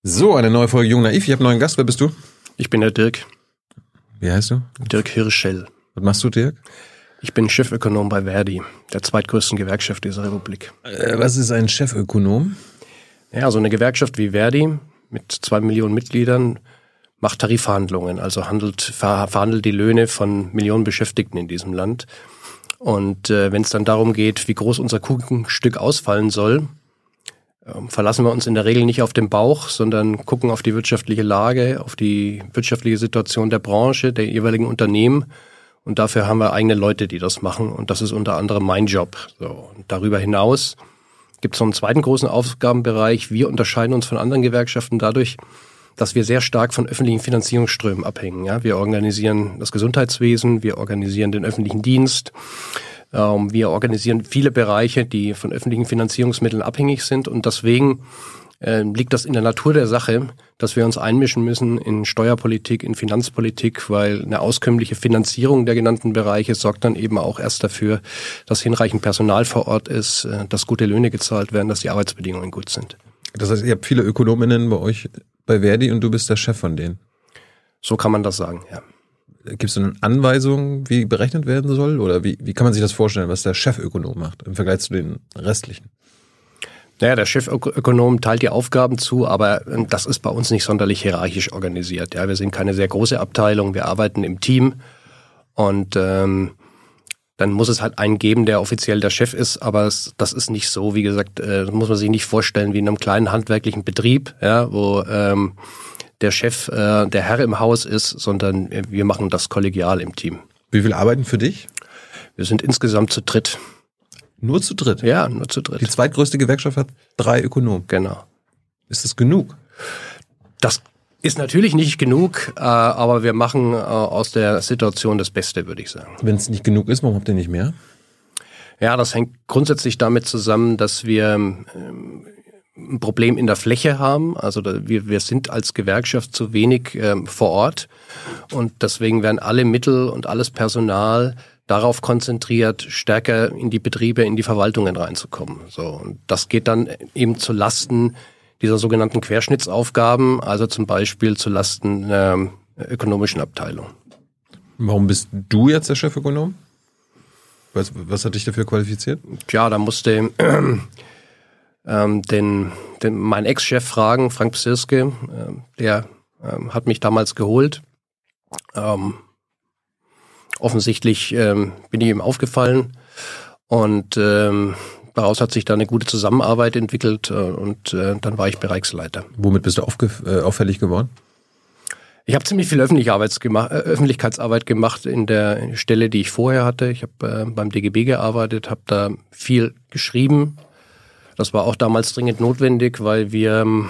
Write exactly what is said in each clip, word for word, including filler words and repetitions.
So, eine neue Folge Jung Naiv. Ich habe einen neuen Gast. Wer bist du? Ich bin der Dirk. Wie heißt du? Dirk Hirschel. Was machst du, Dirk? Ich bin Chefökonom bei Verdi, der zweitgrößten Gewerkschaft dieser Republik. Äh, was ist ein Chefökonom? Ja, so eine Gewerkschaft wie Verdi mit zwei Millionen Mitgliedern macht Tarifverhandlungen, also handelt, ver, verhandelt die Löhne von Millionen Beschäftigten in diesem Land. Und äh, wenn es dann darum geht, wie groß unser Kuchenstück ausfallen soll, äh, verlassen wir uns in der Regel nicht auf den Bauch, sondern gucken auf die wirtschaftliche Lage, auf die wirtschaftliche Situation der Branche, der jeweiligen Unternehmen. Und dafür haben wir eigene Leute, die das machen. Und das ist unter anderem mein Job. So, und darüber hinaus gibt es noch einen zweiten großen Aufgabenbereich. Wir unterscheiden uns von anderen Gewerkschaften dadurch, dass wir sehr stark von öffentlichen Finanzierungsströmen abhängen. Ja, wir organisieren das Gesundheitswesen, wir organisieren den öffentlichen Dienst, ähm, wir organisieren viele Bereiche, die von öffentlichen Finanzierungsmitteln abhängig sind. Und deswegen äh, liegt das in der Natur der Sache, dass wir uns einmischen müssen in Steuerpolitik, in Finanzpolitik, weil eine auskömmliche Finanzierung der genannten Bereiche sorgt dann eben auch erst dafür, dass hinreichend Personal vor Ort ist, äh, dass gute Löhne gezahlt werden, dass die Arbeitsbedingungen gut sind. Das heißt, ihr habt viele Ökonominnen bei euch bei Verdi und du bist der Chef von denen. So kann man das sagen, ja. Gibt es eine Anweisung, wie berechnet werden soll? Oder wie, wie kann man sich das vorstellen, was der Chefökonom macht im Vergleich zu den restlichen? Naja, der Chefökonom teilt die Aufgaben zu, aber das ist bei uns nicht sonderlich hierarchisch organisiert. Ja, wir sind keine sehr große Abteilung, wir arbeiten im Team und ähm, dann muss es halt einen geben, der offiziell der Chef ist, aber es, das ist nicht so, wie gesagt, äh, das muss man sich nicht vorstellen wie in einem kleinen handwerklichen Betrieb, ja, wo ähm, der Chef äh, der Herr im Haus ist, sondern wir machen das kollegial im Team. Wie viel arbeiten für dich? Wir sind insgesamt zu dritt. Nur zu dritt? Ja, nur zu dritt. Die zweitgrößte Gewerkschaft hat drei Ökonomen. Genau. Ist das genug? Das ist natürlich nicht genug, äh, aber wir machen äh, aus der Situation das Beste, würde ich sagen. Wenn es nicht genug ist, warum habt ihr nicht mehr? Ja, das hängt grundsätzlich damit zusammen, dass wir ähm, ein Problem in der Fläche haben. Also da, wir, wir sind als Gewerkschaft zu wenig ähm, vor Ort und deswegen werden alle Mittel und alles Personal darauf konzentriert, stärker in die Betriebe, in die Verwaltungen reinzukommen. So, und das geht dann eben zu Lasten dieser sogenannten Querschnittsaufgaben, also zum Beispiel zu Lasten der ökonomischen Abteilung. Warum bist du jetzt der Chefökonom? Was, was hat dich dafür qualifiziert? Tja, da musste äh, ähm, den, den meinen Ex-Chef fragen, Frank Psirske, äh, der äh, hat mich damals geholt. Ähm, offensichtlich ähm, bin ich ihm aufgefallen und ähm, daraus hat sich dann eine gute Zusammenarbeit entwickelt äh, und äh, dann war ich Bereichsleiter. Womit bist du aufgef- äh, auffällig geworden? Ich habe ziemlich viel öffentliche Arbeits gemacht, äh, Öffentlichkeitsarbeit gemacht in der Stelle, die ich vorher hatte. Ich habe äh, beim D G B gearbeitet, habe da viel geschrieben. Das war auch damals dringend notwendig, weil wir ähm,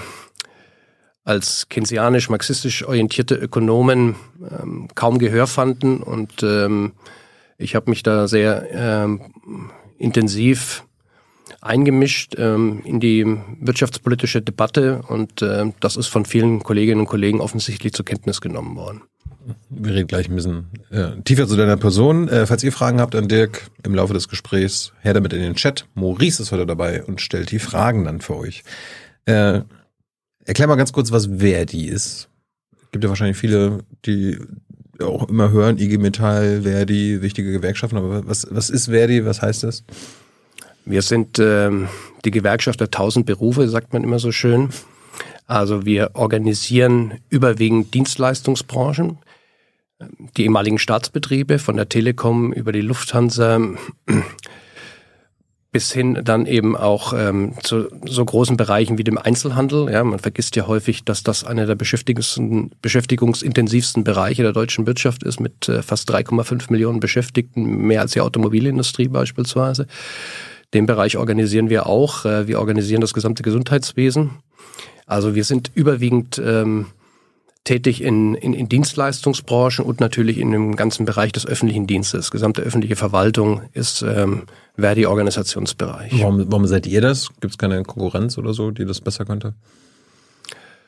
als keynesianisch-marxistisch orientierte Ökonomen ähm, kaum Gehör fanden und ähm, ich habe mich da sehr ähm, intensiv eingemischt ähm, in die wirtschaftspolitische Debatte und äh, das ist von vielen Kolleginnen und Kollegen offensichtlich zur Kenntnis genommen worden. Wir reden gleich ein bisschen äh, tiefer zu deiner Person. Äh, falls ihr Fragen habt an Dirk im Laufe des Gesprächs, her damit in den Chat. Maurice ist heute dabei und stellt die Fragen dann für euch. Äh, erklär mal ganz kurz, was Verdi ist. Es gibt ja wahrscheinlich viele, die auch immer hören, I G Metall, Verdi, wichtige Gewerkschaften. Aber was, was ist Verdi? Was heißt das? Wir sind ähm, die Gewerkschaft der tausend Berufe, sagt man immer so schön. Also wir organisieren überwiegend Dienstleistungsbranchen, die ehemaligen Staatsbetriebe von der Telekom über die Lufthansa bis hin dann eben auch ähm, zu so großen Bereichen wie dem Einzelhandel. Ja, man vergisst ja häufig, dass das einer der beschäftigungsintensivsten Bereiche der deutschen Wirtschaft ist mit äh, fast drei Komma fünf Millionen Beschäftigten, mehr als die Automobilindustrie beispielsweise. Den Bereich organisieren wir auch. Äh, wir organisieren das gesamte Gesundheitswesen. Also wir sind überwiegend ähm, tätig in, in, in Dienstleistungsbranchen und natürlich in dem ganzen Bereich des öffentlichen Dienstes. Gesamte öffentliche Verwaltung ist ähm, Verdi-Organisationsbereich. Warum, warum seid ihr das? Gibt es keine Konkurrenz oder so, die das besser könnte?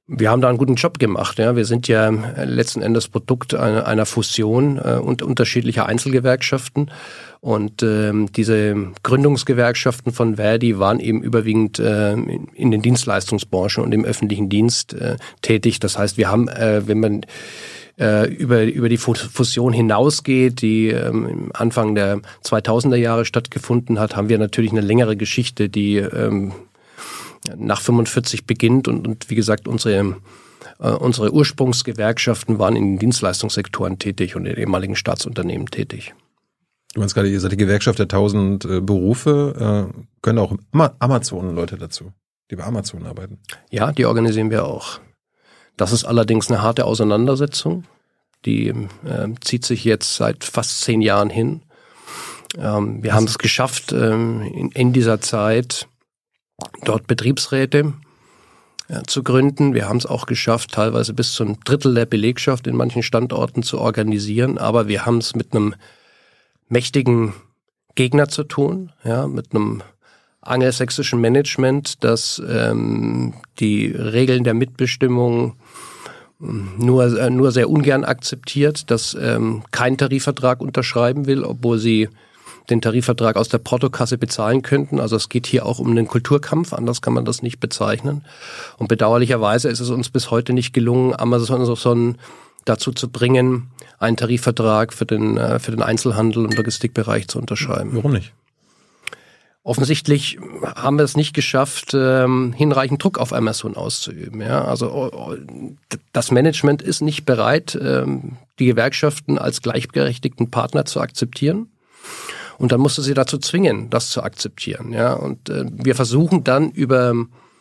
Wir haben da einen guten Job gemacht. Ja. Wir sind ja letzten Endes Produkt einer, einer Fusion äh, und unterschiedlicher Einzelgewerkschaften. Und ähm, diese Gründungsgewerkschaften von Verdi waren eben überwiegend äh, in, in den Dienstleistungsbranchen und im öffentlichen Dienst äh, tätig. Das heißt, wir haben, äh, wenn man äh, über über die Fusion hinausgeht, die ähm, Anfang der zweitausender Jahre stattgefunden hat, haben wir natürlich eine längere Geschichte, die ähm, nach fünfundvierzig beginnt und, und wie gesagt, unsere, äh, unsere Ursprungsgewerkschaften waren in den Dienstleistungssektoren tätig und in ehemaligen Staatsunternehmen tätig. Du meinst gerade, ihr seid die Gewerkschaft der tausend äh, Berufe, äh, können auch Amazon-Leute dazu, die bei Amazon arbeiten? Ja, die organisieren wir auch. Das ist allerdings eine harte Auseinandersetzung, die äh, zieht sich jetzt seit fast zehn Jahren hin. Ähm, wir Was? haben es geschafft, ähm, in, in dieser Zeit dort Betriebsräte ja, zu gründen. Wir haben es auch geschafft, teilweise bis zu einem Drittel der Belegschaft in manchen Standorten zu organisieren. Aber wir haben es mit einem mächtigen Gegner zu tun, ja, mit einem angelsächsischen Management, das ähm, die Regeln der Mitbestimmung nur äh, nur sehr ungern akzeptiert, das ähm, keinen Tarifvertrag unterschreiben will, obwohl sie den Tarifvertrag aus der Portokasse bezahlen könnten. Also es geht hier auch um einen Kulturkampf, anders kann man das nicht bezeichnen. Und bedauerlicherweise ist es uns bis heute nicht gelungen, Amazon dazu zu bringen, einen Tarifvertrag für den, für den Einzelhandel und Logistikbereich zu unterschreiben. Warum nicht? Offensichtlich haben wir es nicht geschafft, ähm, hinreichend Druck auf Amazon auszuüben. Ja? Also das Management ist nicht bereit, ähm, die Gewerkschaften als gleichberechtigten Partner zu akzeptieren. Und dann musst du sie dazu zwingen, das zu akzeptieren. Ja? Und äh, wir versuchen dann über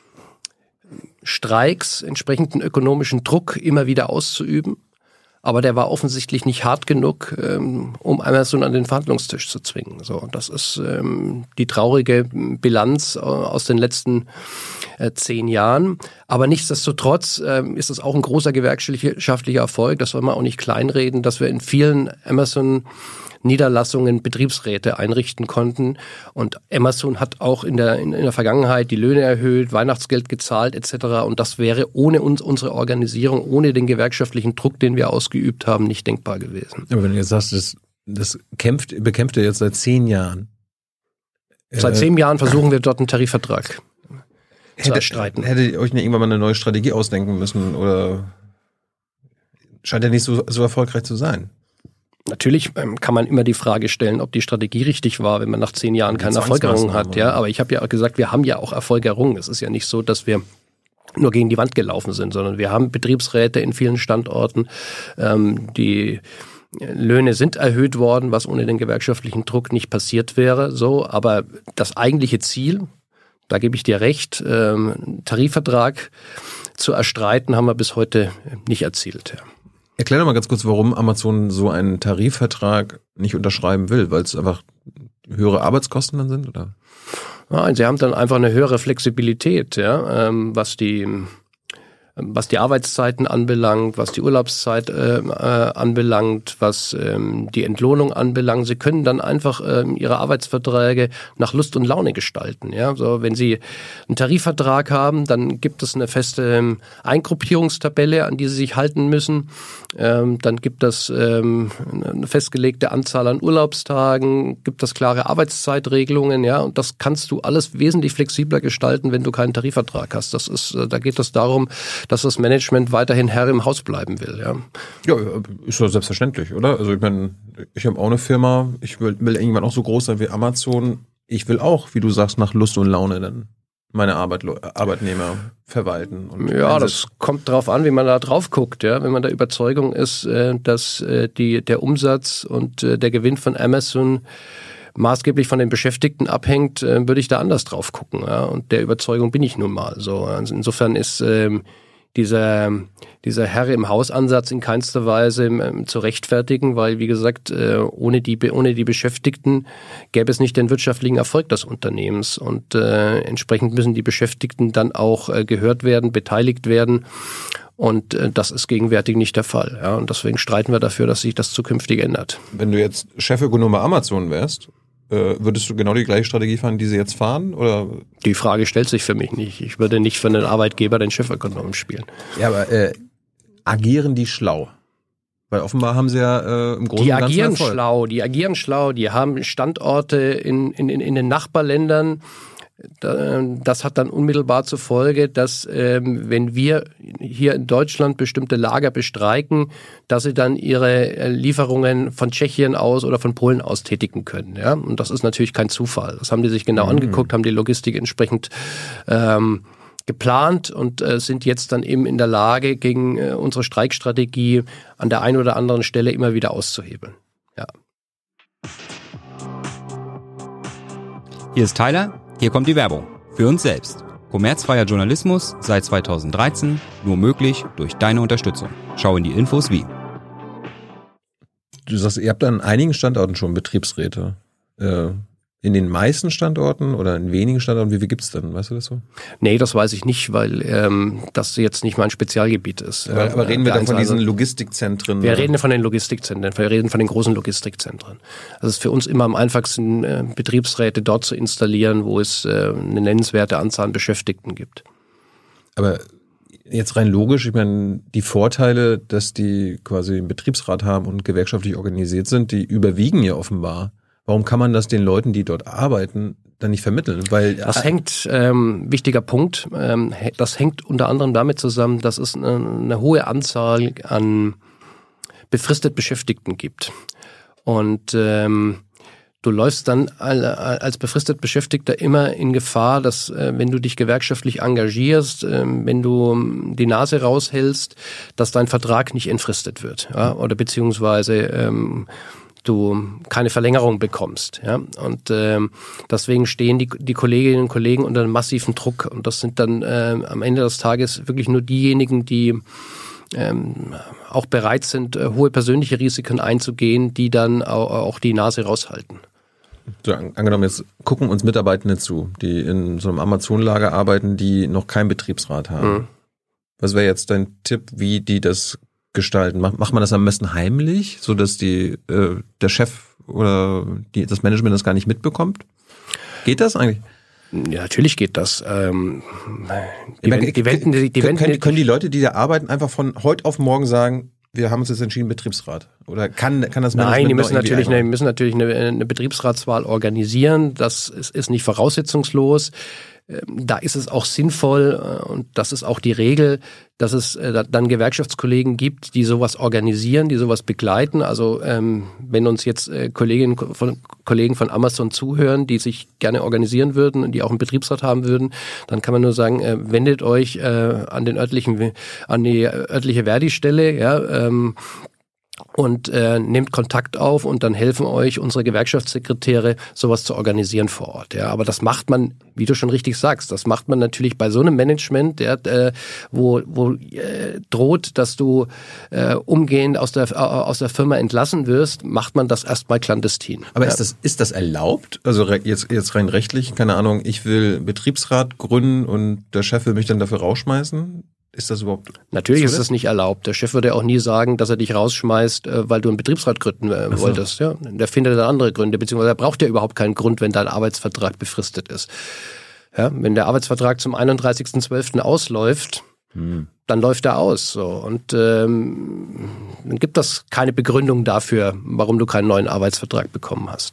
Streiks entsprechenden ökonomischen Druck immer wieder auszuüben. Aber der war offensichtlich nicht hart genug, ähm, um Amazon an den Verhandlungstisch zu zwingen. So, das ist ähm, die traurige Bilanz äh, aus den letzten äh, zehn Jahren. Aber nichtsdestotrotz ähm, ist es auch ein großer gewerkschaftlicher Erfolg. Das soll man auch nicht kleinreden, dass wir in vielen Amazon Niederlassungen Betriebsräte einrichten konnten. Und Amazon hat auch in der, in, in der Vergangenheit die Löhne erhöht, Weihnachtsgeld gezahlt et cetera. Und das wäre ohne uns, unsere Organisation, ohne den gewerkschaftlichen Druck, den wir ausgeübt haben, nicht denkbar gewesen. Aber wenn du jetzt sagst, das, das kämpft, bekämpft ihr jetzt seit zehn Jahren. Seit zehn Jahren versuchen wir dort einen Tarifvertrag hätte, zu erstreiten. Hättet ihr euch nicht irgendwann mal eine neue Strategie ausdenken müssen oder scheint ja nicht so, so erfolgreich zu sein? Natürlich ähm, kann man immer die Frage stellen, ob die Strategie richtig war, wenn man nach zehn Jahren keine Erfolg errungen hat. Ja, aber ich habe ja auch gesagt, wir haben ja auch Erfolg errungen. Es ist ja nicht so, dass wir nur gegen die Wand gelaufen sind, sondern wir haben Betriebsräte in vielen Standorten. Ähm, die Löhne sind erhöht worden, was ohne den gewerkschaftlichen Druck nicht passiert wäre. So, aber das eigentliche Ziel, da gebe ich dir recht, ähm, Tarifvertrag zu erstreiten, haben wir bis heute nicht erzielt. Ja. Erklär doch mal ganz kurz, warum Amazon so einen Tarifvertrag nicht unterschreiben will, weil es einfach höhere Arbeitskosten dann sind, oder? Ja, sie haben dann einfach eine höhere Flexibilität, ja, ähm, was die was die Arbeitszeiten anbelangt, was die Urlaubszeit äh, äh, anbelangt, was ähm, die Entlohnung anbelangt. Sie können dann einfach ähm, ihre Arbeitsverträge nach Lust und Laune gestalten. Ja, so wenn Sie einen Tarifvertrag haben, dann gibt es eine feste ähm, Eingruppierungstabelle, an die Sie sich halten müssen. Ähm, dann gibt es ähm, eine festgelegte Anzahl an Urlaubstagen, gibt es klare Arbeitszeitregelungen. Ja, und das kannst du alles wesentlich flexibler gestalten, wenn du keinen Tarifvertrag hast. Das ist, äh, da geht es darum, dass das Management weiterhin Herr im Haus bleiben will. Ja, ja ist doch selbstverständlich, oder? Also ich meine, ich habe auch eine Firma, ich will, will irgendwann auch so groß sein wie Amazon. Ich will auch, wie du sagst, nach Lust und Laune dann meine Arbeit, Arbeitnehmer verwalten. Und ja, einsetzen. Das kommt drauf an, wie man da drauf guckt. Ja, wenn man der Überzeugung ist, dass die, der Umsatz und der Gewinn von Amazon maßgeblich von den Beschäftigten abhängt, würde ich da anders drauf gucken. Ja? Und der Überzeugung bin ich nun mal. So, also insofern ist ähm, dieser dieser Herr im Haus-Ansatz in keinster Weise ähm, zu rechtfertigen, weil wie gesagt, äh, ohne die ohne die Beschäftigten gäbe es nicht den wirtschaftlichen Erfolg des Unternehmens und äh, entsprechend müssen die Beschäftigten dann auch äh, gehört werden, beteiligt werden. Und äh, das ist gegenwärtig nicht der Fall. Ja? Und deswegen streiten wir dafür, dass sich das zukünftig ändert. Wenn du jetzt Chefökonom bei Amazon wärst äh, würdest du genau die gleiche Strategie fahren, die sie jetzt fahren? Oder? Die Frage stellt sich für mich nicht. Ich würde nicht für einen Arbeitgeber den Chefökonom spielen. Ja, aber äh, agieren die schlau? Weil offenbar haben sie ja äh, im Großen und Ganzen Die agieren Erfolg. schlau, die agieren schlau, die haben Standorte in, in, in den Nachbarländern. Das hat dann unmittelbar zur Folge, dass ähm, wenn wir hier in Deutschland bestimmte Lager bestreiken, dass sie dann ihre Lieferungen von Tschechien aus oder von Polen aus tätigen können. Ja? Und das ist natürlich kein Zufall. Das haben die sich genau mhm. angeguckt, haben die Logistik entsprechend ähm, geplant und äh, sind jetzt dann eben in der Lage, gegen äh, unsere Streikstrategie an der einen oder anderen Stelle immer wieder auszuhebeln. Ja. Hier ist Tyler. Hier kommt die Werbung. Für uns selbst. Kommerzfreier Journalismus seit zweitausenddreizehn, nur möglich durch deine Unterstützung. Schau in die Infos wie. Du sagst, ihr habt an einigen Standorten schon Betriebsräte. Äh, in den meisten Standorten oder in wenigen Standorten, wie viel gibt's denn? Weißt du das so? Nee, das weiß ich nicht, weil ähm, das jetzt nicht mein Spezialgebiet ist. Aber, aber reden wir dann von diesen Logistikzentren? Wir reden von den Logistikzentren, wir reden von den großen Logistikzentren. Also es ist für uns immer am einfachsten, äh, Betriebsräte dort zu installieren, wo es äh, eine nennenswerte Anzahl an Beschäftigten gibt. Aber jetzt rein logisch, ich meine, die Vorteile, dass die quasi einen Betriebsrat haben und gewerkschaftlich organisiert sind, die überwiegen ja offenbar. Warum kann man das den Leuten, die dort arbeiten, dann nicht vermitteln? Weil das hängt, ähm, wichtiger Punkt, ähm, das hängt unter anderem damit zusammen, dass es eine, eine hohe Anzahl an befristet Beschäftigten gibt. Und ähm, du läufst dann als befristet Beschäftigter immer in Gefahr, dass, äh, wenn du dich gewerkschaftlich engagierst, äh, wenn du die Nase raushältst, dass dein Vertrag nicht entfristet wird, ja? Oder beziehungsweise ähm, du keine Verlängerung bekommst. Ja? Und ähm, deswegen stehen die, die Kolleginnen und Kollegen unter einem massiven Druck. Und das sind dann äh, am Ende des Tages wirklich nur diejenigen, die ähm, auch bereit sind, äh, hohe persönliche Risiken einzugehen, die dann auch, auch die Nase raushalten. So, angenommen, jetzt gucken uns Mitarbeitende zu, die in so einem Amazon-Lager arbeiten, die noch keinen Betriebsrat haben. Mhm. Was wäre jetzt dein Tipp, wie die das gestalten? Macht, macht man das am besten heimlich, so dass die äh, der Chef oder die, das Management das gar nicht mitbekommt? Geht das eigentlich? Ja, natürlich geht das. Ähm, die, meine, die, wenden, die, die können, wenden, können die Leute, die da arbeiten, einfach von heute auf morgen sagen, wir haben uns jetzt entschieden, Betriebsrat? Oder kann, kann das Management? Nein, die müssen natürlich, eine, müssen natürlich eine, eine Betriebsratswahl organisieren. Das ist, ist nicht voraussetzungslos. Da ist es auch sinnvoll, und das ist auch die Regel, dass es dann Gewerkschaftskollegen gibt, die sowas organisieren, die sowas begleiten. Also ähm, wenn uns jetzt Kolleginnen von, Kollegen von Amazon zuhören, die sich gerne organisieren würden und die auch einen Betriebsrat haben würden, dann kann man nur sagen, äh, wendet euch äh, an den örtlichen, an die örtliche Verdi-Stelle, ja, ähm, und äh, nehmt Kontakt auf und dann helfen euch unsere Gewerkschaftssekretäre, sowas zu organisieren vor Ort. Ja, aber das macht man, wie du schon richtig sagst, das macht man natürlich bei so einem Management, der, äh, wo, wo äh, droht, dass du äh, umgehend aus der, äh, aus der Firma entlassen wirst, macht man das erstmal clandestin. Aber ja. ist das, ist das erlaubt? Also jetzt, jetzt rein rechtlich, keine Ahnung, ich will Betriebsrat gründen und der Chef will mich dann dafür rausschmeißen? Ist das überhaupt? Natürlich ist das nicht erlaubt. Der Chef würde auch nie sagen, dass er dich rausschmeißt, weil du einen Betriebsrat gründen so. wolltest. Ja, der findet dann andere Gründe, beziehungsweise er braucht ja überhaupt keinen Grund, wenn dein Arbeitsvertrag befristet ist. Ja, wenn der Arbeitsvertrag zum einunddreißigsten zwölften ausläuft, hm. dann läuft er aus. So. Und ähm, dann gibt das keine Begründung dafür, warum du keinen neuen Arbeitsvertrag bekommen hast.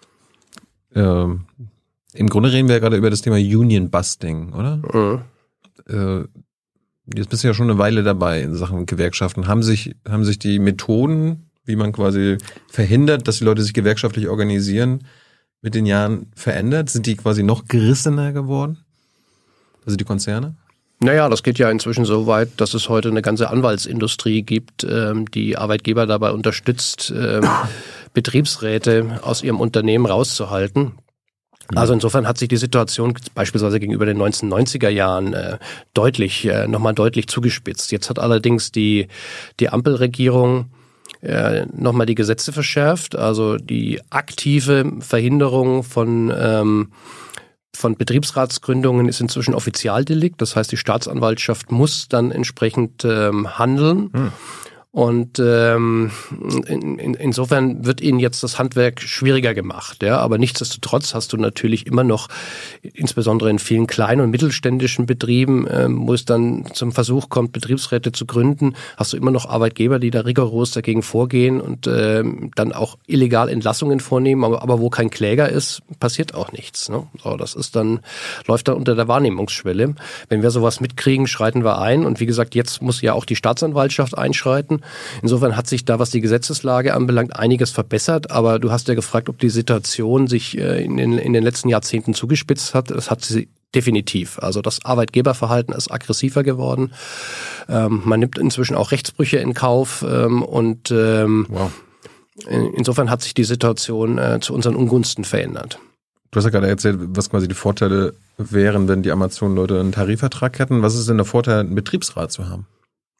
Ähm, Im Grunde reden wir ja gerade über das Thema Union Busting, oder? Mhm. Äh, Jetzt bist du ja schon eine Weile dabei in Sachen Gewerkschaften. Haben sich, haben sich die Methoden, wie man quasi verhindert, dass die Leute sich gewerkschaftlich organisieren, mit den Jahren verändert? Sind die quasi noch gerissener geworden? Also die Konzerne? Naja, das geht ja inzwischen so weit, dass es heute eine ganze Anwaltsindustrie gibt, ähm, die Arbeitgeber dabei unterstützt, ähm, Betriebsräte aus ihrem Unternehmen rauszuhalten. Also insofern hat sich die Situation beispielsweise gegenüber den neunzehnhundertneunziger Jahren äh, deutlich, äh, nochmal deutlich zugespitzt. Jetzt hat allerdings die, die Ampelregierung äh, nochmal die Gesetze verschärft, also die aktive Verhinderung von, ähm, von Betriebsratsgründungen ist inzwischen Offizialdelikt. Das heißt, die Staatsanwaltschaft muss dann entsprechend ähm, handeln. Hm. Und ähm, in, in, insofern wird ihnen jetzt das Handwerk schwieriger gemacht. Ja? Aber nichtsdestotrotz hast du natürlich immer noch, insbesondere in vielen kleinen und mittelständischen Betrieben, ähm, wo es dann zum Versuch kommt, Betriebsräte zu gründen, hast du immer noch Arbeitgeber, die da rigoros dagegen vorgehen und ähm, dann auch illegal Entlassungen vornehmen. Aber, aber wo kein Kläger ist, passiert auch nichts. Ne? So, das ist dann, läuft dann unter der Wahrnehmungsschwelle. Wenn wir sowas mitkriegen, schreiten wir ein. Und wie gesagt, jetzt muss ja auch die Staatsanwaltschaft einschreiten. Insofern hat sich da, was die Gesetzeslage anbelangt, einiges verbessert. Aber du hast ja gefragt, ob die Situation sich in den, in den letzten Jahrzehnten zugespitzt hat. Das hat sie definitiv. Also das Arbeitgeberverhalten ist aggressiver geworden. Ähm, man nimmt inzwischen auch Rechtsbrüche in Kauf. Ähm, und ähm, wow. in, insofern hat sich die Situation äh, zu unseren Ungunsten verändert. Du hast ja gerade erzählt, was quasi die Vorteile wären, wenn die Amazon-Leute einen Tarifvertrag hätten. Was ist denn der Vorteil, einen Betriebsrat zu haben?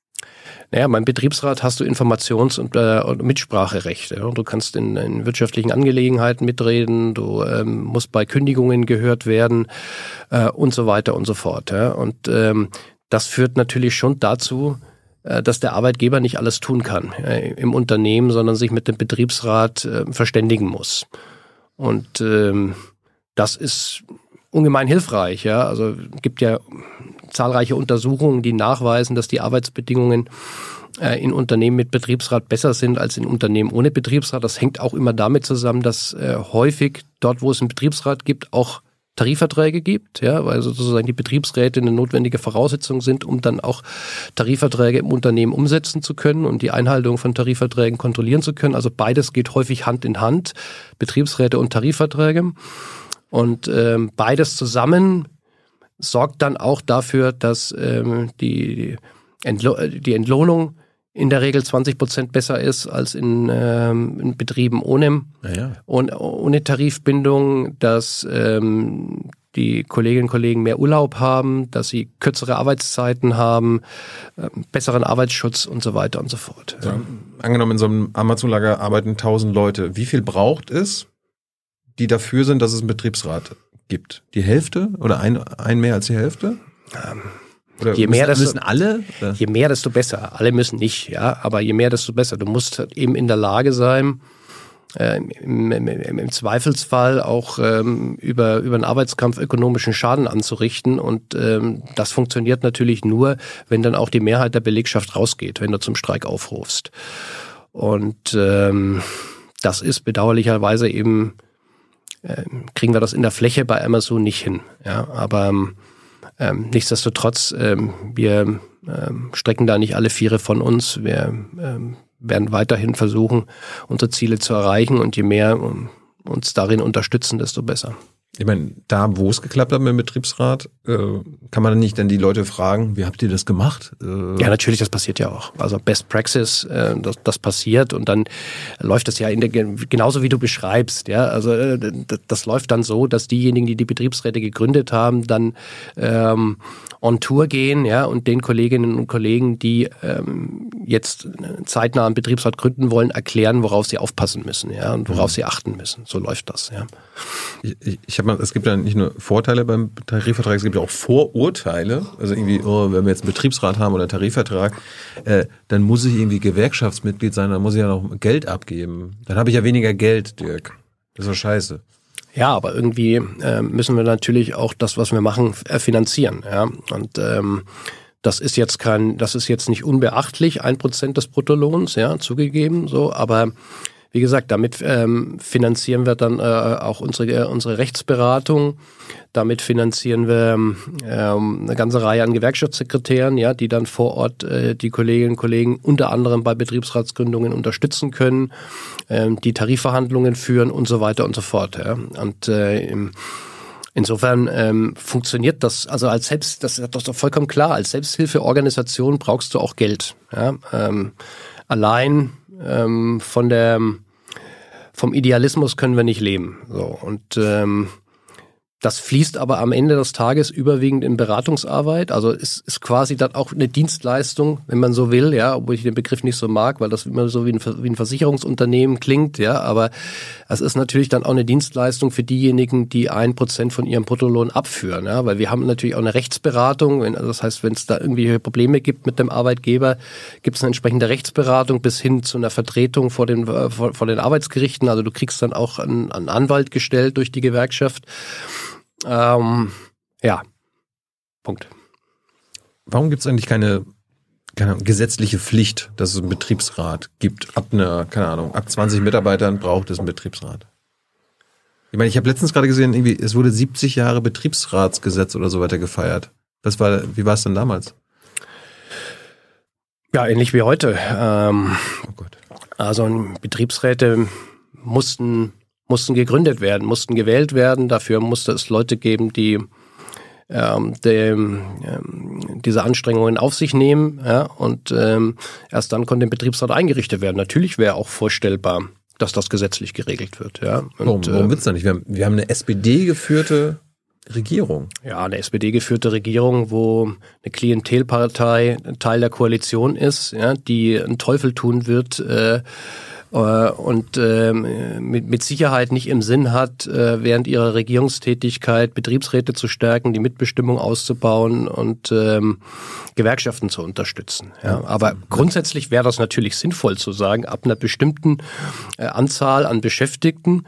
Naja, beim Betriebsrat hast du Informations- und äh, Mitspracherechte. Ja. Du kannst in, in wirtschaftlichen Angelegenheiten mitreden, du ähm, musst bei Kündigungen gehört werden äh, und so weiter und so fort. Ja. Und ähm, das führt natürlich schon dazu, äh, dass der Arbeitgeber nicht alles tun kann äh, im Unternehmen, sondern sich mit dem Betriebsrat äh, verständigen muss. Und ähm, das ist ungemein hilfreich. Ja. Also gibt ja zahlreiche Untersuchungen, die nachweisen, dass die Arbeitsbedingungen äh, in Unternehmen mit Betriebsrat besser sind als in Unternehmen ohne Betriebsrat. Das hängt auch immer damit zusammen, dass äh, häufig dort, wo es einen Betriebsrat gibt, auch Tarifverträge gibt, ja, weil sozusagen die Betriebsräte eine notwendige Voraussetzung sind, um dann auch Tarifverträge im Unternehmen umsetzen zu können und die Einhaltung von Tarifverträgen kontrollieren zu können. Also beides geht häufig Hand in Hand, Betriebsräte und Tarifverträge. Und ähm, beides zusammen sorgt dann auch dafür, dass ähm, die, Entlo- die Entlohnung in der Regel zwanzig Prozent besser ist als in, ähm, in Betrieben ohne, ja, ja. ohne, ohne Tarifbindung, dass ähm, die Kolleginnen und Kollegen mehr Urlaub haben, dass sie kürzere Arbeitszeiten haben, äh, besseren Arbeitsschutz und so weiter und so fort. Ja. Ja. Angenommen, in so einem Amazon-Lager arbeiten tausend Leute. Wie viel braucht es, die dafür sind, dass es einen Betriebsrat gibt? Die Hälfte oder ein, ein mehr als die Hälfte? Ähm, oder je müssen, mehr, desto, müssen alle? Oder? Je mehr, desto besser. Alle müssen nicht, ja, aber je mehr, desto besser. Du musst halt eben in der Lage sein, äh, im, im, im Zweifelsfall auch ähm, über, über einen Arbeitskampf ökonomischen Schaden anzurichten. Und ähm, das funktioniert natürlich nur, wenn dann auch die Mehrheit der Belegschaft rausgeht, wenn du zum Streik aufrufst. Und ähm, das ist bedauerlicherweise eben Ähm, kriegen wir das in der Fläche bei Amazon nicht hin. Ja, aber ähm, nichtsdestotrotz, ähm, wir ähm, strecken da nicht alle Viere von uns. Wir ähm, werden weiterhin versuchen, unsere Ziele zu erreichen und je mehr um, uns darin unterstützen, desto besser. Ich meine, da, wo es geklappt hat mit dem Betriebsrat, äh, kann man dann nicht dann die Leute fragen, wie habt ihr das gemacht? Äh, ja, natürlich, das passiert ja auch. Also Best Practice, äh, das, das passiert und dann läuft das ja in der, genauso wie du beschreibst. Ja, also äh, das, das läuft dann so, dass diejenigen, die die Betriebsräte gegründet haben, dann ähm, on Tour gehen, ja, und den Kolleginnen und Kollegen, die ähm, jetzt zeitnah einen Betriebsrat gründen wollen, erklären, worauf sie aufpassen müssen, ja, und worauf mhm. sie achten müssen. So läuft das, ja. Ich, ich, ich habe mal, es gibt ja nicht nur Vorteile beim Tarifvertrag, es gibt ja auch Vorurteile. Also irgendwie, oh, wenn wir jetzt einen Betriebsrat haben oder einen Tarifvertrag, äh, dann muss ich irgendwie Gewerkschaftsmitglied sein, dann muss ich ja noch Geld abgeben. Dann habe ich ja weniger Geld, Dirk. Das ist doch scheiße. Ja, aber irgendwie äh, müssen wir natürlich auch das, was wir machen, äh, finanzieren. Ja, und ähm, das ist jetzt kein, das ist jetzt nicht unbeachtlich, ein Prozent des Bruttolohns, ja, zugegeben, so, aber wie gesagt, damit ähm, finanzieren wir dann äh, auch unsere unsere Rechtsberatung. Damit finanzieren wir ähm, eine ganze Reihe an Gewerkschaftssekretären, ja, die dann vor Ort äh, die Kolleginnen und Kollegen unter anderem bei Betriebsratsgründungen unterstützen können, ähm, die Tarifverhandlungen führen und so weiter und so fort. Ja. Und äh, im Insofern ähm, funktioniert das, also als Selbst, das ist doch vollkommen klar, als Selbsthilfeorganisation brauchst du auch Geld. Ja. Ähm, allein ähm, von der vom Idealismus können wir nicht leben. So, und ähm, Das fließt aber am Ende des Tages überwiegend in Beratungsarbeit. Also es ist quasi dann auch eine Dienstleistung, wenn man so will, ja, obwohl ich den Begriff nicht so mag, weil das immer so wie ein, wie ein Versicherungsunternehmen klingt, ja, aber es ist natürlich dann auch eine Dienstleistung für diejenigen, die ein Prozent von ihrem Bruttolohn abführen, ja, weil wir haben natürlich auch eine Rechtsberatung. Wenn, also das heißt, wenn es da irgendwie Probleme gibt mit dem Arbeitgeber, gibt es eine entsprechende Rechtsberatung bis hin zu einer Vertretung vor den, vor, vor den Arbeitsgerichten. Also du kriegst dann auch einen, einen Anwalt gestellt durch die Gewerkschaft. Ähm, ja, Punkt. Warum gibt es eigentlich keine, keine gesetzliche Pflicht, dass es einen Betriebsrat gibt? Ab einer, keine Ahnung, ab zwanzig Mitarbeitern braucht es einen Betriebsrat. Ich meine, ich habe letztens gerade gesehen, irgendwie, es wurde siebzig Jahre Betriebsratsgesetz oder so weiter gefeiert. Was war, wie war es denn damals? Ja, ähnlich wie heute. Ähm, oh Gott. Also Betriebsräte mussten mussten gegründet werden, mussten gewählt werden. Dafür musste es Leute geben, die ähm, dem, ähm, diese Anstrengungen auf sich nehmen. Ja, und ähm, erst dann konnte ein Betriebsrat eingerichtet werden. Natürlich wäre auch vorstellbar, dass das gesetzlich geregelt wird. Ja. Und, warum warum äh, wird's da nicht? Wir haben, wir haben eine S P D-geführte Regierung. Ja, eine S P D-geführte Regierung, wo eine Klientelpartei Teil der Koalition ist, ja, die einen Teufel tun wird, äh, und ähm, mit, mit Sicherheit nicht im Sinn hat, äh, während ihrer Regierungstätigkeit Betriebsräte zu stärken, die Mitbestimmung auszubauen und ähm, Gewerkschaften zu unterstützen. Ja, aber grundsätzlich wäre das natürlich sinnvoll zu sagen, ab einer bestimmten äh, Anzahl an Beschäftigten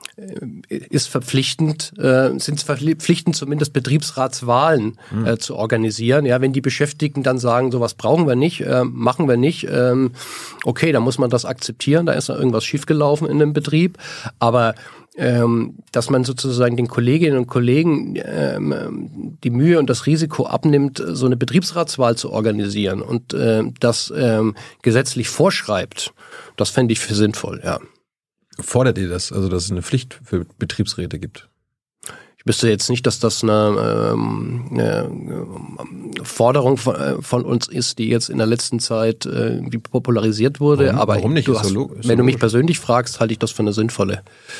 ist verpflichtend, äh, sind es verpflichtend, zumindest Betriebsratswahlen äh, zu organisieren. Ja, wenn die Beschäftigten dann sagen, sowas brauchen wir nicht, äh, machen wir nicht, ähm, okay, dann muss man das akzeptieren, da ist da irgendwas schiefgelaufen in dem Betrieb. Aber ähm, dass man sozusagen den Kolleginnen und Kollegen ähm, die Mühe und das Risiko abnimmt, so eine Betriebsratswahl zu organisieren und äh, das ähm, gesetzlich vorschreibt, das fände ich für sinnvoll, ja. Fordert ihr das, also dass es eine Pflicht für Betriebsräte gibt? Ich wüsste jetzt nicht, dass das eine, ähm, eine Forderung von, von uns ist, die jetzt in der letzten Zeit äh, popularisiert wurde. Warum, aber warum nicht? Du ist hast, so logisch, wenn du mich persönlich fragst, halte ich das für eine sinnvolle,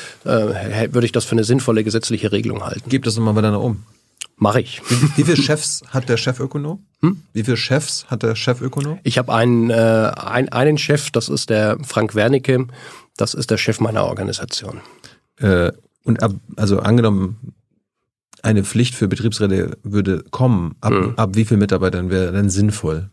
äh, würde ich das für eine sinnvolle gesetzliche Regelung halten. Gib das nochmal wieder nach oben. Mache ich. Wie, wie viele Chefs hat der Chefökonom? Hm? Wie viele Chefs hat der Chefökonom? Ich habe einen, äh, ein, einen Chef, das ist der Frank Wernicke. Das ist der Chef meiner Organisation. Äh, und ab, also angenommen, eine Pflicht für Betriebsräte würde kommen, ab, hm. ab wie vielen Mitarbeitern wäre denn sinnvoll?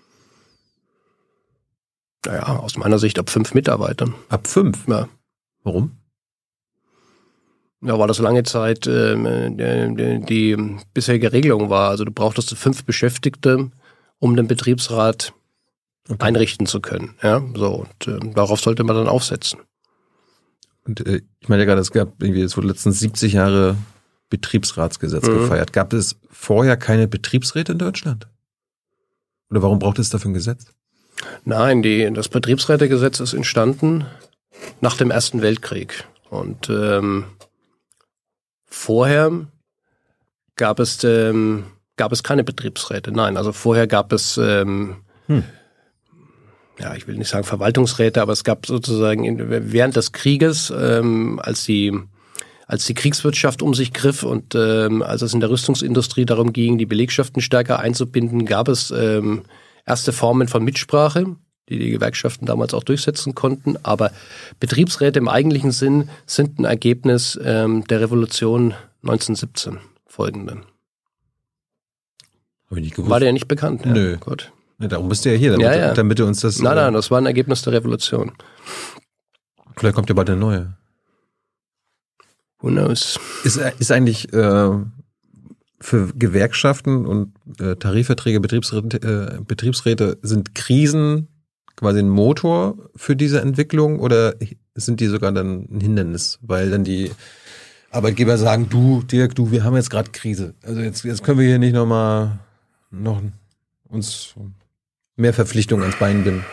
Naja, aus meiner Sicht ab fünf Mitarbeitern. Ab fünf? Ja. Warum? Ja, weil das lange Zeit äh, die, die bisherige Regelung war. Also du brauchtest fünf Beschäftigte, um den Betriebsrat okay. einrichten zu können. Ja, so und äh, darauf sollte man dann aufsetzen. Und äh, ich meine ja gerade, es gab irgendwie, es wurde letztens siebzig Jahre Betriebsratsgesetz mhm. gefeiert. Gab es vorher keine Betriebsräte in Deutschland? Oder warum braucht es dafür ein Gesetz? Nein, die, das Betriebsrätegesetz ist entstanden nach dem Ersten Weltkrieg. Und ähm, vorher gab es ähm, gab es keine Betriebsräte. Nein, also vorher gab es ähm, hm. ja, ich will nicht sagen Verwaltungsräte, aber es gab sozusagen in, während des Krieges, ähm, als die als die Kriegswirtschaft um sich griff und ähm, als es in der Rüstungsindustrie darum ging, die Belegschaften stärker einzubinden, gab es ähm, erste Formen von Mitsprache, die die Gewerkschaften damals auch durchsetzen konnten. Aber Betriebsräte im eigentlichen Sinn sind ein Ergebnis ähm, der Revolution neunzehnhundertsiebzehn folgenden. Hab ich nicht gewusst. War dir ja nicht bekannt? Nö. Ja, gut. Ja, darum bist du ja hier, damit, ja, ja. damit du uns das... Nein, nein, das war ein Ergebnis der Revolution. Vielleicht kommt ja bald eine neue. Who knows? Ist, ist eigentlich äh, für Gewerkschaften und äh, Tarifverträge, Betriebsräte, äh, Betriebsräte, sind Krisen quasi ein Motor für diese Entwicklung oder sind die sogar dann ein Hindernis? Weil dann die Arbeitgeber sagen, du, Dirk, du, wir haben jetzt gerade Krise. Also jetzt, jetzt können wir hier nicht nochmal noch uns mehr Verpflichtungen ans Bein binden.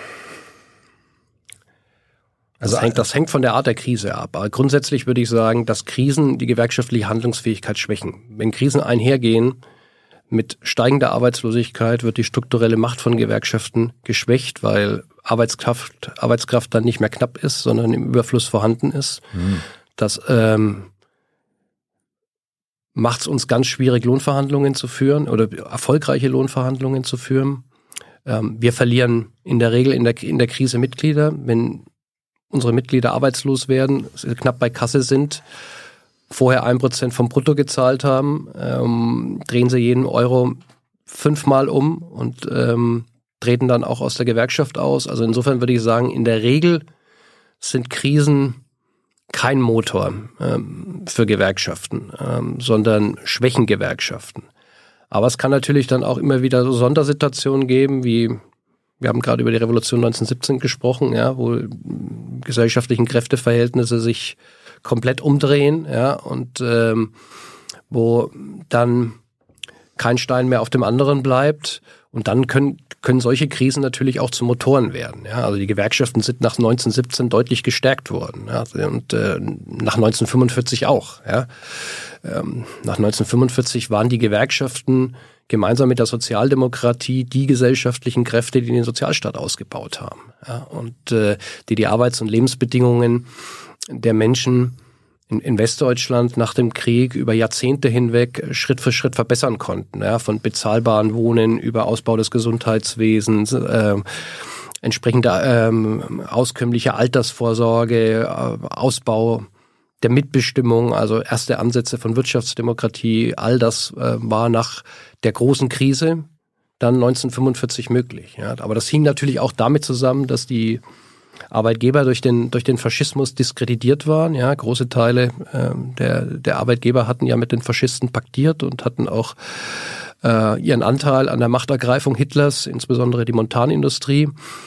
Also das hängt, das hängt von der Art der Krise ab. Aber grundsätzlich würde ich sagen, dass Krisen die gewerkschaftliche Handlungsfähigkeit schwächen. Wenn Krisen einhergehen mit steigender Arbeitslosigkeit, wird die strukturelle Macht von Gewerkschaften geschwächt, weil Arbeitskraft, Arbeitskraft dann nicht mehr knapp ist, sondern im Überfluss vorhanden ist. Hm. Das ähm, macht es uns ganz schwierig, Lohnverhandlungen zu führen oder erfolgreiche Lohnverhandlungen zu führen. Ähm, wir verlieren in der Regel in der, in der Krise Mitglieder. Wenn unsere Mitglieder arbeitslos werden, knapp bei Kasse sind, vorher ein Prozent vom Brutto gezahlt haben, ähm, drehen sie jeden Euro fünfmal um und ähm, treten dann auch aus der Gewerkschaft aus. Also insofern würde ich sagen, in der Regel sind Krisen kein Motor ähm, für Gewerkschaften, ähm, sondern schwächen Gewerkschaften. Aber es kann natürlich dann auch immer wieder so Sondersituationen geben, wie wir haben gerade über die Revolution neunzehnhundertsiebzehn gesprochen, ja, wo gesellschaftlichen Kräfteverhältnisse sich komplett umdrehen, ja, und ähm, wo dann kein Stein mehr auf dem anderen bleibt. Und dann können, können solche Krisen natürlich auch zu Motoren werden. Ja, also die Gewerkschaften sind nach neunzehnhundertsiebzehn deutlich gestärkt worden. Ja, und äh, nach neunzehnhundertfünfundvierzig auch. Ja. Ähm, nach neunzehnhundertfünfundvierzig waren die Gewerkschaften gemeinsam mit der Sozialdemokratie die gesellschaftlichen Kräfte, die den Sozialstaat ausgebaut haben. Ja, und äh, die die Arbeits- und Lebensbedingungen der Menschen in, in Westdeutschland nach dem Krieg über Jahrzehnte hinweg Schritt für Schritt verbessern konnten. Ja, von bezahlbaren Wohnen über Ausbau des Gesundheitswesens, äh, entsprechende ähm, auskömmliche Altersvorsorge, äh, Ausbau der Mitbestimmung, also erste Ansätze von Wirtschaftsdemokratie, all das äh, war nach der großen Krise dann neunzehnhundertfünfundvierzig möglich. Ja. Aber das hing natürlich auch damit zusammen, dass die Arbeitgeber durch den durch den Faschismus diskreditiert waren. Ja, große Teile äh, der der Arbeitgeber hatten ja mit den Faschisten paktiert und hatten auch äh, ihren Anteil an der Machtergreifung Hitlers, insbesondere die Montanindustrie.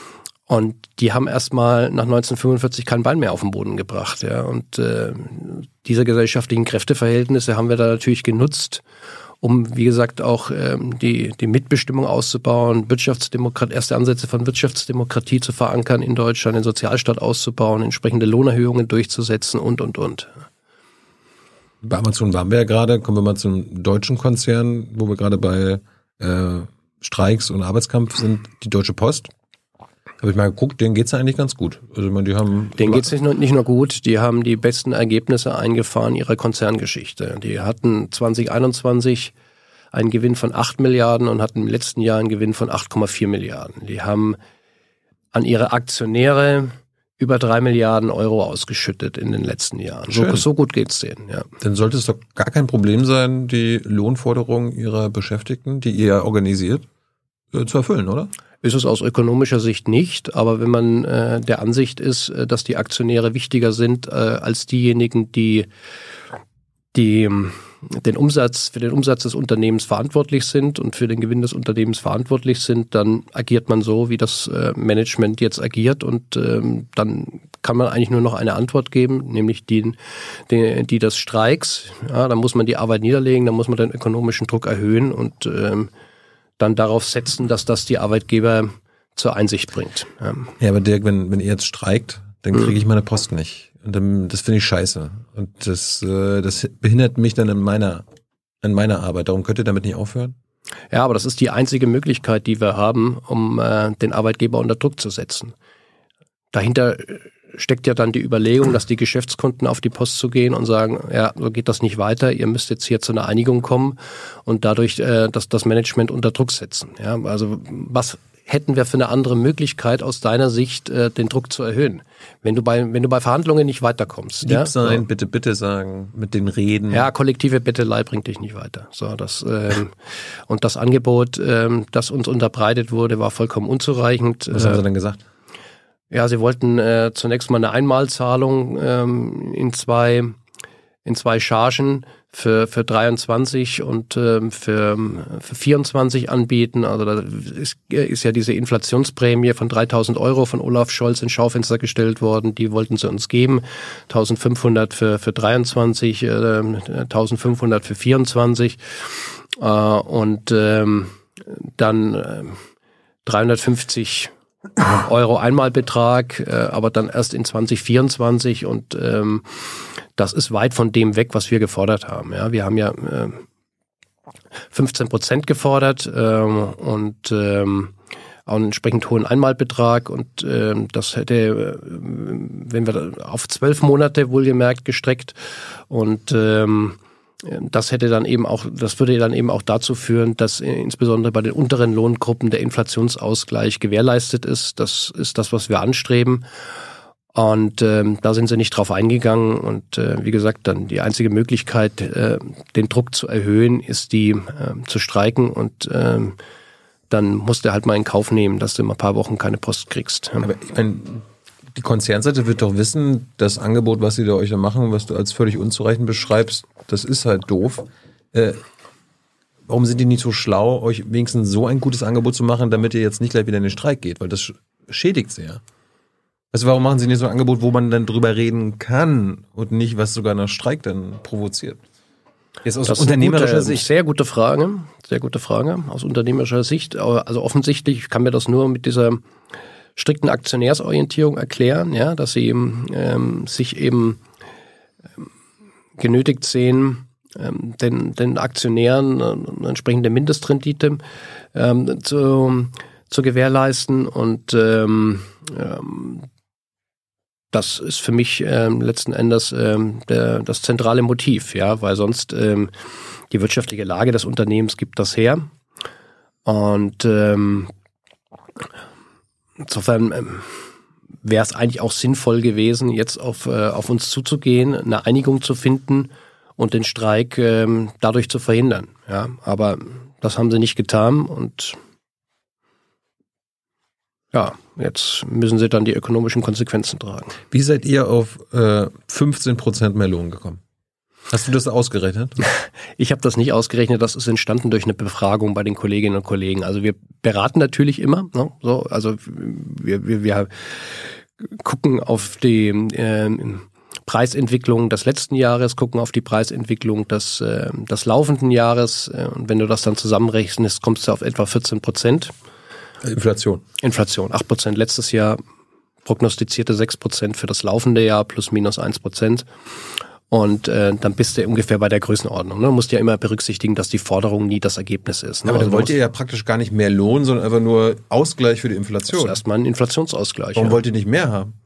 Und die haben erstmal nach neunzehnhundertfünfundvierzig kein Bein mehr auf den Boden gebracht. Ja, und äh, diese gesellschaftlichen Kräfteverhältnisse haben wir da natürlich genutzt, um, wie gesagt, auch ähm, die, die Mitbestimmung auszubauen, Wirtschaftsdemokrat, erste Ansätze von Wirtschaftsdemokratie zu verankern in Deutschland, den Sozialstaat auszubauen, entsprechende Lohnerhöhungen durchzusetzen und, und, und. Bei Amazon waren wir ja gerade, kommen wir mal zum deutschen Konzern, wo wir gerade bei äh, Streiks und Arbeitskampf sind, die Deutsche Post. Habe ich mal geguckt, denen geht's ja eigentlich ganz gut. Also ich meine, die haben denen geht's nicht nur, nicht nur gut, die haben die besten Ergebnisse eingefahren ihrer Konzerngeschichte. Die hatten zwanzig einundzwanzig einen Gewinn von acht Milliarden und hatten im letzten Jahr einen Gewinn von acht Komma vier Milliarden. Die haben an ihre Aktionäre über drei Milliarden Euro ausgeschüttet in den letzten Jahren. So, so gut geht's denen, ja. Dann sollte es doch gar kein Problem sein, die Lohnforderungen ihrer Beschäftigten, die ihr organisiert, zu erfüllen, oder? Ist es aus ökonomischer Sicht nicht, aber wenn man äh, der Ansicht ist, äh, dass die Aktionäre wichtiger sind äh, als diejenigen, die, die den Umsatz, für den Umsatz des Unternehmens verantwortlich sind und für den Gewinn des Unternehmens verantwortlich sind, dann agiert man so, wie das äh, Management jetzt agiert und ähm, dann kann man eigentlich nur noch eine Antwort geben, nämlich die, die, die des Streiks. Ja, dann muss man die Arbeit niederlegen, dann muss man den ökonomischen Druck erhöhen und ähm, dann darauf setzen, dass das die Arbeitgeber zur Einsicht bringt. Ja, ja, aber Dirk, wenn, wenn ihr jetzt streikt, dann kriege ich meine Post nicht. Und dann, das finde ich scheiße. Und das, äh, das behindert mich dann in meiner, in meiner Arbeit. Darum könnt ihr damit nicht aufhören? Ja, aber das ist die einzige Möglichkeit, die wir haben, um äh, den Arbeitgeber unter Druck zu setzen. Dahinter steckt ja dann die Überlegung, dass die Geschäftskunden auf die Post zu gehen und sagen, ja, so geht das nicht weiter, ihr müsst jetzt hier zu einer Einigung kommen und dadurch äh, das, das Management unter Druck setzen. Ja, also was hätten wir für eine andere Möglichkeit aus deiner Sicht, äh, den Druck zu erhöhen? Wenn du bei, wenn du bei Verhandlungen nicht weiterkommst. Lieb ja? sein, so. bitte, bitte sagen, mit den Reden. Ja, kollektive Bettelei bringt dich nicht weiter. So, das, ähm, und das Angebot, ähm, das uns unterbreitet wurde, war vollkommen unzureichend. Was haben sie denn gesagt? Ja, sie wollten äh, zunächst mal eine Einmalzahlung ähm, in zwei in zwei Chargen für für dreiundzwanzig und ähm, für für vierundzwanzig anbieten. Also da ist, ist ja diese Inflationsprämie von dreitausend Euro von Olaf Scholz ins Schaufenster gestellt worden. Die wollten sie uns geben. eintausendfünfhundert für für dreiundzwanzig, äh, eintausendfünfhundert für vierundzwanzig äh, und ähm, dann äh, dreihundertfünfzig Euro Einmalbetrag, äh, aber dann erst in zwanzig vierundzwanzig und ähm, das ist weit von dem weg, was wir gefordert haben. Ja, wir haben ja äh, fünfzehn Prozent gefordert ähm, und ähm, auch einen entsprechend hohen Einmalbetrag und ähm, das hätte, äh, wenn wir auf zwölf Monate wohlgemerkt gestreckt und ähm, das hätte dann eben auch, das würde dann eben auch dazu führen, dass insbesondere bei den unteren Lohngruppen der Inflationsausgleich gewährleistet ist. Das ist das, was wir anstreben. Und ähm, da sind sie nicht drauf eingegangen. Und äh, wie gesagt, dann die einzige Möglichkeit, äh, den Druck zu erhöhen, ist die äh, zu streiken. Und äh, dann musst du halt mal in Kauf nehmen, dass du in ein paar Wochen keine Post kriegst. Aber ich meine, die Konzernseite wird doch wissen, das Angebot, was sie da euch da machen, was du als völlig unzureichend beschreibst, das ist halt doof. Äh, warum sind die nicht so schlau, euch wenigstens so ein gutes Angebot zu machen, damit ihr jetzt nicht gleich wieder in den Streik geht? Weil das schädigt sie ja. Also warum machen sie nicht so ein Angebot, wo man dann drüber reden kann und nicht, was sogar einen Streik dann provoziert? Jetzt aus das unternehmerischer gute, Sicht. Sehr gute Frage, sehr gute Frage aus unternehmerischer Sicht. Also offensichtlich kann mir das nur mit dieser strikten Aktionärsorientierung erklären, ja, dass sie ähm, sich eben ähm, genötigt sehen, ähm, den, den Aktionären eine entsprechende Mindestrendite ähm, zu, zu gewährleisten und ähm, ähm, das ist für mich ähm, letzten Endes ähm, der, das zentrale Motiv, ja, weil sonst ähm, die wirtschaftliche Lage des Unternehmens gibt das her und ähm, insofern ähm, wäre es eigentlich auch sinnvoll gewesen, jetzt auf, äh, auf uns zuzugehen, eine Einigung zu finden und den Streik ähm, dadurch zu verhindern. Ja, aber das haben sie nicht getan und ja, jetzt müssen sie dann die ökonomischen Konsequenzen tragen. Wie seid ihr auf äh, fünfzehn Prozent mehr Lohn gekommen? Hast du das ausgerechnet? Ich habe das nicht ausgerechnet, das ist entstanden durch eine Befragung bei den Kolleginnen und Kollegen. Also wir beraten natürlich immer, ne? So, also wir, wir, wir gucken auf die äh, Preisentwicklung des letzten Jahres, gucken auf die Preisentwicklung des, äh, des laufenden Jahres äh, und wenn du das dann zusammenrechnest, kommst du auf etwa vierzehn Prozent. Inflation. Inflation, acht Prozent letztes Jahr, prognostizierte sechs Prozent für das laufende Jahr, plus minus eins Prozent. Und äh, dann bist du ungefähr bei der Größenordnung. Ne? Du musst ja immer berücksichtigen, dass die Forderung nie das Ergebnis ist. Ne? Aber dann also wollt ihr ja praktisch gar nicht mehr Lohn, sondern einfach nur Ausgleich für die Inflation. Das ist erstmal ein Inflationsausgleich. Warum ja. wollt ihr nicht mehr haben?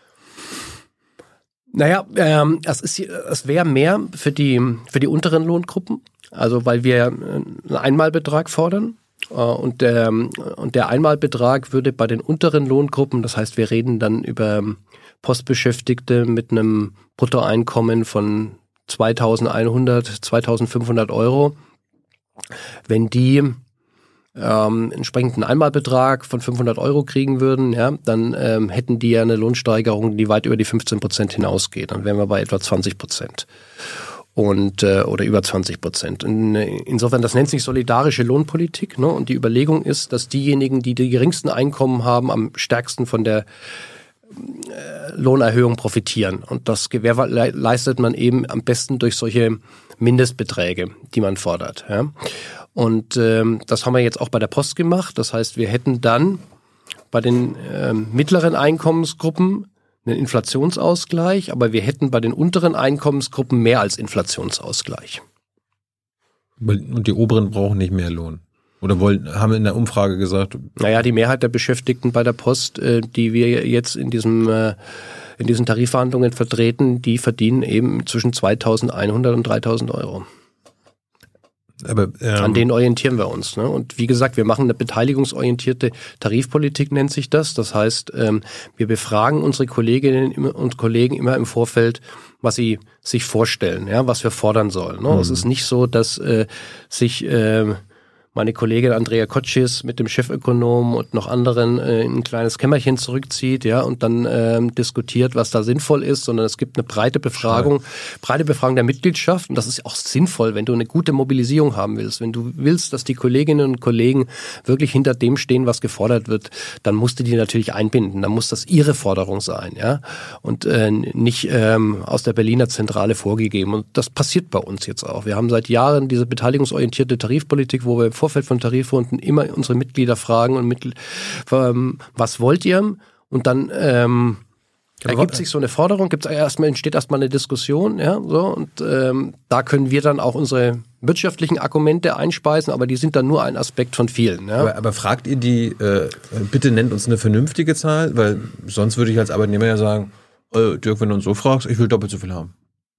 Naja, ähm, es ist, es wäre mehr für die, für die unteren Lohngruppen. Also weil wir einen Einmalbetrag fordern. Und der, und der Einmalbetrag würde bei den unteren Lohngruppen, das heißt, wir reden dann über Postbeschäftigte mit einem Bruttoeinkommen von zweitausendeinhundert, zweitausendfünfhundert Euro, wenn die ähm, entsprechenden Einmalbetrag von fünfhundert Euro kriegen würden, ja, dann ähm, hätten die ja eine Lohnsteigerung, die weit über die fünfzehn Prozent hinausgeht. Dann wären wir bei etwa zwanzig Prozent. Und, äh, oder über zwanzig Prozent. In, insofern, das nennt sich solidarische Lohnpolitik, ne? Und die Überlegung ist, dass diejenigen, die die geringsten Einkommen haben, am stärksten von der äh, Lohnerhöhung profitieren. Und das gewährleistet man eben am besten durch solche Mindestbeträge, die man fordert. Ja? Und ähm, das haben wir jetzt auch bei der Post gemacht. Das heißt, wir hätten dann bei den äh, mittleren Einkommensgruppen einen Inflationsausgleich, aber wir hätten bei den unteren Einkommensgruppen mehr als Inflationsausgleich. Und die oberen brauchen nicht mehr Lohn? Oder wollen, haben in der Umfrage gesagt? Naja, die Mehrheit der Beschäftigten bei der Post, äh, die wir jetzt in diesem äh, in diesen Tarifverhandlungen vertreten, die verdienen eben zwischen zweitausendeinhundert und dreitausend Euro. Aber, ähm, An denen orientieren wir uns. Ne? Und wie gesagt, wir machen eine beteiligungsorientierte Tarifpolitik, nennt sich das. Das heißt, ähm, wir befragen unsere Kolleginnen und Kollegen immer im Vorfeld, was sie sich vorstellen, ja, was wir fordern sollen. Ne? Mhm. Es ist nicht so, dass äh, sich äh, meine Kollegin Andrea Kotschis mit dem Chefökonom und noch anderen äh, in ein kleines Kämmerchen zurückzieht, ja, und dann ähm, diskutiert, was da sinnvoll ist, sondern es gibt eine breite Befragung, Schau. breite Befragung der Mitgliedschaft. Und das ist auch sinnvoll, wenn du eine gute Mobilisierung haben willst. Wenn du willst, dass die Kolleginnen und Kollegen wirklich hinter dem stehen, was gefordert wird, dann musst du die natürlich einbinden. Dann muss das ihre Forderung sein, ja, und äh, nicht ähm, aus der Berliner Zentrale vorgegeben. Und das passiert bei uns jetzt auch. Wir haben seit Jahren diese beteiligungsorientierte Tarifpolitik, wo wir im Vorfeld von Tarifrunden immer unsere Mitglieder fragen und mit, ähm, was wollt ihr? Und dann ähm, ergibt sich so eine Forderung, gibt's erstmal, entsteht erstmal eine Diskussion, ja, so, und ähm, da können wir dann auch unsere wirtschaftlichen Argumente einspeisen, aber die sind dann nur ein Aspekt von vielen. Ja. Aber, aber fragt ihr die, äh, bitte nennt uns eine vernünftige Zahl, weil sonst würde ich als Arbeitnehmer ja sagen, äh, Dirk, wenn du uns so fragst, ich will doppelt so viel haben.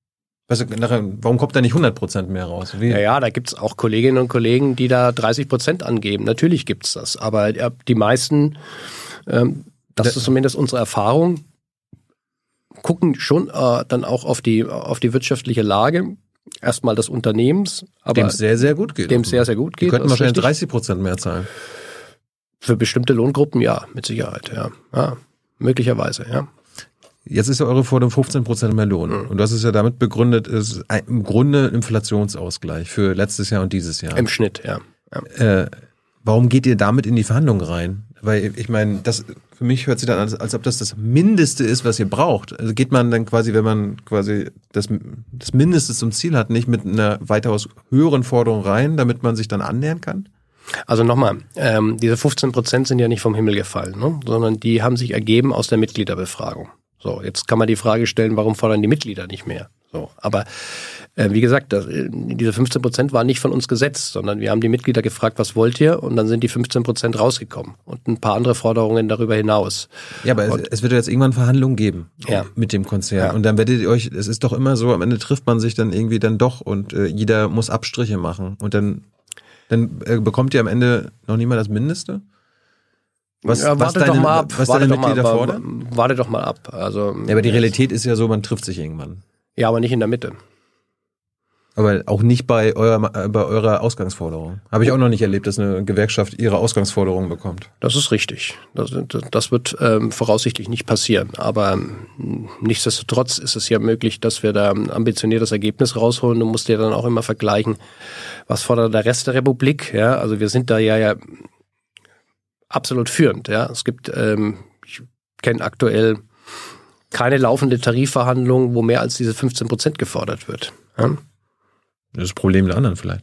Was, warum kommt da nicht hundert Prozent mehr raus? Wie? Ja, ja, da gibt's auch Kolleginnen und Kollegen, die da dreißig Prozent angeben. Natürlich gibt's das. Aber die meisten, ähm, das ist zumindest unsere Erfahrung, gucken schon äh, dann auch auf die, auf die wirtschaftliche Lage. Erstmal des Unternehmens. Dem es sehr, sehr gut geht. Dem es sehr, sehr gut geht. Die könnten wahrscheinlich dreißig Prozent mehr zahlen. Für bestimmte Lohngruppen, ja, mit Sicherheit, ja. ja möglicherweise, ja. Jetzt ist ja eure Forderung fünfzehn Prozent mehr Lohn. Mhm. Und das ist ja damit begründet, ist im Grunde Inflationsausgleich für letztes Jahr und dieses Jahr. Im Schnitt, ja. ja. Äh, warum geht ihr damit in die Verhandlungen rein? Weil ich meine, das für mich hört sich dann an, als, als ob das das Mindeste ist, was ihr braucht. Also geht man dann quasi, wenn man quasi das, das Mindeste zum Ziel hat, nicht mit einer weitaus höheren Forderung rein, damit man sich dann annähern kann? Also nochmal, ähm, diese fünfzehn Prozent sind ja nicht vom Himmel gefallen, ne? Sondern die haben sich ergeben aus der Mitgliederbefragung. So, jetzt kann man die Frage stellen, warum fordern die Mitglieder nicht mehr? So, aber äh, wie gesagt, das, diese fünfzehn Prozent waren nicht von uns gesetzt, sondern wir haben die Mitglieder gefragt, was wollt ihr? Und dann sind die fünfzehn Prozent rausgekommen und ein paar andere Forderungen darüber hinaus. Ja, aber und, es, es wird jetzt irgendwann Verhandlungen geben ja. mit dem Konzern. Ja. Und dann werdet ihr euch, es ist doch immer so, am Ende trifft man sich dann irgendwie dann doch und äh, jeder muss Abstriche machen. Und dann, dann äh, bekommt ihr am Ende noch nicht mal das Mindeste? Was, ja, was warte deine, doch mal ab. Was warte deine doch Mitglieder mal, fordern? Warte doch mal ab. Also, ja, aber die Realität ist ja so, man trifft sich irgendwann. Ja, aber nicht in der Mitte. Aber auch nicht bei eurer, bei eurer Ausgangsforderung. Habe ich auch noch nicht erlebt, dass eine Gewerkschaft ihre Ausgangsforderung bekommt. Das ist richtig. Das, das wird ähm, voraussichtlich nicht passieren. Aber ähm, nichtsdestotrotz ist es ja möglich, dass wir da ein ambitioniertes Ergebnis rausholen. Du musst dir dann auch immer vergleichen, was fordert der Rest der Republik. Ja, also wir sind da ja, ja absolut führend. Ja, es gibt, ähm, ich kenne aktuell keine laufende Tarifverhandlung, wo mehr als diese fünfzehn Prozent gefordert wird. Ja? Das ist das Problem der anderen vielleicht.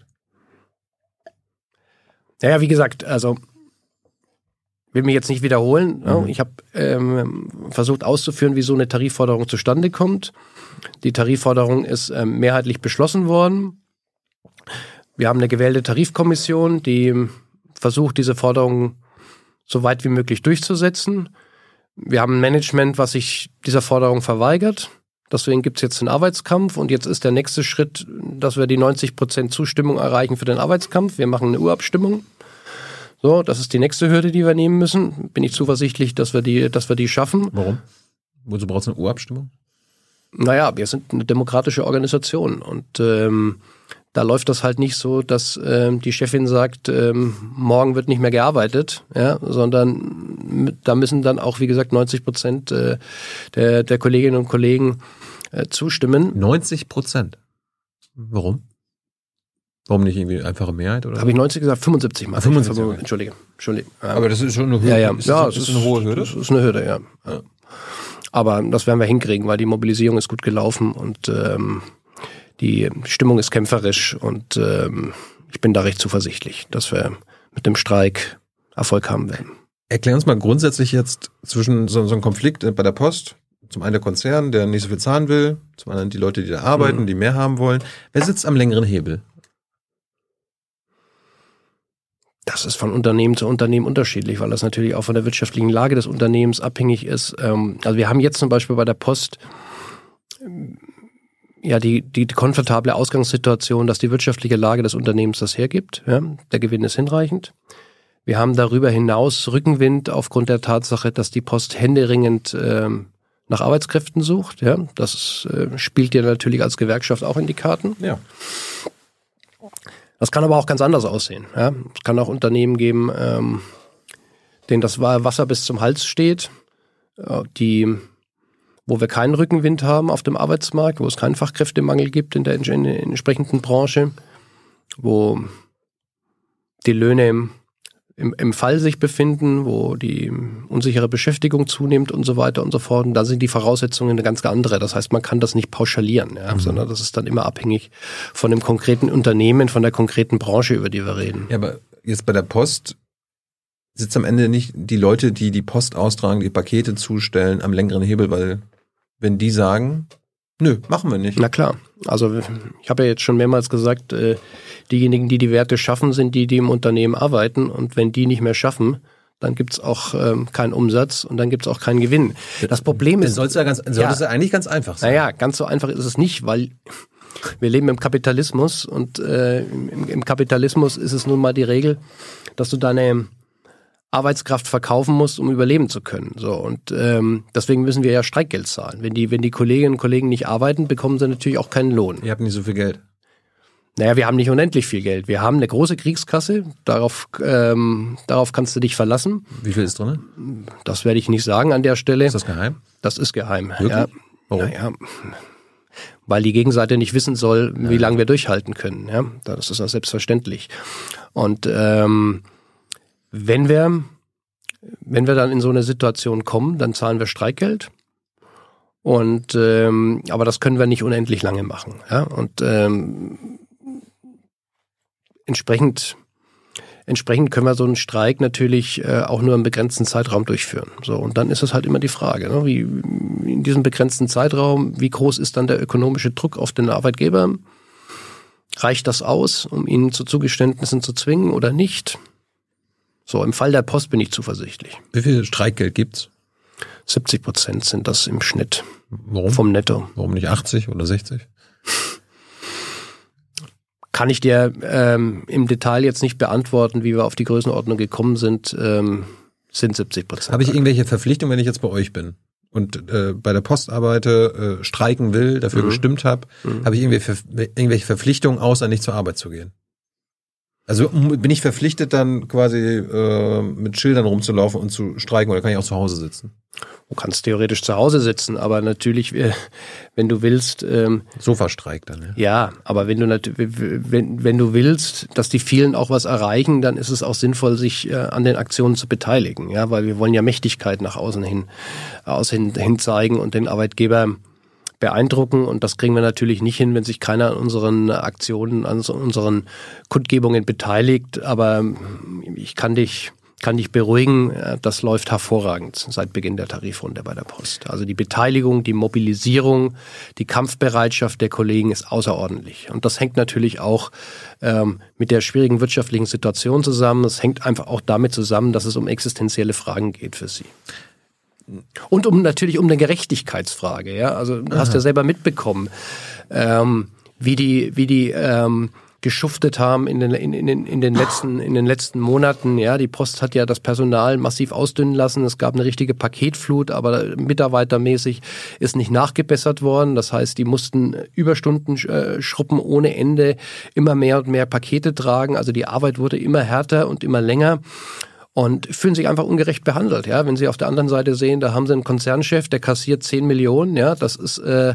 Naja, wie gesagt, also will mich jetzt nicht wiederholen. Mhm. Ja? Ich habe ähm, versucht auszuführen, wie so eine Tarifforderung zustande kommt. Die Tarifforderung ist ähm, mehrheitlich beschlossen worden. Wir haben eine gewählte Tarifkommission, die versucht, diese Forderung so weit wie möglich durchzusetzen. Wir haben ein Management, was sich dieser Forderung verweigert. Deswegen gibt es jetzt einen Arbeitskampf und jetzt ist der nächste Schritt, dass wir die neunzig Prozent Zustimmung erreichen für den Arbeitskampf. Wir machen eine Urabstimmung. So, das ist die nächste Hürde, die wir nehmen müssen. Bin ich zuversichtlich, dass wir die, dass wir die schaffen. Warum? Wozu brauchst du eine Urabstimmung? Naja, wir sind eine demokratische Organisation und ähm, da läuft das halt nicht so, dass ähm, die Chefin sagt, ähm, morgen wird nicht mehr gearbeitet, ja, sondern da müssen dann auch, wie gesagt, neunzig Prozent äh, der, der Kolleginnen und Kollegen äh, zustimmen. neunzig Prozent? Warum? Warum nicht irgendwie einfache Mehrheit? Oder? Habe ich neunzig gesagt? fünfundsiebzig mal. Ah, fünfundsiebzig, okay. Entschuldige. Entschuldige. Aber das ist schon eine Hürde. Ja, ja. Ist ja, das, ist das eine hohe Hürde? Das ist eine Hürde, ja. ja. Aber das werden wir hinkriegen, weil die Mobilisierung ist gut gelaufen und ähm, die Stimmung ist kämpferisch und ähm, ich bin da recht zuversichtlich, dass wir mit dem Streik Erfolg haben werden. Erklär uns mal grundsätzlich jetzt zwischen so, so einem Konflikt bei der Post, zum einen der Konzern, der nicht so viel zahlen will, zum anderen die Leute, die da arbeiten, mhm. die mehr haben wollen. Wer sitzt am längeren Hebel? Das ist von Unternehmen zu Unternehmen unterschiedlich, weil das natürlich auch von der wirtschaftlichen Lage des Unternehmens abhängig ist. Also wir haben jetzt zum Beispiel bei der Post ja die, die komfortable Ausgangssituation, dass die wirtschaftliche Lage des Unternehmens das hergibt. Ja, der Gewinn ist hinreichend. Wir haben darüber hinaus Rückenwind aufgrund der Tatsache, dass die Post händeringend ähm, nach Arbeitskräften sucht. Ja, das ist, äh, spielt dir natürlich als Gewerkschaft auch in die Karten. Ja. Das kann aber auch ganz anders aussehen. Ja, es kann auch Unternehmen geben, ähm, denen das Wasser bis zum Hals steht, äh, die wo wir keinen Rückenwind haben auf dem Arbeitsmarkt, wo es keinen Fachkräftemangel gibt in der, in der entsprechenden Branche, wo die Löhne im, im, im Fall sich befinden, wo die unsichere Beschäftigung zunimmt und so weiter und so fort. Und da sind die Voraussetzungen eine ganz andere. Das heißt, man kann das nicht pauschalieren, ja, mhm. sondern das ist dann immer abhängig von dem konkreten Unternehmen, von der konkreten Branche, über die wir reden. Ja, aber jetzt bei der Post sitzt am Ende nicht die Leute, die die Post austragen, die Pakete zustellen, am längeren Hebel, weil wenn die sagen, nö, machen wir nicht. Na klar. Also ich habe ja jetzt schon mehrmals gesagt, äh, diejenigen, die die Werte schaffen, sind die, die im Unternehmen arbeiten. Und wenn die nicht mehr schaffen, dann gibt's auch ähm, keinen Umsatz und dann gibt's auch keinen Gewinn. Das Problem ist... Das soll's ja ganz, sollte ja, es ja eigentlich ganz einfach sein. Naja, ganz so einfach ist es nicht, weil wir leben im Kapitalismus und äh, im, im Kapitalismus ist es nun mal die Regel, dass du deine Arbeitskraft verkaufen musst, um überleben zu können. So, und ähm, deswegen müssen wir ja Streikgeld zahlen. Wenn die, wenn die Kolleginnen und Kollegen nicht arbeiten, bekommen sie natürlich auch keinen Lohn. Ihr habt nicht so viel Geld. Naja, wir haben nicht unendlich viel Geld. Wir haben eine große Kriegskasse, darauf, ähm, darauf kannst du dich verlassen. Wie viel ist drin? Das werde ich nicht sagen an der Stelle. Ist das geheim? Das ist geheim. Wirklich? Ja. Warum? Naja, weil die Gegenseite nicht wissen soll, wie ja. lange wir durchhalten können. Ja, das ist ja selbstverständlich. Und ähm, wenn wir, wenn wir dann in so eine Situation kommen, dann zahlen wir Streikgeld. Und ähm, aber das können wir nicht unendlich lange machen. Ja? Und ähm, entsprechend Entsprechend können wir so einen Streik natürlich äh, auch nur im begrenzten Zeitraum durchführen. So, und dann ist es halt immer die Frage, ne, wie in diesem begrenzten Zeitraum, wie groß ist dann der ökonomische Druck auf den Arbeitgeber? Reicht das aus, um ihn zu Zugeständnissen zu zwingen oder nicht? So, im Fall der Post bin ich zuversichtlich. Wie viel Streikgeld gibt's? siebzig Prozent sind das im Schnitt. Warum? Vom Netto. Warum nicht achtzig oder sechzig? Kann ich dir ähm, im Detail jetzt nicht beantworten, wie wir auf die Größenordnung gekommen sind, ähm, sind siebzig Prozent. Habe ich irgendwelche Verpflichtungen, wenn ich jetzt bei euch bin und äh, bei der Post arbeite, äh, streiken will, dafür mhm. gestimmt habe, mhm. habe ich irgendwelche, irgendwelche Verpflichtungen, außer nicht zur Arbeit zu gehen? Also bin ich verpflichtet, dann quasi äh, mit Schildern rumzulaufen und zu streiken, oder kann ich auch zu Hause sitzen? Du kannst theoretisch zu Hause sitzen, aber natürlich, wenn du willst... Ähm, Sofastreik dann, ja? Ja, aber wenn du, wenn, wenn du willst, dass die vielen auch was erreichen, dann ist es auch sinnvoll, sich äh, an den Aktionen zu beteiligen, ja, weil wir wollen ja Mächtigkeit nach außen hin, außen hin zeigen und den Arbeitgeber beeindrucken, und das kriegen wir natürlich nicht hin, wenn sich keiner an unseren Aktionen, an unseren Kundgebungen beteiligt, aber ich kann dich... kann dich beruhigen, das läuft hervorragend seit Beginn der Tarifrunde bei der Post. Also die Beteiligung, die Mobilisierung, die Kampfbereitschaft der Kollegen ist außerordentlich. Und das hängt natürlich auch ähm, mit der schwierigen wirtschaftlichen Situation zusammen. Es hängt einfach auch damit zusammen, dass es um existenzielle Fragen geht für sie. Und um natürlich um eine Gerechtigkeitsfrage. Ja? Also du Aha. hast ja selber mitbekommen, ähm, wie die, wie die ähm, geschuftet haben in den, in, in, in den letzten, in den letzten Monaten. Ja, die Post hat ja das Personal massiv ausdünnen lassen. Es gab eine richtige Paketflut, aber mitarbeitermäßig ist nicht nachgebessert worden. Das heißt, die mussten Überstunden äh, schruppen ohne Ende, immer mehr und mehr Pakete tragen. Also die Arbeit wurde immer härter und immer länger. Und fühlen sich einfach ungerecht behandelt. Ja, wenn Sie auf der anderen Seite sehen, da haben Sie einen Konzernchef, der kassiert zehn Millionen. Ja, das ist äh,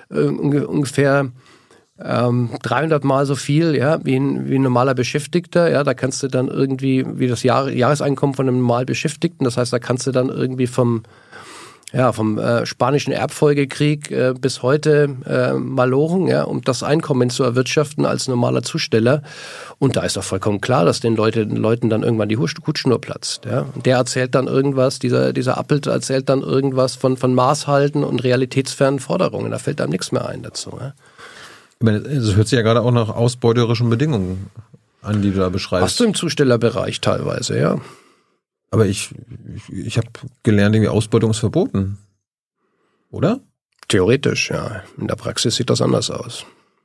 ungefähr Ähm, dreihundert Mal so viel, ja, wie ein, wie ein normaler Beschäftigter, ja, da kannst du dann irgendwie, wie das Jahr, Jahreseinkommen von einem normal Beschäftigten, das heißt, da kannst du dann irgendwie vom, ja, vom äh, spanischen Erbfolgekrieg äh, bis heute äh, malochen, ja, um das Einkommen zu erwirtschaften als normaler Zusteller. Und da ist doch vollkommen klar, dass den Leute, den Leuten dann irgendwann die Hutschnur platzt, ja. Und der erzählt dann irgendwas, dieser, dieser Appelt erzählt dann irgendwas von, von Maßhalten und realitätsfernen Forderungen, da fällt einem nichts mehr ein dazu, ja. Ich meine, es hört sich ja gerade auch nach ausbeuterischen Bedingungen an, die du da beschreibst. Hast du im Zustellerbereich teilweise, ja. Aber ich, ich, ich habe gelernt, irgendwie Ausbeutung ist verboten. Oder? Theoretisch, ja. In der Praxis sieht das anders aus.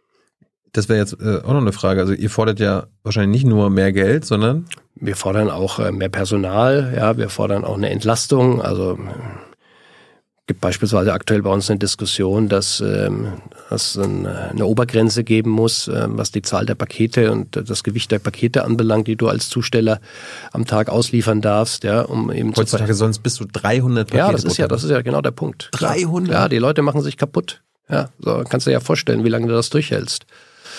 Das wäre jetzt äh, auch noch eine Frage. Also ihr fordert ja wahrscheinlich nicht nur mehr Geld, sondern... Wir fordern auch äh, mehr Personal, ja. Wir fordern auch eine Entlastung, also... gibt beispielsweise aktuell bei uns eine Diskussion, dass ähm, es eine, eine Obergrenze geben muss, ähm, was die Zahl der Pakete und das Gewicht der Pakete anbelangt, die du als Zusteller am Tag ausliefern darfst, ja, um eben heutzutage zu sonst bis zu dreihundert Pakete. Ja, das ist ja, das ist ja genau der Punkt. dreihundert? Ja, die Leute machen sich kaputt. Ja, so kannst du dir ja vorstellen, wie lange du das durchhältst.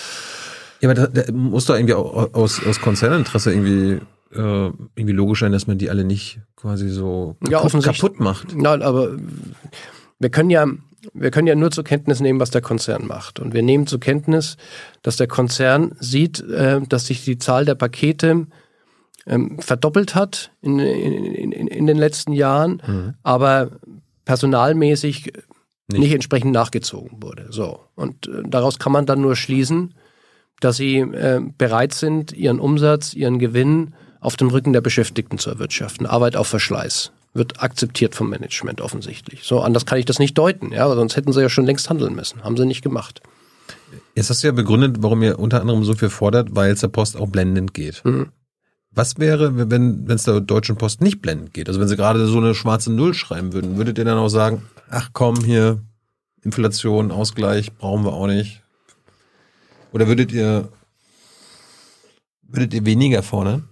Ja, aber da, da muss doch irgendwie aus, aus Konzerninteresse irgendwie Äh, irgendwie logisch sein, dass man die alle nicht quasi so ja, kaputt, kaputt macht. Nein, aber wir können ja, wir können ja nur zur Kenntnis nehmen, was der Konzern macht. Und wir nehmen zur Kenntnis, dass der Konzern sieht, äh, dass sich die Zahl der Pakete ähm, verdoppelt hat in, in, in, in den letzten Jahren, mhm. aber personalmäßig nicht. nicht entsprechend nachgezogen wurde. So. Und äh, daraus kann man dann nur schließen, dass sie äh, bereit sind, ihren Umsatz, ihren Gewinn auf dem Rücken der Beschäftigten zu erwirtschaften. Arbeit auf Verschleiß wird akzeptiert vom Management offensichtlich. So, anders kann ich das nicht deuten, ja, sonst hätten sie ja schon längst handeln müssen. Haben sie nicht gemacht. Jetzt hast du ja begründet, warum ihr unter anderem so viel fordert, weil es der Post auch blendend geht. Mhm. Was wäre, wenn es der Deutschen Post nicht blendend geht? Also wenn sie gerade so eine schwarze Null schreiben würden, würdet ihr dann auch sagen, ach komm, hier Inflation, Ausgleich, brauchen wir auch nicht? Oder würdet ihr würdet ihr weniger fordern?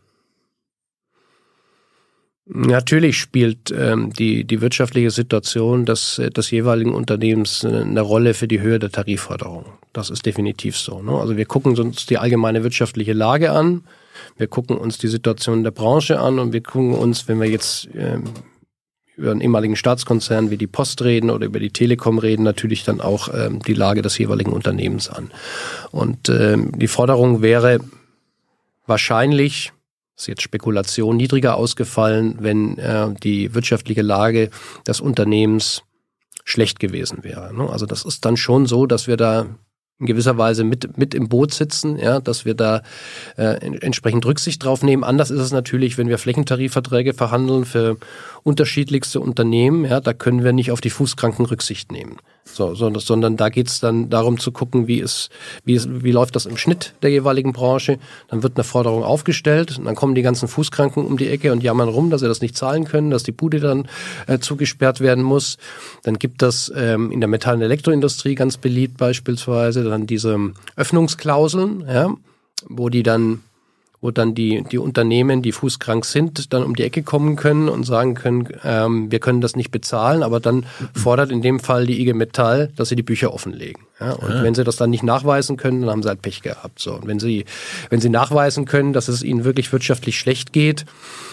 Natürlich spielt ähm, die, die wirtschaftliche Situation des, des jeweiligen Unternehmens eine Rolle für die Höhe der Tarifforderung. Das ist definitiv so. Ne? Also wir gucken uns die allgemeine wirtschaftliche Lage an, wir gucken uns die Situation der Branche an und wir gucken uns, wenn wir jetzt ähm, über einen ehemaligen Staatskonzern wie die Post reden oder über die Telekom reden, natürlich dann auch ähm, die Lage des jeweiligen Unternehmens an. Und ähm, die Forderung wäre wahrscheinlich, das ist jetzt Spekulation, niedriger ausgefallen, wenn äh, die wirtschaftliche Lage des Unternehmens schlecht gewesen wäre. Ne? Also das ist dann schon so, dass wir da in gewisser Weise mit mit im Boot sitzen, ja, dass wir da äh, entsprechend Rücksicht drauf nehmen. Anders ist es natürlich, wenn wir Flächentarifverträge verhandeln für unterschiedlichste Unternehmen, ja, da können wir nicht auf die Fußkranken Rücksicht nehmen. So, sondern, sondern da geht's dann darum zu gucken, wie es, wie es, wie läuft das im Schnitt der jeweiligen Branche. Dann wird eine Forderung aufgestellt und dann kommen die ganzen Fußkranken um die Ecke und jammern rum, dass sie das nicht zahlen können, dass die Bude dann äh, zugesperrt werden muss. Dann gibt das ähm, in der Metall- und Elektroindustrie ganz beliebt beispielsweise dann diese Öffnungsklauseln, ja, wo die dann wo dann die, die Unternehmen, die fußkrank sind, dann um die Ecke kommen können und sagen können, ähm, wir können das nicht bezahlen, aber dann fordert in dem Fall die I G Metall, dass sie die Bücher offenlegen. Ja, und ja. Wenn sie das dann nicht nachweisen können, dann haben sie halt Pech gehabt. So. Und wenn sie, wenn sie nachweisen können, dass es ihnen wirklich wirtschaftlich schlecht geht,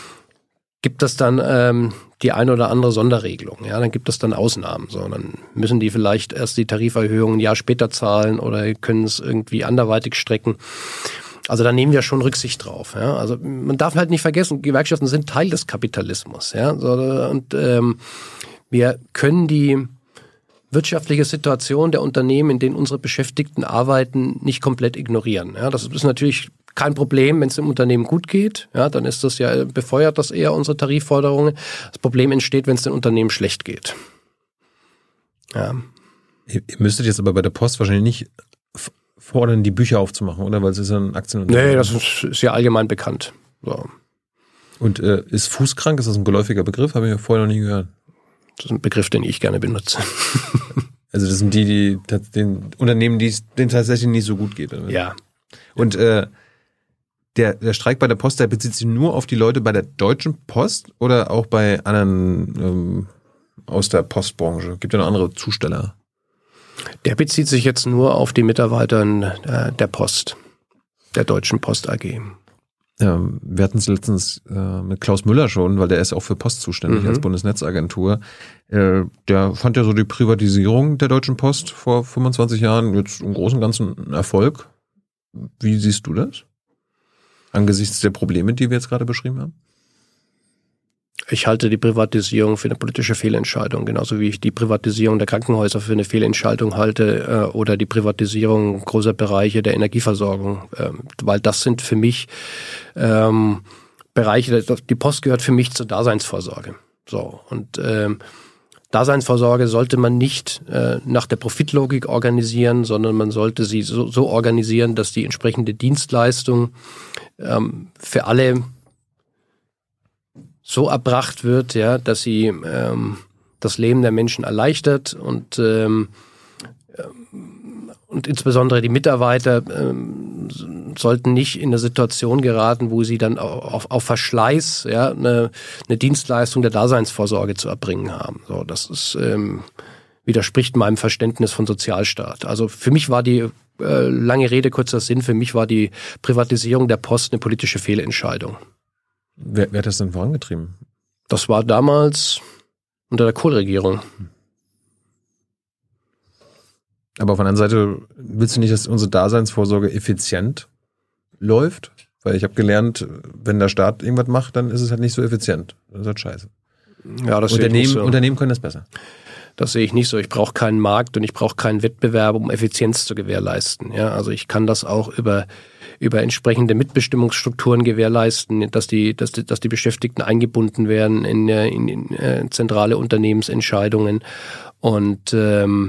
gibt es dann ähm, die eine oder andere Sonderregelung. Ja, dann gibt es dann Ausnahmen. So, dann müssen die vielleicht erst die Tariferhöhung ein Jahr später zahlen oder können es irgendwie anderweitig strecken. Also da nehmen wir schon Rücksicht drauf. Ja? Also man darf halt nicht vergessen, Gewerkschaften sind Teil des Kapitalismus. Ja? So, und ähm, wir können die wirtschaftliche Situation der Unternehmen, in denen unsere Beschäftigten arbeiten, nicht komplett ignorieren. Ja? Das ist natürlich kein Problem, wenn es dem Unternehmen gut geht. Ja, dann ist das ja, befeuert das eher unsere Tarifforderungen. Das Problem entsteht, wenn es dem Unternehmen schlecht geht. Ja. Ihr, ihr müsstet jetzt aber bei der Post wahrscheinlich nicht fordern, die Bücher aufzumachen, oder? Weil es ist ja ein Aktienunternehmen. Nee, das ist, ist ja allgemein bekannt. So. Und äh, ist fußkrank, ist das ein geläufiger Begriff? Habe ich ja vorher noch nie gehört. Das ist ein Begriff, den ich gerne benutze. Also das sind die, die den Unternehmen, die es denen tatsächlich nicht so gut geht. Oder? Ja. Und äh, der, der Streik bei der Post, der bezieht sich nur auf die Leute bei der Deutschen Post oder auch bei anderen ähm, aus der Postbranche? Gibt ja noch andere Zusteller? Der bezieht sich jetzt nur auf die Mitarbeiter äh, der Post, der Deutschen Post A G. Ja, wir hatten es letztens äh, mit Klaus Müller schon, weil der ist auch für Post zuständig mhm. als Bundesnetzagentur. Äh, der fand ja so die Privatisierung der Deutschen Post vor fünfundzwanzig Jahren jetzt im Großen und Ganzen ein Erfolg. Wie siehst du das? Angesichts der Probleme, die wir jetzt gerade beschrieben haben? Ich halte die Privatisierung für eine politische Fehlentscheidung, genauso wie ich die Privatisierung der Krankenhäuser für eine Fehlentscheidung halte äh, oder die Privatisierung großer Bereiche der Energieversorgung, ähm, weil das sind für mich ähm, Bereiche, die Post gehört für mich zur Daseinsvorsorge. So, und ähm, Daseinsvorsorge sollte man nicht äh, nach der Profitlogik organisieren, sondern man sollte sie so, so organisieren, dass die entsprechende Dienstleistung ähm, für alle so erbracht wird, ja, dass sie ähm, das Leben der Menschen erleichtert und ähm, und insbesondere die Mitarbeiter ähm, sollten nicht in eine Situation geraten, wo sie dann auf, auf Verschleiß ja eine, eine Dienstleistung der Daseinsvorsorge zu erbringen haben. So, das ist ähm, widerspricht meinem Verständnis von Sozialstaat. Also für mich war die äh, lange Rede kurzer Sinn. Für mich war die Privatisierung der Post eine politische Fehlentscheidung. Wer, wer hat das denn vorangetrieben? Das war damals unter der Kohl-Regierung. Aber von der anderen Seite willst du nicht, dass unsere Daseinsvorsorge effizient läuft? Weil ich habe gelernt, wenn der Staat irgendwas macht, dann ist es halt nicht so effizient. Das ist halt scheiße. Ja, das Unternehmen, sehe ich nicht so. Unternehmen können das besser. Das sehe ich nicht so. Ich brauche keinen Markt und ich brauche keinen Wettbewerb, um Effizienz zu gewährleisten. Ja, also ich kann das auch über über entsprechende Mitbestimmungsstrukturen gewährleisten, dass die dass die, dass die Beschäftigten eingebunden werden in, in, in, in zentrale Unternehmensentscheidungen. Und ähm,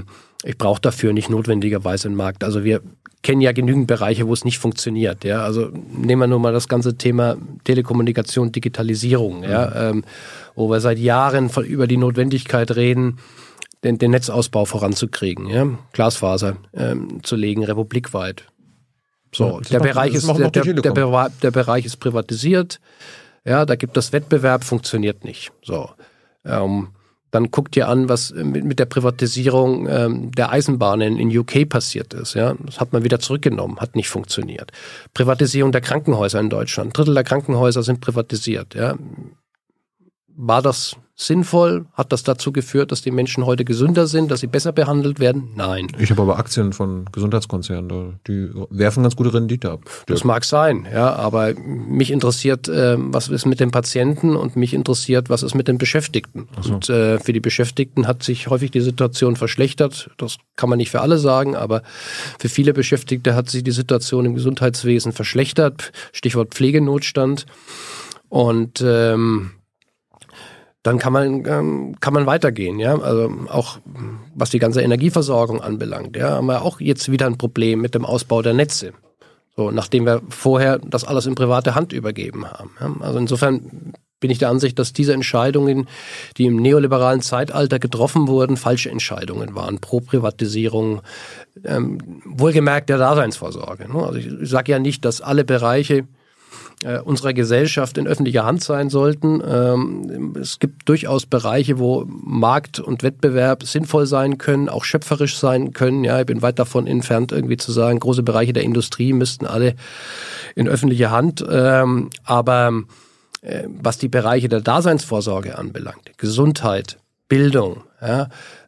ich brauche dafür nicht notwendigerweise einen Markt. Also wir kennen ja genügend Bereiche, wo es nicht funktioniert. Ja, also nehmen wir nur mal das ganze Thema Telekommunikation, Digitalisierung, ja, ähm, wo wir seit Jahren von, über die Notwendigkeit reden, den, den Netzausbau voranzukriegen, ja, Glasfaser ähm, zu legen, republikweit. So, ja, der macht, Bereich ist der, der, der, der Bereich ist privatisiert. Ja, da gibt es Wettbewerb, funktioniert nicht. So, ähm, dann guckt ihr an, was mit, mit der Privatisierung ähm, der Eisenbahnen in U K passiert ist. Ja, das hat man wieder zurückgenommen, hat nicht funktioniert. Privatisierung der Krankenhäuser in Deutschland. Ein Drittel der Krankenhäuser sind privatisiert. Ja, war das sinnvoll? Hat das dazu geführt, dass die Menschen heute gesünder sind, dass sie besser behandelt werden? Nein. Ich habe aber Aktien von Gesundheitskonzernen, die werfen ganz gute Rendite ab. Das mag sein, ja, aber mich interessiert, äh, was ist mit den Patienten und mich interessiert, was ist mit den Beschäftigten. So. Und äh, für die Beschäftigten hat sich häufig die Situation verschlechtert. Das kann man nicht für alle sagen, aber für viele Beschäftigte hat sich die Situation im Gesundheitswesen verschlechtert. Stichwort Pflegenotstand. Und ähm, dann kann man ähm, kann man weitergehen, ja, also auch was die ganze Energieversorgung anbelangt, ja, haben wir auch jetzt wieder ein Problem mit dem Ausbau der Netze, so nachdem wir vorher das alles in private Hand übergeben haben. Ja? Also insofern bin ich der Ansicht, dass diese Entscheidungen, die im neoliberalen Zeitalter getroffen wurden, falsche Entscheidungen waren, pro Privatisierung, ähm, wohlgemerkt der Daseinsvorsorge. Ne? Also ich, ich sage ja nicht, dass alle Bereiche unserer Gesellschaft in öffentlicher Hand sein sollten. Es gibt durchaus Bereiche, wo Markt und Wettbewerb sinnvoll sein können, auch schöpferisch sein können. Ja, ich bin weit davon entfernt, irgendwie zu sagen, große Bereiche der Industrie müssten alle in öffentlicher Hand. Aber was die Bereiche der Daseinsvorsorge anbelangt, Gesundheit, Bildung, ja,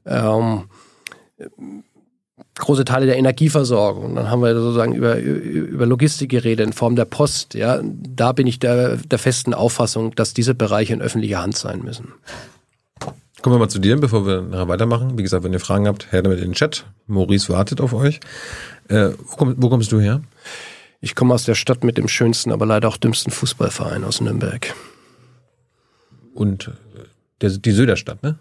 große Teile der Energieversorgung. Und dann haben wir sozusagen über, über Logistik geredet in Form der Post. Ja, da bin ich der, der festen Auffassung, dass diese Bereiche in öffentlicher Hand sein müssen. Kommen wir mal zu dir, bevor wir nachher weitermachen. Wie gesagt, wenn ihr Fragen habt, her damit in den Chat. Maurice wartet auf euch. Äh, wo, komm, wo kommst du her? Ich komme aus der Stadt mit dem schönsten, aber leider auch dümmsten Fußballverein aus Nürnberg. Und der, die Söderstadt, ne?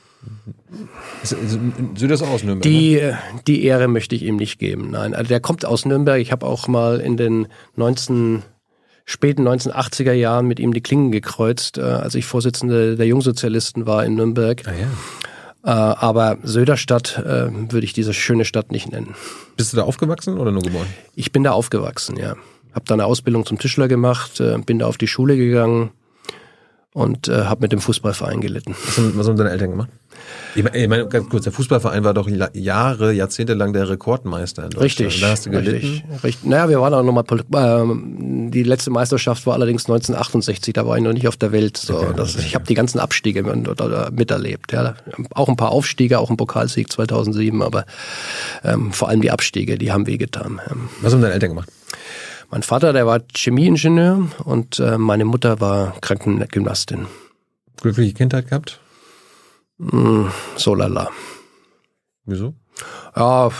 Söder ist auch aus Nürnberg. Die, ne? die Ehre möchte ich ihm nicht geben. Nein, also der kommt aus Nürnberg. Ich habe auch mal in den neunzehn, späten neunzehnhundertachtziger Jahren mit ihm die Klingen gekreuzt, äh, als ich Vorsitzende der Jungsozialisten war in Nürnberg. Ah, ja. äh, aber Söderstadt äh, würde ich diese schöne Stadt nicht nennen. Bist du da aufgewachsen oder nur geboren? Ich bin da aufgewachsen, ja. Habe da eine Ausbildung zum Tischler gemacht, äh, bin da auf die Schule gegangen und äh, habe mit dem Fußballverein gelitten. Was haben, was haben deine Eltern gemacht? Ich meine, ich meine, ganz kurz, der Fußballverein war doch Jahre, Jahrzehnte lang der Rekordmeister in Deutschland. Richtig. Da hast du gelitten. Richtig, richtig. Naja, wir waren auch nochmal, ähm, die letzte Meisterschaft war allerdings neunzehnhundertachtundsiebzig, da war ich noch nicht auf der Welt. So, okay, das, ich habe die ganzen Abstiege miterlebt. Ja. Auch ein paar Aufstiege, auch ein Pokalsieg zweitausendsieben, aber ähm, vor allem die Abstiege, die haben wehgetan. Was haben deine Eltern gemacht? Mein Vater, der war Chemieingenieur und äh, meine Mutter war Krankengymnastin. Glückliche Kindheit gehabt? Mm, so lala. Wieso? Ja,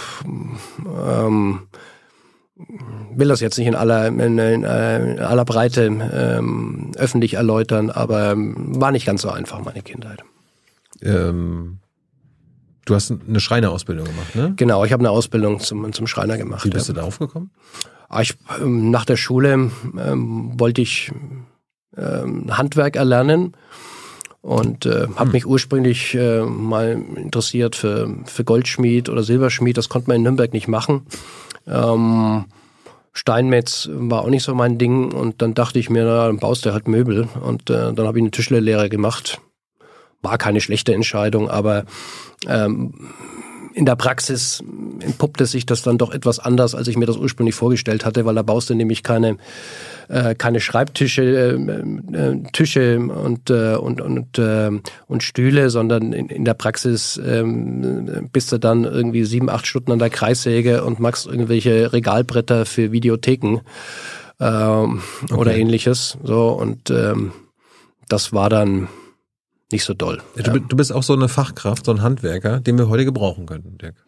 ähm, will das jetzt nicht in aller, in, in, in aller Breite ähm, öffentlich erläutern, aber war nicht ganz so einfach, meine Kindheit. Ähm, du hast eine Schreinerausbildung gemacht, ne? Genau, ich habe eine Ausbildung zum, zum Schreiner gemacht. Wie bist ja. du darauf gekommen? Ich, ähm, nach der Schule ähm, wollte ich ähm, Handwerk erlernen und äh, habe hm. mich ursprünglich äh, mal interessiert für, für Goldschmied oder Silberschmied. Das konnte man in Nürnberg nicht machen. Ähm, Steinmetz war auch nicht so mein Ding und dann dachte ich mir, na, dann baust du halt Möbel und äh, dann habe ich eine Tischlerlehre gemacht. War keine schlechte Entscheidung, aber ähm, in der Praxis entpuppte sich das dann doch etwas anders, als ich mir das ursprünglich vorgestellt hatte, weil da baust du nämlich keine äh, keine Schreibtische, äh, äh, Tische und äh, und und äh, und Stühle, sondern in, in der Praxis äh, bist du dann irgendwie sieben, acht Stunden an der Kreissäge und machst irgendwelche Regalbretter für Videotheken äh, okay. oder ähnliches. So und ähm, das war dann nicht so doll. Du, du bist auch so eine Fachkraft, so ein Handwerker, den wir heute gebrauchen könnten, Dirk.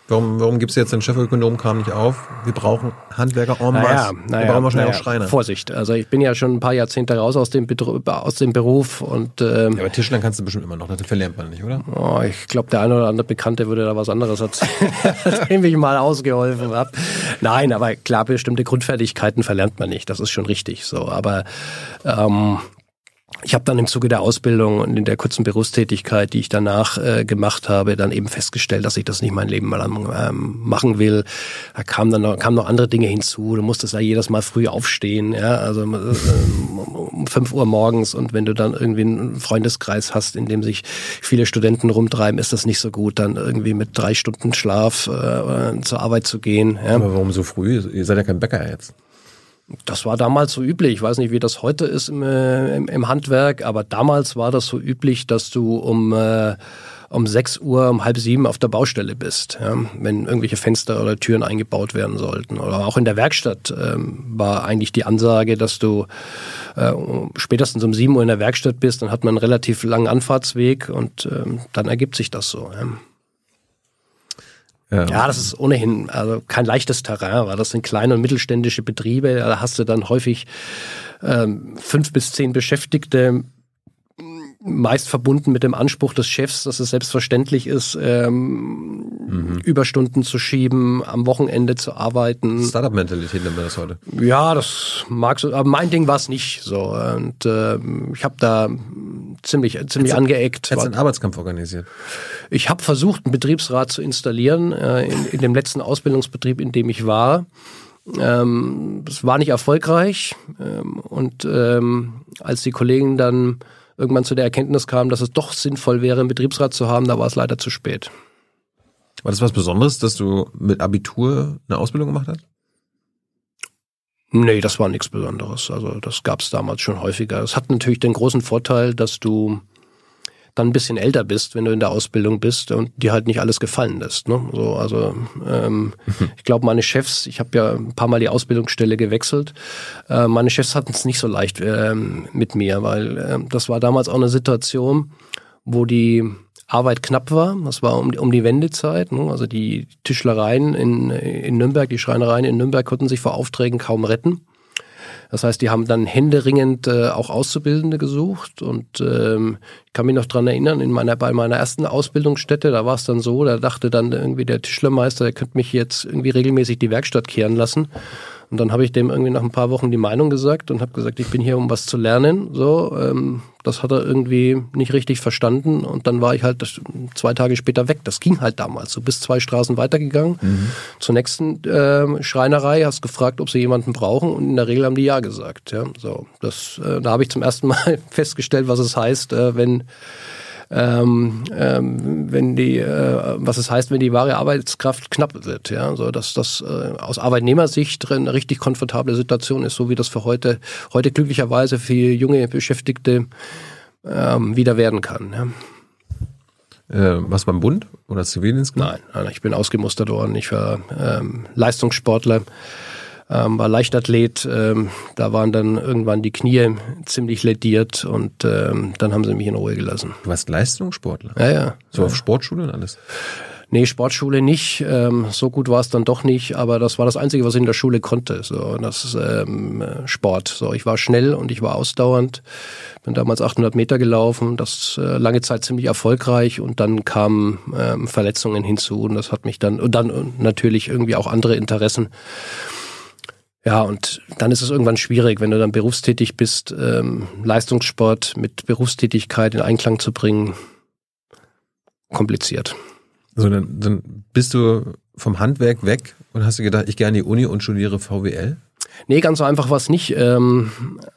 Warum, warum gibst du jetzt den Chefökonom kam nicht auf? Wir brauchen Handwerker en masse. Naja, naja, wir brauchen wahrscheinlich naja, auch Schreiner. Vorsicht, also ich bin ja schon ein paar Jahrzehnte raus aus dem, Betru- aus dem Beruf und ähm, Ja, aber Tischlern kannst du bestimmt immer noch, das verlernt man nicht, oder? oh, ich glaube, der eine oder andere Bekannte würde da was anderes erzählen, dem ich mal ausgeholfen habe. Nein, aber klar, bestimmte Grundfertigkeiten verlernt man nicht, das ist schon richtig so, aber ähm, ich habe dann im Zuge der Ausbildung und in der kurzen Berufstätigkeit, die ich danach äh, gemacht habe, dann eben festgestellt, dass ich das nicht mein Leben mal ähm, machen will. Da kamen dann noch, kamen noch andere Dinge hinzu. Du musstest ja jedes Mal früh aufstehen, ja, also äh, um fünf Uhr morgens. Und wenn du dann irgendwie einen Freundeskreis hast, in dem sich viele Studenten rumtreiben, ist das nicht so gut, dann irgendwie mit drei Stunden Schlaf äh, zur Arbeit zu gehen. Ja. Aber warum so früh? Ihr seid ja kein Bäcker jetzt. Das war damals so üblich. Ich weiß nicht, wie das heute ist im, äh, im, im Handwerk, aber damals war das so üblich, dass du um, äh, um sechs Uhr, um halb sieben auf der Baustelle bist, ja, wenn irgendwelche Fenster oder Türen eingebaut werden sollten. Oder auch in der Werkstatt ähm, war eigentlich die Ansage, dass du äh, spätestens um sieben Uhr in der Werkstatt bist, dann hat man einen relativ langen Anfahrtsweg und ähm, dann ergibt sich das so. Ja. Ja. Ja, das ist ohnehin also kein leichtes Terrain, weil das sind kleine und mittelständische Betriebe. Da hast du dann häufig ähm, fünf bis zehn Beschäftigte, meist verbunden mit dem Anspruch des Chefs, dass es selbstverständlich ist, ähm, mhm. Überstunden zu schieben, am Wochenende zu arbeiten. Startup-Mentalität nennt man das heute. Ja, das mag so, aber mein Ding war es nicht so. Und äh, ich habe da ziemlich ziemlich angeeckt. Hättest du einen Arbeitskampf organisiert? Ich habe versucht, einen Betriebsrat zu installieren äh, in, in dem letzten Ausbildungsbetrieb, in dem ich war. Ähm, das war nicht erfolgreich. Ähm, und ähm, als die Kollegen dann irgendwann zu der Erkenntnis kamen, dass es doch sinnvoll wäre, einen Betriebsrat zu haben, da war es leider zu spät. War das was Besonderes, dass du mit Abitur eine Ausbildung gemacht hast? Nee, das war nichts Besonderes. Also das gab es damals schon häufiger. Es hat natürlich den großen Vorteil, dass du dann ein bisschen älter bist, wenn du in der Ausbildung bist und dir halt nicht alles gefallen lässt. Ne? So, also ähm, ich glaube, meine Chefs, ich habe ja ein paar Mal die Ausbildungsstelle gewechselt, äh, meine Chefs hatten es nicht so leicht äh, mit mir, weil äh, das war damals auch eine Situation, wo die Arbeit knapp war. Das war um, um die Wendezeit. Ne? Also die Tischlereien in, in Nürnberg, die Schreinereien in Nürnberg konnten sich vor Aufträgen kaum retten. Das heißt, die haben dann händeringend äh, auch Auszubildende gesucht und ähm, ich kann mich noch dran erinnern, in meiner, bei meiner ersten Ausbildungsstätte, da war es dann so, da dachte dann irgendwie der Tischlermeister, der könnte mich jetzt irgendwie regelmäßig die Werkstatt kehren lassen. Und dann habe ich dem irgendwie nach ein paar Wochen die Meinung gesagt und habe gesagt, ich bin hier, um was zu lernen. So, ähm, das hat er irgendwie nicht richtig verstanden und dann war ich halt das, zwei Tage später weg. Das ging halt damals. So bis zwei Straßen weitergegangen. Mhm. Zur nächsten äh, Schreinerei, hast gefragt, ob sie jemanden brauchen und in der Regel haben die ja gesagt. Ja, so, das, äh, da habe ich zum ersten Mal festgestellt, was es heißt, äh, wenn Ähm, ähm, wenn die, äh, was es heißt, wenn die wahre Arbeitskraft knapp wird, ja, so dass das äh, aus Arbeitnehmersicht eine richtig komfortable Situation ist, so wie das für heute, heute glücklicherweise für junge Beschäftigte ähm, wieder werden kann. Ja. Äh, was beim Bund oder Zivildienst gemacht? Nein, nein, ich bin ausgemustert worden. Ich war ähm, Leistungssportler. Ähm, war Leichtathlet, ähm, da waren dann irgendwann die Knie ziemlich lediert und ähm, dann haben sie mich in Ruhe gelassen. Du warst Leistungssportler? Ja, ja. So ja. Auf Sportschule und alles? Nee, Sportschule nicht. Ähm, so gut war es dann doch nicht, aber das war das Einzige, was ich in der Schule konnte. So, das ist ähm, Sport. So, ich war schnell und ich war ausdauernd. Bin damals achthundert Meter gelaufen, das äh, lange Zeit ziemlich erfolgreich und dann kamen ähm, Verletzungen hinzu und das hat mich dann, und dann natürlich irgendwie auch andere Interessen. Ja, und dann ist es irgendwann schwierig, wenn du dann berufstätig bist, ähm, Leistungssport mit Berufstätigkeit in Einklang zu bringen. Kompliziert. So, dann, dann bist du vom Handwerk weg und hast dir gedacht, ich gehe an die Uni und studiere V W L? Nee, ganz so einfach war es nicht. Ähm,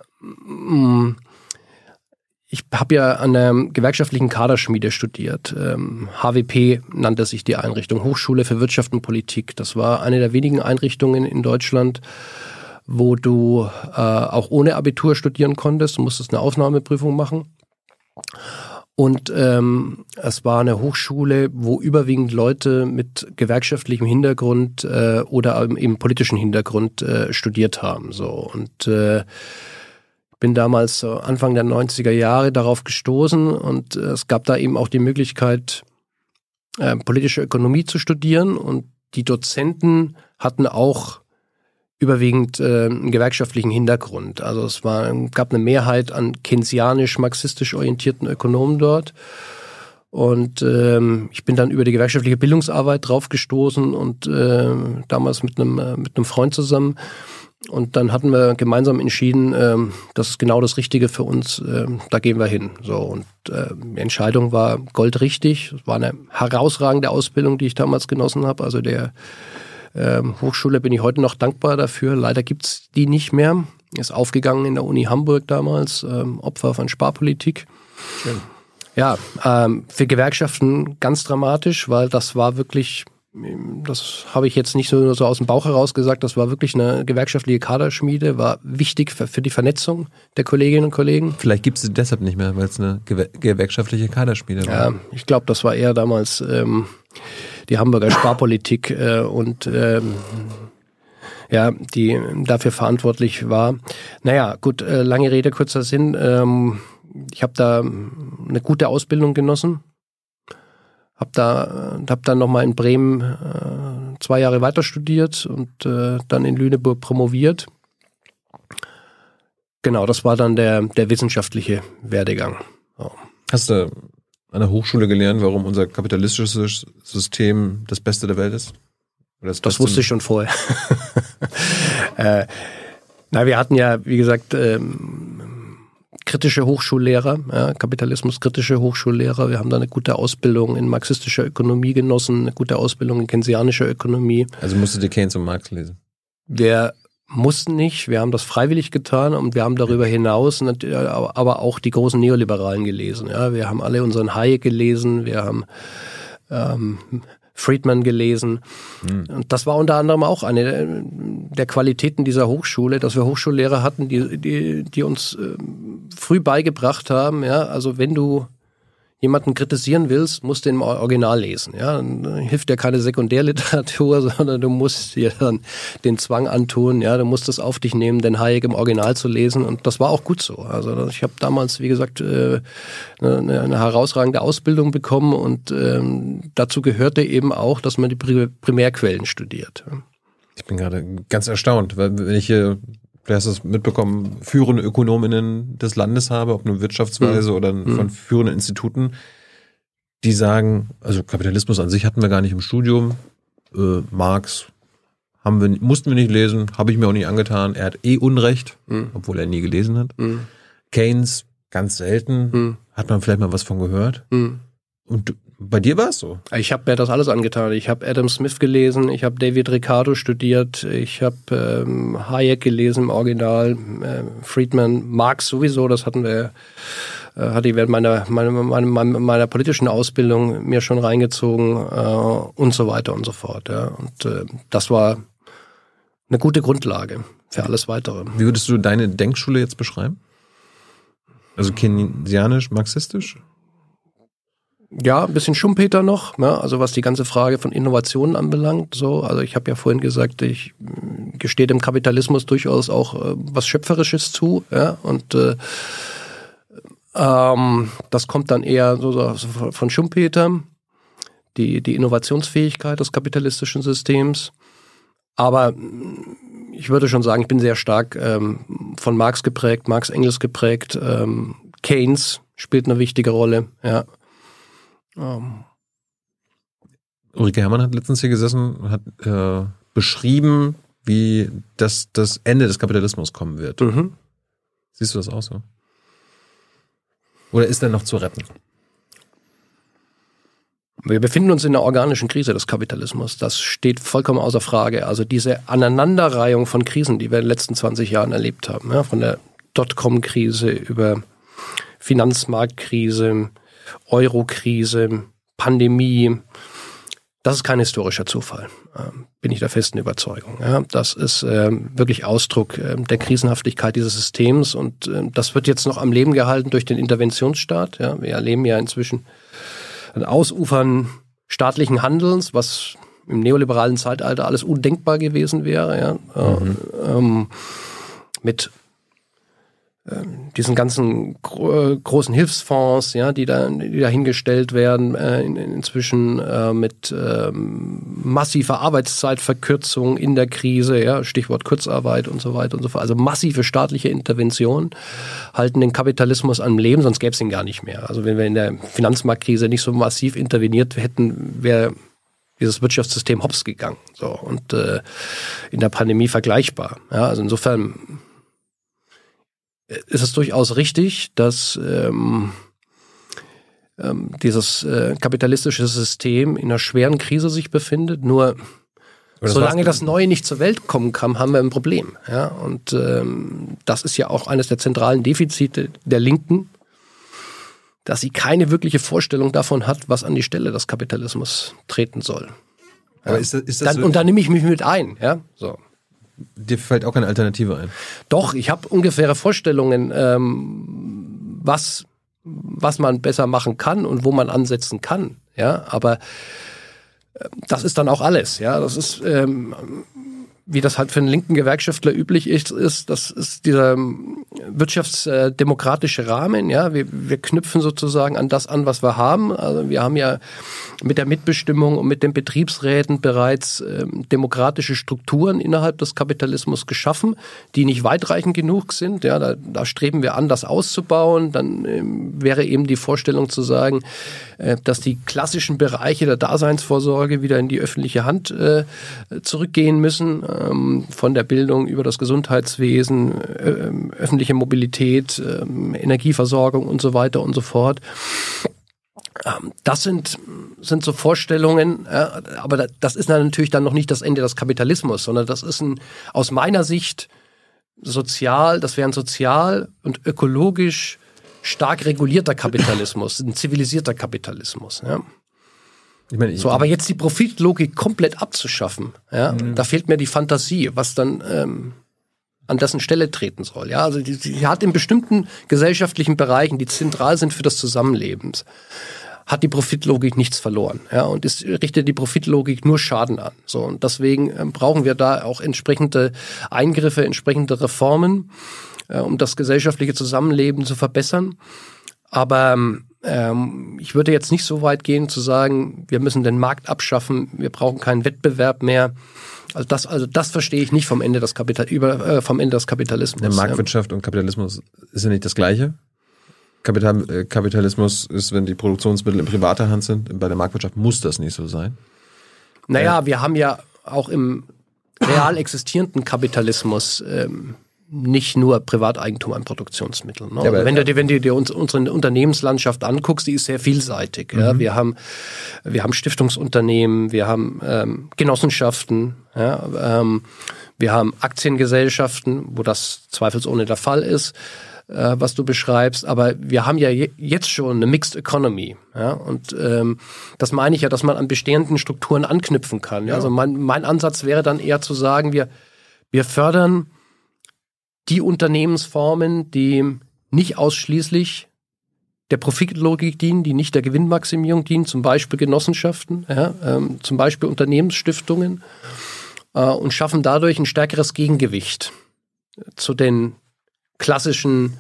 ich habe ja an der gewerkschaftlichen Kaderschmiede studiert. Ähm, H W P nannte sich die Einrichtung, Hochschule für Wirtschaft und Politik. Das war eine der wenigen Einrichtungen in Deutschland, wo du äh, auch ohne Abitur studieren konntest. Du musstest eine Aufnahmeprüfung machen. Und ähm, es war eine Hochschule, wo überwiegend Leute mit gewerkschaftlichem Hintergrund äh, oder eben politischen Hintergrund äh, studiert haben. So und äh, bin damals so Anfang der neunziger Jahre darauf gestoßen und äh, es gab da eben auch die Möglichkeit, äh, politische Ökonomie zu studieren und die Dozenten hatten auch überwiegend äh, einen gewerkschaftlichen Hintergrund. Also es war, gab eine Mehrheit an keynesianisch-marxistisch orientierten Ökonomen dort. Und ähm, ich bin dann über die gewerkschaftliche Bildungsarbeit draufgestoßen und äh, damals mit einem äh, mit einem Freund zusammen. Und dann hatten wir gemeinsam entschieden, ähm, das ist genau das Richtige für uns, äh, da gehen wir hin. So, und äh, die Entscheidung war goldrichtig. Es war eine herausragende Ausbildung, die ich damals genossen habe. Also der ähm, Hochschule bin ich heute noch dankbar dafür. Leider gibt's die nicht mehr. Ist aufgegangen in der Uni Hamburg damals, ähm, Opfer von Sparpolitik. Schön. Ja, ähm, für Gewerkschaften ganz dramatisch, weil das war wirklich, das habe ich jetzt nicht so, so aus dem Bauch heraus gesagt, das war wirklich eine gewerkschaftliche Kaderschmiede, war wichtig für, für die Vernetzung der Kolleginnen und Kollegen. Vielleicht gibt es sie deshalb nicht mehr, weil es eine gewer- gewerkschaftliche Kaderschmiede war. Ja, ich glaube, das war eher damals ähm, die Hamburger Sparpolitik äh, und ähm, ja, die dafür verantwortlich war. Naja, gut, äh, lange Rede, kurzer Sinn. Ähm, ich habe da eine gute Ausbildung genossen. Hab da, hab dann nochmal in Bremen äh, zwei Jahre weiter studiert und äh, dann in Lüneburg promoviert. Genau, das war dann der, der wissenschaftliche Werdegang. So. Hast du an der Hochschule gelernt, warum unser kapitalistisches System das Beste der Welt ist? Oder das, das wusste ich schon vorher. äh, na, wir hatten ja, wie gesagt, ähm, kritische Hochschullehrer, ja, kapitalismuskritische Hochschullehrer. Wir haben da eine gute Ausbildung in marxistischer Ökonomie genossen, eine gute Ausbildung in keynesianischer Ökonomie. Also musstet ihr Keynes und Marx lesen? Wir mussten nicht, wir haben das freiwillig getan und wir haben darüber hinaus aber auch die großen Neoliberalen gelesen. Ja, wir haben alle unseren Hayek gelesen, wir haben ähm, Friedman gelesen. Hm. Und das war unter anderem auch eine der Qualitäten dieser Hochschule, dass wir Hochschullehrer hatten, die, die, die uns äh, früh beigebracht haben, ja, also wenn du jemanden kritisieren willst, musst du ihn im Original lesen. Ja, dann hilft dir keine Sekundärliteratur, sondern du musst dir dann den Zwang antun. Ja, du musst es auf dich nehmen, den Hayek im Original zu lesen. Und das war auch gut so. Also ich habe damals, wie gesagt, eine, eine herausragende Ausbildung bekommen und ähm, dazu gehörte eben auch, dass man die Primärquellen studiert. Ich bin gerade ganz erstaunt, weil wenn ich hier, du hast es mitbekommen, führende Ökonominnen des Landes habe, ob nun wirtschaftsweise mhm. oder von führenden Instituten, die sagen, also Kapitalismus an sich hatten wir gar nicht im Studium, äh, Marx haben wir, mussten wir nicht lesen, habe ich mir auch nicht angetan, er hat eh Unrecht, mhm. obwohl er nie gelesen hat. Mhm. Keynes, ganz selten, mhm. hat man vielleicht mal was von gehört. Mhm. Und du, bei dir war es so? Ich habe mir das alles angetan. Ich habe Adam Smith gelesen, ich habe David Ricardo studiert, ich habe ähm, Hayek gelesen im Original, äh, Friedman, Marx sowieso, das hatten wir, äh, hatte ich während meiner, meiner, meiner, meiner politischen Ausbildung mir schon reingezogen äh, und so weiter und so fort. Ja. Und äh, das war eine gute Grundlage für alles Weitere. Wie würdest du deine Denkschule jetzt beschreiben? Also keynesianisch, marxistisch? Ja, ein bisschen Schumpeter noch, ne? Also was die ganze Frage von Innovationen anbelangt. So, also ich habe ja vorhin gesagt, ich gestehe dem Kapitalismus durchaus auch äh, was Schöpferisches zu, ja, und äh, ähm, das kommt dann eher so, so von Schumpeter, die die Innovationsfähigkeit des kapitalistischen Systems. Aber ich würde schon sagen, ich bin sehr stark ähm, von Marx geprägt, Marx Engels geprägt, ähm, Keynes spielt eine wichtige Rolle, ja. Um. Ulrike Herrmann hat letztens hier gesessen und hat äh, beschrieben, wie das, das Ende des Kapitalismus kommen wird. Mhm. Siehst du das auch so? Oder ist er noch zu retten? Wir befinden uns in einer organischen Krise des Kapitalismus. Das steht vollkommen außer Frage. Also diese Aneinanderreihung von Krisen, die wir in den letzten zwanzig Jahren erlebt haben, ja, von der Dotcom-Krise über Finanzmarktkrise, Euro-Krise, Pandemie, das ist kein historischer Zufall, ähm, bin ich der festen Überzeugung. Ja, das ist ähm, wirklich Ausdruck ähm, der Krisenhaftigkeit dieses Systems und ähm, das wird jetzt noch am Leben gehalten durch den Interventionsstaat. Ja, wir erleben ja inzwischen ein Ausufern staatlichen Handelns, was im neoliberalen Zeitalter alles undenkbar gewesen wäre. Ja, mhm. ähm, mit diesen ganzen gro- großen Hilfsfonds, ja, die da, die da hingestellt werden, äh, in, inzwischen äh, mit ähm, massiver Arbeitszeitverkürzung in der Krise, ja, Stichwort Kurzarbeit und so weiter und so fort. Also massive staatliche Interventionen halten den Kapitalismus am Leben, sonst gäbe es ihn gar nicht mehr. Also wenn wir in der Finanzmarktkrise nicht so massiv interveniert hätten, wäre dieses Wirtschaftssystem hops gegangen. So, und äh, in der Pandemie vergleichbar. Ja, also insofern ist es durchaus richtig, dass ähm, ähm, dieses äh, kapitalistische System in einer schweren Krise sich befindet. Nur das solange das Neue nicht zur Welt kommen kann, haben wir ein Problem. Ja? Und ähm, das ist ja auch eines der zentralen Defizite der Linken, dass sie keine wirkliche Vorstellung davon hat, was an die Stelle des Kapitalismus treten soll. Aber ist das, ist das Dann, so, und da nehme ich mich mit ein. Ja? So. dir fällt auch keine Alternative ein? Doch, ich habe ungefähre Vorstellungen, ähm, was, was man besser machen kann und wo man ansetzen kann. Ja, aber äh, das ist dann auch alles. Ja, das ist, ähm, wie das halt für einen linken Gewerkschaftler üblich ist, ist das ist dieser wirtschaftsdemokratische Rahmen. Ja, wir, wir knüpfen sozusagen an das an, was wir haben. Also wir haben ja mit der Mitbestimmung und mit den Betriebsräten bereits ähm, demokratische Strukturen innerhalb des Kapitalismus geschaffen, die nicht weitreichend genug sind. Ja, da, da streben wir an, das auszubauen. Dann ähm, wäre eben die Vorstellung zu sagen, äh, dass die klassischen Bereiche der Daseinsvorsorge wieder in die öffentliche Hand äh, zurückgehen müssen, ähm, von der Bildung über das Gesundheitswesen, äh, öffentliche Mobilität, äh, Energieversorgung und so weiter und so fort. Das sind, sind so Vorstellungen, aber das ist natürlich dann noch nicht das Ende des Kapitalismus, sondern das ist ein, aus meiner Sicht sozial, das wäre ein sozial und ökologisch stark regulierter Kapitalismus, ein zivilisierter Kapitalismus. Ja. Ich meine, ich So, aber jetzt die Profitlogik komplett abzuschaffen, ja, mhm. da fehlt mir die Fantasie, was dann ähm, an dessen Stelle treten soll. Ja, also die, die hat in bestimmten gesellschaftlichen Bereichen, die zentral sind für das Zusammenleben, hat die Profitlogik nichts verloren. Ja, und es richtet die Profitlogik nur Schaden an. So, und deswegen ähm, brauchen wir da auch entsprechende Eingriffe, entsprechende Reformen, äh, um das gesellschaftliche Zusammenleben zu verbessern. Aber ähm, ich würde jetzt nicht so weit gehen zu sagen, wir müssen den Markt abschaffen, wir brauchen keinen Wettbewerb mehr. Also das, also das verstehe ich nicht vom Ende des Kapital, über, äh, vom Ende des Kapitalismus. Eine Marktwirtschaft und Kapitalismus ist ja nicht das Gleiche. Kapital, äh, Kapitalismus ist, wenn die Produktionsmittel in privater Hand sind. Bei der Marktwirtschaft muss das nicht so sein. Naja, äh, wir haben ja auch im real existierenden Kapitalismus ähm, nicht nur Privateigentum an Produktionsmitteln. Ne? Ja, also wenn du dir, wenn du dir uns, unsere Unternehmenslandschaft anguckst, die ist sehr vielseitig. Mhm. Ja? Wir haben, wir haben Stiftungsunternehmen, wir haben ähm, Genossenschaften, ja? ähm, wir haben Aktiengesellschaften, wo das zweifelsohne der Fall ist, äh, was du beschreibst. Aber wir haben ja je, jetzt schon eine Mixed Economy. Ja? Und ähm, das meine ich ja, dass man an bestehenden Strukturen anknüpfen kann. Ja? Also mein, mein Ansatz wäre dann eher zu sagen, wir, wir fördern die Unternehmensformen, die nicht ausschließlich der Profitlogik dienen, die nicht der Gewinnmaximierung dienen, zum Beispiel Genossenschaften, ja, ähm, zum Beispiel Unternehmensstiftungen, äh, und schaffen dadurch ein stärkeres Gegengewicht zu den klassischen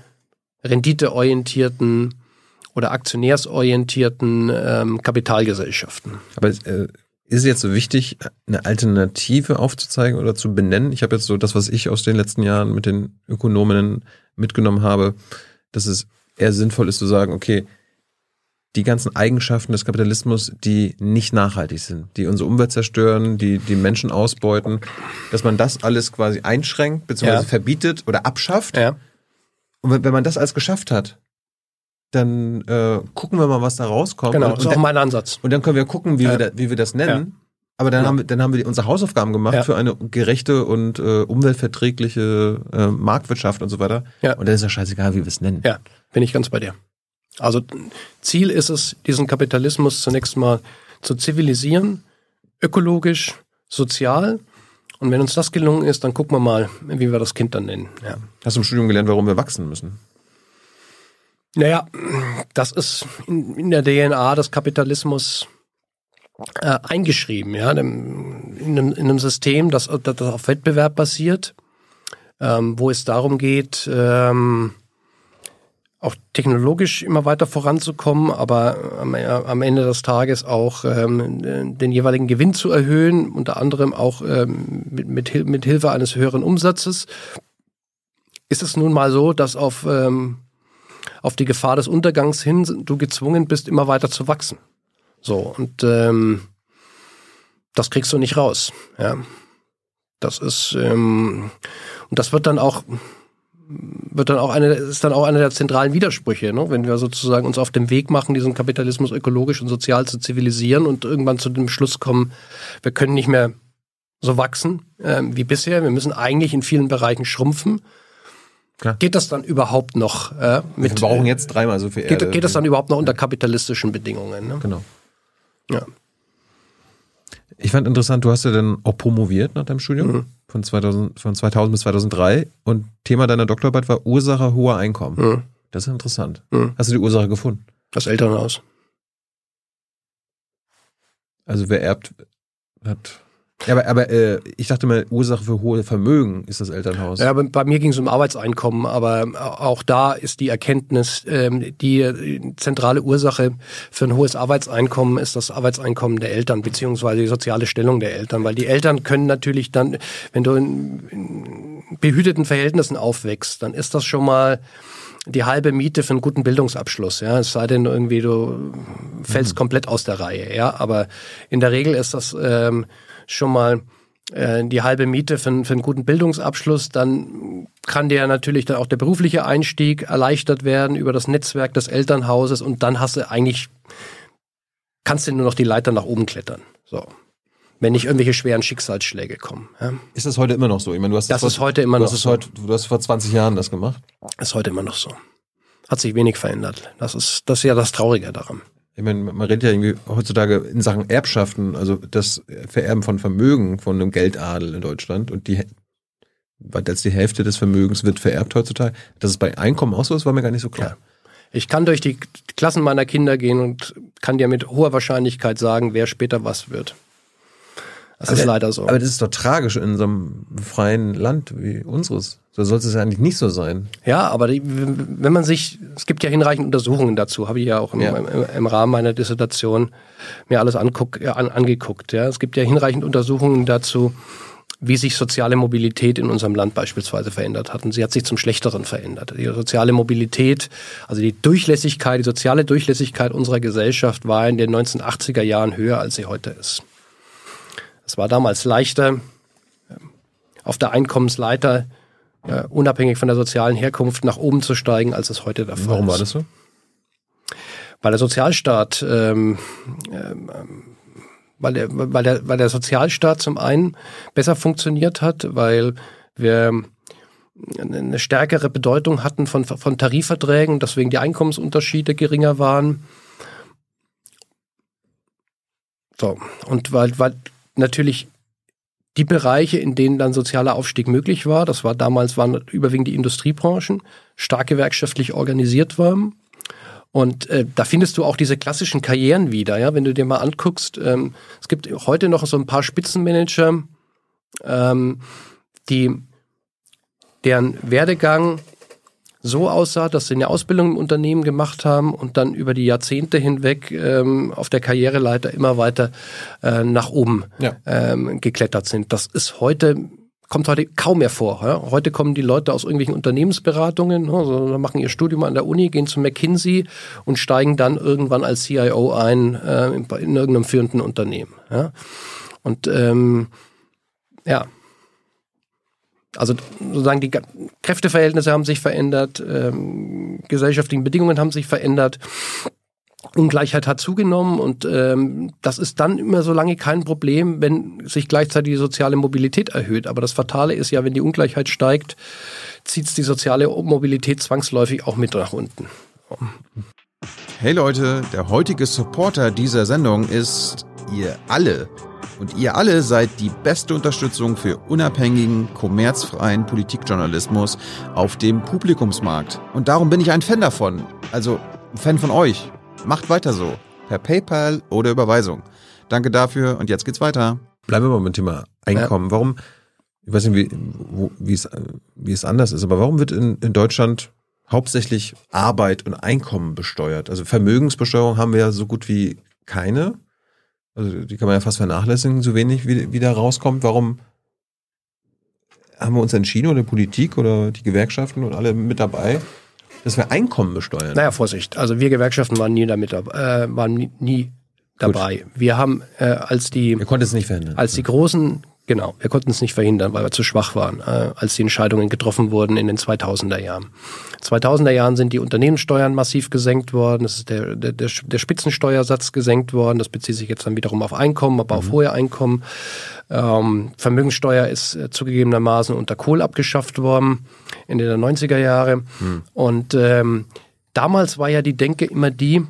renditeorientierten oder aktionärsorientierten ähm, Kapitalgesellschaften. Aber äh ist es jetzt so wichtig, eine Alternative aufzuzeigen oder zu benennen? Ich habe jetzt so das, was ich aus den letzten Jahren mit den Ökonominnen mitgenommen habe, dass es eher sinnvoll ist zu sagen, okay, die ganzen Eigenschaften des Kapitalismus, die nicht nachhaltig sind, die unsere Umwelt zerstören, die die Menschen ausbeuten, dass man das alles quasi einschränkt, beziehungsweise ja. verbietet oder abschafft. Ja. Und wenn man das alles geschafft hat, dann äh, gucken wir mal, was da rauskommt. Genau, und, das ist und auch dann, mein Ansatz. Und dann können wir gucken, wie, ja. wir, da, wie wir das nennen. Ja. Aber dann, ja. haben wir, dann haben wir unsere Hausaufgaben gemacht ja. für eine gerechte und äh, umweltverträgliche äh, Marktwirtschaft und so weiter. Ja. Und dann ist ja scheißegal, wie wir es nennen. Ja, bin ich ganz bei dir. Also Ziel ist es, diesen Kapitalismus zunächst mal zu zivilisieren, ökologisch, sozial. Und wenn uns das gelungen ist, dann gucken wir mal, wie wir das Kind dann nennen. Ja. Hast du im Studium gelernt, warum wir wachsen müssen? Naja, das ist in, in der D N A des Kapitalismus äh, eingeschrieben, ja, in einem, in einem System, das, das auf Wettbewerb basiert, ähm, wo es darum geht, ähm, auch technologisch immer weiter voranzukommen, aber am, am Ende des Tages auch ähm, den jeweiligen Gewinn zu erhöhen, unter anderem auch ähm, mit, mit, mit Hilfe eines höheren Umsatzes. Ist es nun mal so, dass auf, ähm, auf die Gefahr des Untergangs hin du gezwungen bist, immer weiter zu wachsen. So, und ähm, das kriegst du nicht raus. Ja. Das ist, ähm, und das wird dann auch wird dann auch eine, ist dann auch einer der zentralen Widersprüche, ne? Wenn wir sozusagen uns auf den Weg machen, diesen Kapitalismus ökologisch und sozial zu zivilisieren und irgendwann zu dem Schluss kommen, wir können nicht mehr so wachsen äh, wie bisher, wir müssen eigentlich in vielen Bereichen schrumpfen. Klar. Geht das dann überhaupt noch? Äh, mit, wir brauchen jetzt dreimal so viel Erde. Geht, geht das dann überhaupt noch unter kapitalistischen Bedingungen? Ne? Genau. Ja. Ich fand interessant, du hast ja dann auch promoviert nach deinem Studium mhm. von, zweitausend, von zweitausend bis zweitausenddrei und Thema deiner Doktorarbeit war Ursache hoher Einkommen. Mhm. Das ist interessant. Mhm. Hast du die Ursache gefunden? Das Elternhaus. Also wer erbt, hat... Ja, aber, aber äh, ich dachte mal, Ursache für hohe Vermögen ist das Elternhaus. Ja, aber bei mir ging es um Arbeitseinkommen, aber auch da ist die Erkenntnis, ähm, die zentrale Ursache für ein hohes Arbeitseinkommen ist das Arbeitseinkommen der Eltern, beziehungsweise die soziale Stellung der Eltern, weil die Eltern können natürlich dann, wenn du in, in behüteten Verhältnissen aufwächst, dann ist das schon mal die halbe Miete für einen guten Bildungsabschluss, ja, es sei denn irgendwie du fällst mhm. komplett aus der Reihe, ja, aber in der Regel ist das ähm, schon mal äh, die halbe Miete für, für einen guten Bildungsabschluss, dann kann dir natürlich dann auch der berufliche Einstieg erleichtert werden über das Netzwerk des Elternhauses und dann hast du eigentlich, kannst du nur noch die Leiter nach oben klettern, so. Wenn nicht irgendwelche schweren Schicksalsschläge kommen. Ja. Ist das heute immer noch so? Ich meine, du hast das, das ist vor, heute immer du noch hast so. Heute, du hast vor zwanzig Jahren das gemacht? Ist heute immer noch so. Hat sich wenig verändert. Das ist, das ist ja das Traurige daran. Ich meine, man redet ja irgendwie heutzutage in Sachen Erbschaften, also das Vererben von Vermögen von einem Geldadel in Deutschland und die, als die Hälfte des Vermögens wird vererbt heutzutage. Dass es bei Einkommen auch so ist, war mir gar nicht so klar. Ja. Ich kann durch die Klassen meiner Kinder gehen und kann dir mit hoher Wahrscheinlichkeit sagen, wer später was wird. Das aber ist leider so. Aber das ist doch tragisch in so einem freien Land wie unseres. So sollte es ja eigentlich nicht so sein. Ja, aber die, wenn man sich, es gibt ja hinreichend Untersuchungen dazu, habe ich ja auch im, ja. im, im Rahmen meiner Dissertation mir alles anguck, ja, an, angeguckt. Ja. Es gibt ja hinreichend Untersuchungen dazu, wie sich soziale Mobilität in unserem Land beispielsweise verändert hat. Und sie hat sich zum Schlechteren verändert. Die soziale Mobilität, also die Durchlässigkeit, die soziale Durchlässigkeit unserer Gesellschaft war in den neunzehnhundertachtziger Jahren höher, als sie heute ist. Es war damals leichter, auf der Einkommensleiter ja, unabhängig von der sozialen Herkunft nach oben zu steigen, als es heute der Fall ist. Warum war das so? Weil der Sozialstaat, ähm, ähm, weil, der, weil, der, weil der Sozialstaat zum einen besser funktioniert hat, weil wir eine stärkere Bedeutung hatten von, von Tarifverträgen, deswegen die Einkommensunterschiede geringer waren. So, und weil, weil natürlich die Bereiche, in denen dann sozialer Aufstieg möglich war, das war damals, waren überwiegend die Industriebranchen, stark gewerkschaftlich organisiert waren. Und äh, da findest du auch diese klassischen Karrieren wieder, ja, wenn du dir mal anguckst. Ähm, es gibt heute noch so ein paar Spitzenmanager, ähm, die deren Werdegang so aussah, dass sie eine Ausbildung im Unternehmen gemacht haben und dann über die Jahrzehnte hinweg ähm, auf der Karriereleiter immer weiter äh, nach oben ja. ähm, geklettert sind. Das ist heute, kommt heute kaum mehr vor. Ja? Heute kommen die Leute aus irgendwelchen Unternehmensberatungen, also machen ihr Studium an der Uni, gehen zu McKinsey und steigen dann irgendwann als C I O ein äh, in, in irgendeinem führenden Unternehmen. Ja? Und ähm, ja, also sozusagen die Kräfteverhältnisse haben sich verändert, ähm, gesellschaftlichen Bedingungen haben sich verändert, Ungleichheit hat zugenommen und ähm, das ist dann immer so lange kein Problem, wenn sich gleichzeitig die soziale Mobilität erhöht. Aber das Fatale ist ja, wenn die Ungleichheit steigt, zieht es die soziale Mobilität zwangsläufig auch mit nach unten. Hey Leute, der heutige Supporter dieser Sendung ist ihr alle. Und ihr alle seid die beste Unterstützung für unabhängigen, kommerzfreien Politikjournalismus auf dem Publikumsmarkt. Und darum bin ich ein Fan davon. Also ein Fan von euch. Macht weiter so. Per PayPal oder Überweisung. Danke dafür und jetzt geht's weiter. Bleiben wir mal beim Thema Einkommen. Ja. Warum, ich weiß nicht, wie, wo, wie, es, wie es anders ist, aber warum wird in, in Deutschland hauptsächlich Arbeit und Einkommen besteuert. Also Vermögensbesteuerung haben wir ja so gut wie keine. Also die kann man ja fast vernachlässigen, so wenig wie, wie da rauskommt. Warum haben wir uns entschieden, oder die Politik oder die Gewerkschaften und alle mit dabei, dass wir Einkommen besteuern? Naja, Vorsicht. Also wir Gewerkschaften waren nie damit äh, waren nie, nie dabei. Gut. Wir haben äh, als die wir konnten es nicht verhindern. Als die großen Genau, wir konnten es nicht verhindern, weil wir zu schwach waren, äh, als die Entscheidungen getroffen wurden in den zweitausender Jahren. zweitausender Jahren sind die Unternehmenssteuern massiv gesenkt worden, es ist der, der, der Spitzensteuersatz gesenkt worden, das bezieht sich jetzt dann wiederum auf Einkommen, aber mhm. auf hohe Einkommen. Ähm, Vermögenssteuer ist äh, zugegebenermaßen unter Kohl abgeschafft worden, Ende der neunziger Jahre. Mhm. Und ähm, damals war ja die Denke immer die,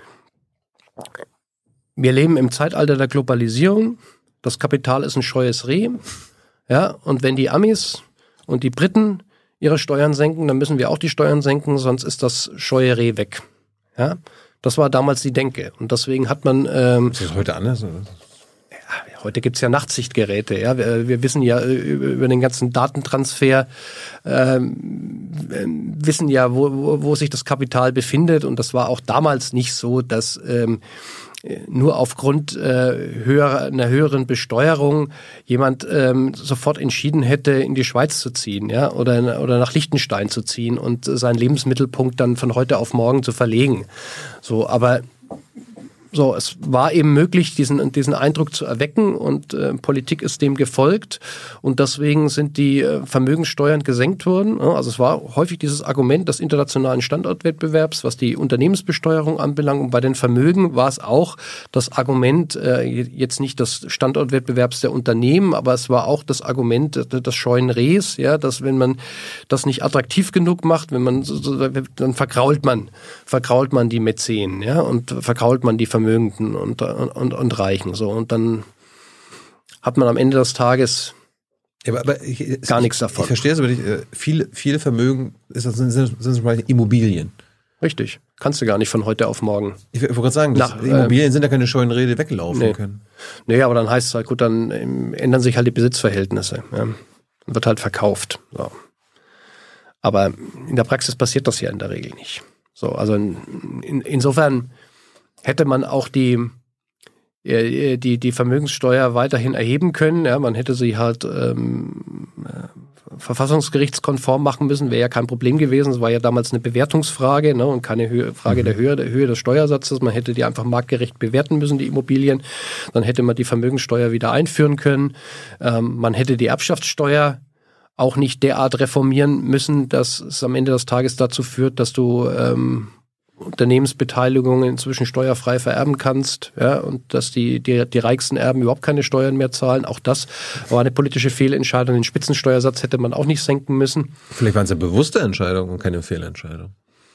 wir leben im Zeitalter der Globalisierung, das Kapital ist ein scheues Reh, ja, und wenn die Amis und die Briten ihre Steuern senken, dann müssen wir auch die Steuern senken, sonst ist das scheue Reh weg. Ja, das war damals die Denke und deswegen hat man... Ähm, ist das heute anders? Oder? Ja, heute gibt's ja Nachtsichtgeräte, ja, wir, wir wissen ja über den ganzen Datentransfer, ähm, wissen ja, wo, wo, wo sich das Kapital befindet und das war auch damals nicht so, dass... Ähm, nur aufgrund äh, höherer, einer höheren Besteuerung jemand ähm, sofort entschieden hätte, in die Schweiz zu ziehen, ja, oder, oder nach Liechtenstein zu ziehen und seinen Lebensmittelpunkt dann von heute auf morgen zu verlegen. So, aber so, es war eben möglich, diesen, diesen Eindruck zu erwecken und äh, Politik ist dem gefolgt und deswegen sind die äh, Vermögenssteuern gesenkt worden. Also es war häufig dieses Argument des internationalen Standortwettbewerbs, was die Unternehmensbesteuerung anbelangt und bei den Vermögen war es auch das Argument, äh, jetzt nicht des Standortwettbewerbs der Unternehmen, aber es war auch das Argument des scheuen Rehs, ja, dass wenn man das nicht attraktiv genug macht, wenn man so, dann vergrault man, vergrault man die Mäzen, ja, und vergrault man die Vermögenden und, und, und Reichen. So. Und dann hat man am Ende des Tages ja, aber, aber ich, gar nichts davon. Ich verstehe es aber nicht. Viele, viele Vermögen ist das, sind, sind, sind zum Beispiel Immobilien. Richtig. Kannst du gar nicht von heute auf morgen. Ich wollte gerade sagen, Nach, Immobilien äh, sind ja keine scheuen Rede weglaufen nee. können. Nee, aber dann heißt es halt, gut, dann ähm, ändern sich halt die Besitzverhältnisse. Ja. Dann wird halt verkauft. So. Aber in der Praxis passiert das ja in der Regel nicht. So, also in, in, insofern hätte man auch die, die, die Vermögenssteuer weiterhin erheben können. Ja, man hätte sie halt ähm, verfassungsgerichtskonform machen müssen, wäre ja kein Problem gewesen. Es war ja damals eine Bewertungsfrage, ne, und keine Höhe, Frage mhm. der Höhe, der Höhe des Steuersatzes. Man hätte die einfach marktgerecht bewerten müssen, die Immobilien. Dann hätte man die Vermögenssteuer wieder einführen können. Ähm, man hätte die Erbschaftssteuer auch nicht derart reformieren müssen, dass es am Ende des Tages dazu führt, dass du ähm, Unternehmensbeteiligungen inzwischen steuerfrei vererben kannst, ja, und dass die, die, die reichsten Erben überhaupt keine Steuern mehr zahlen. Auch das war eine politische Fehlentscheidung. Den Spitzensteuersatz hätte man auch nicht senken müssen. Vielleicht waren es ja bewusste Entscheidungen und keine Fehlentscheidung.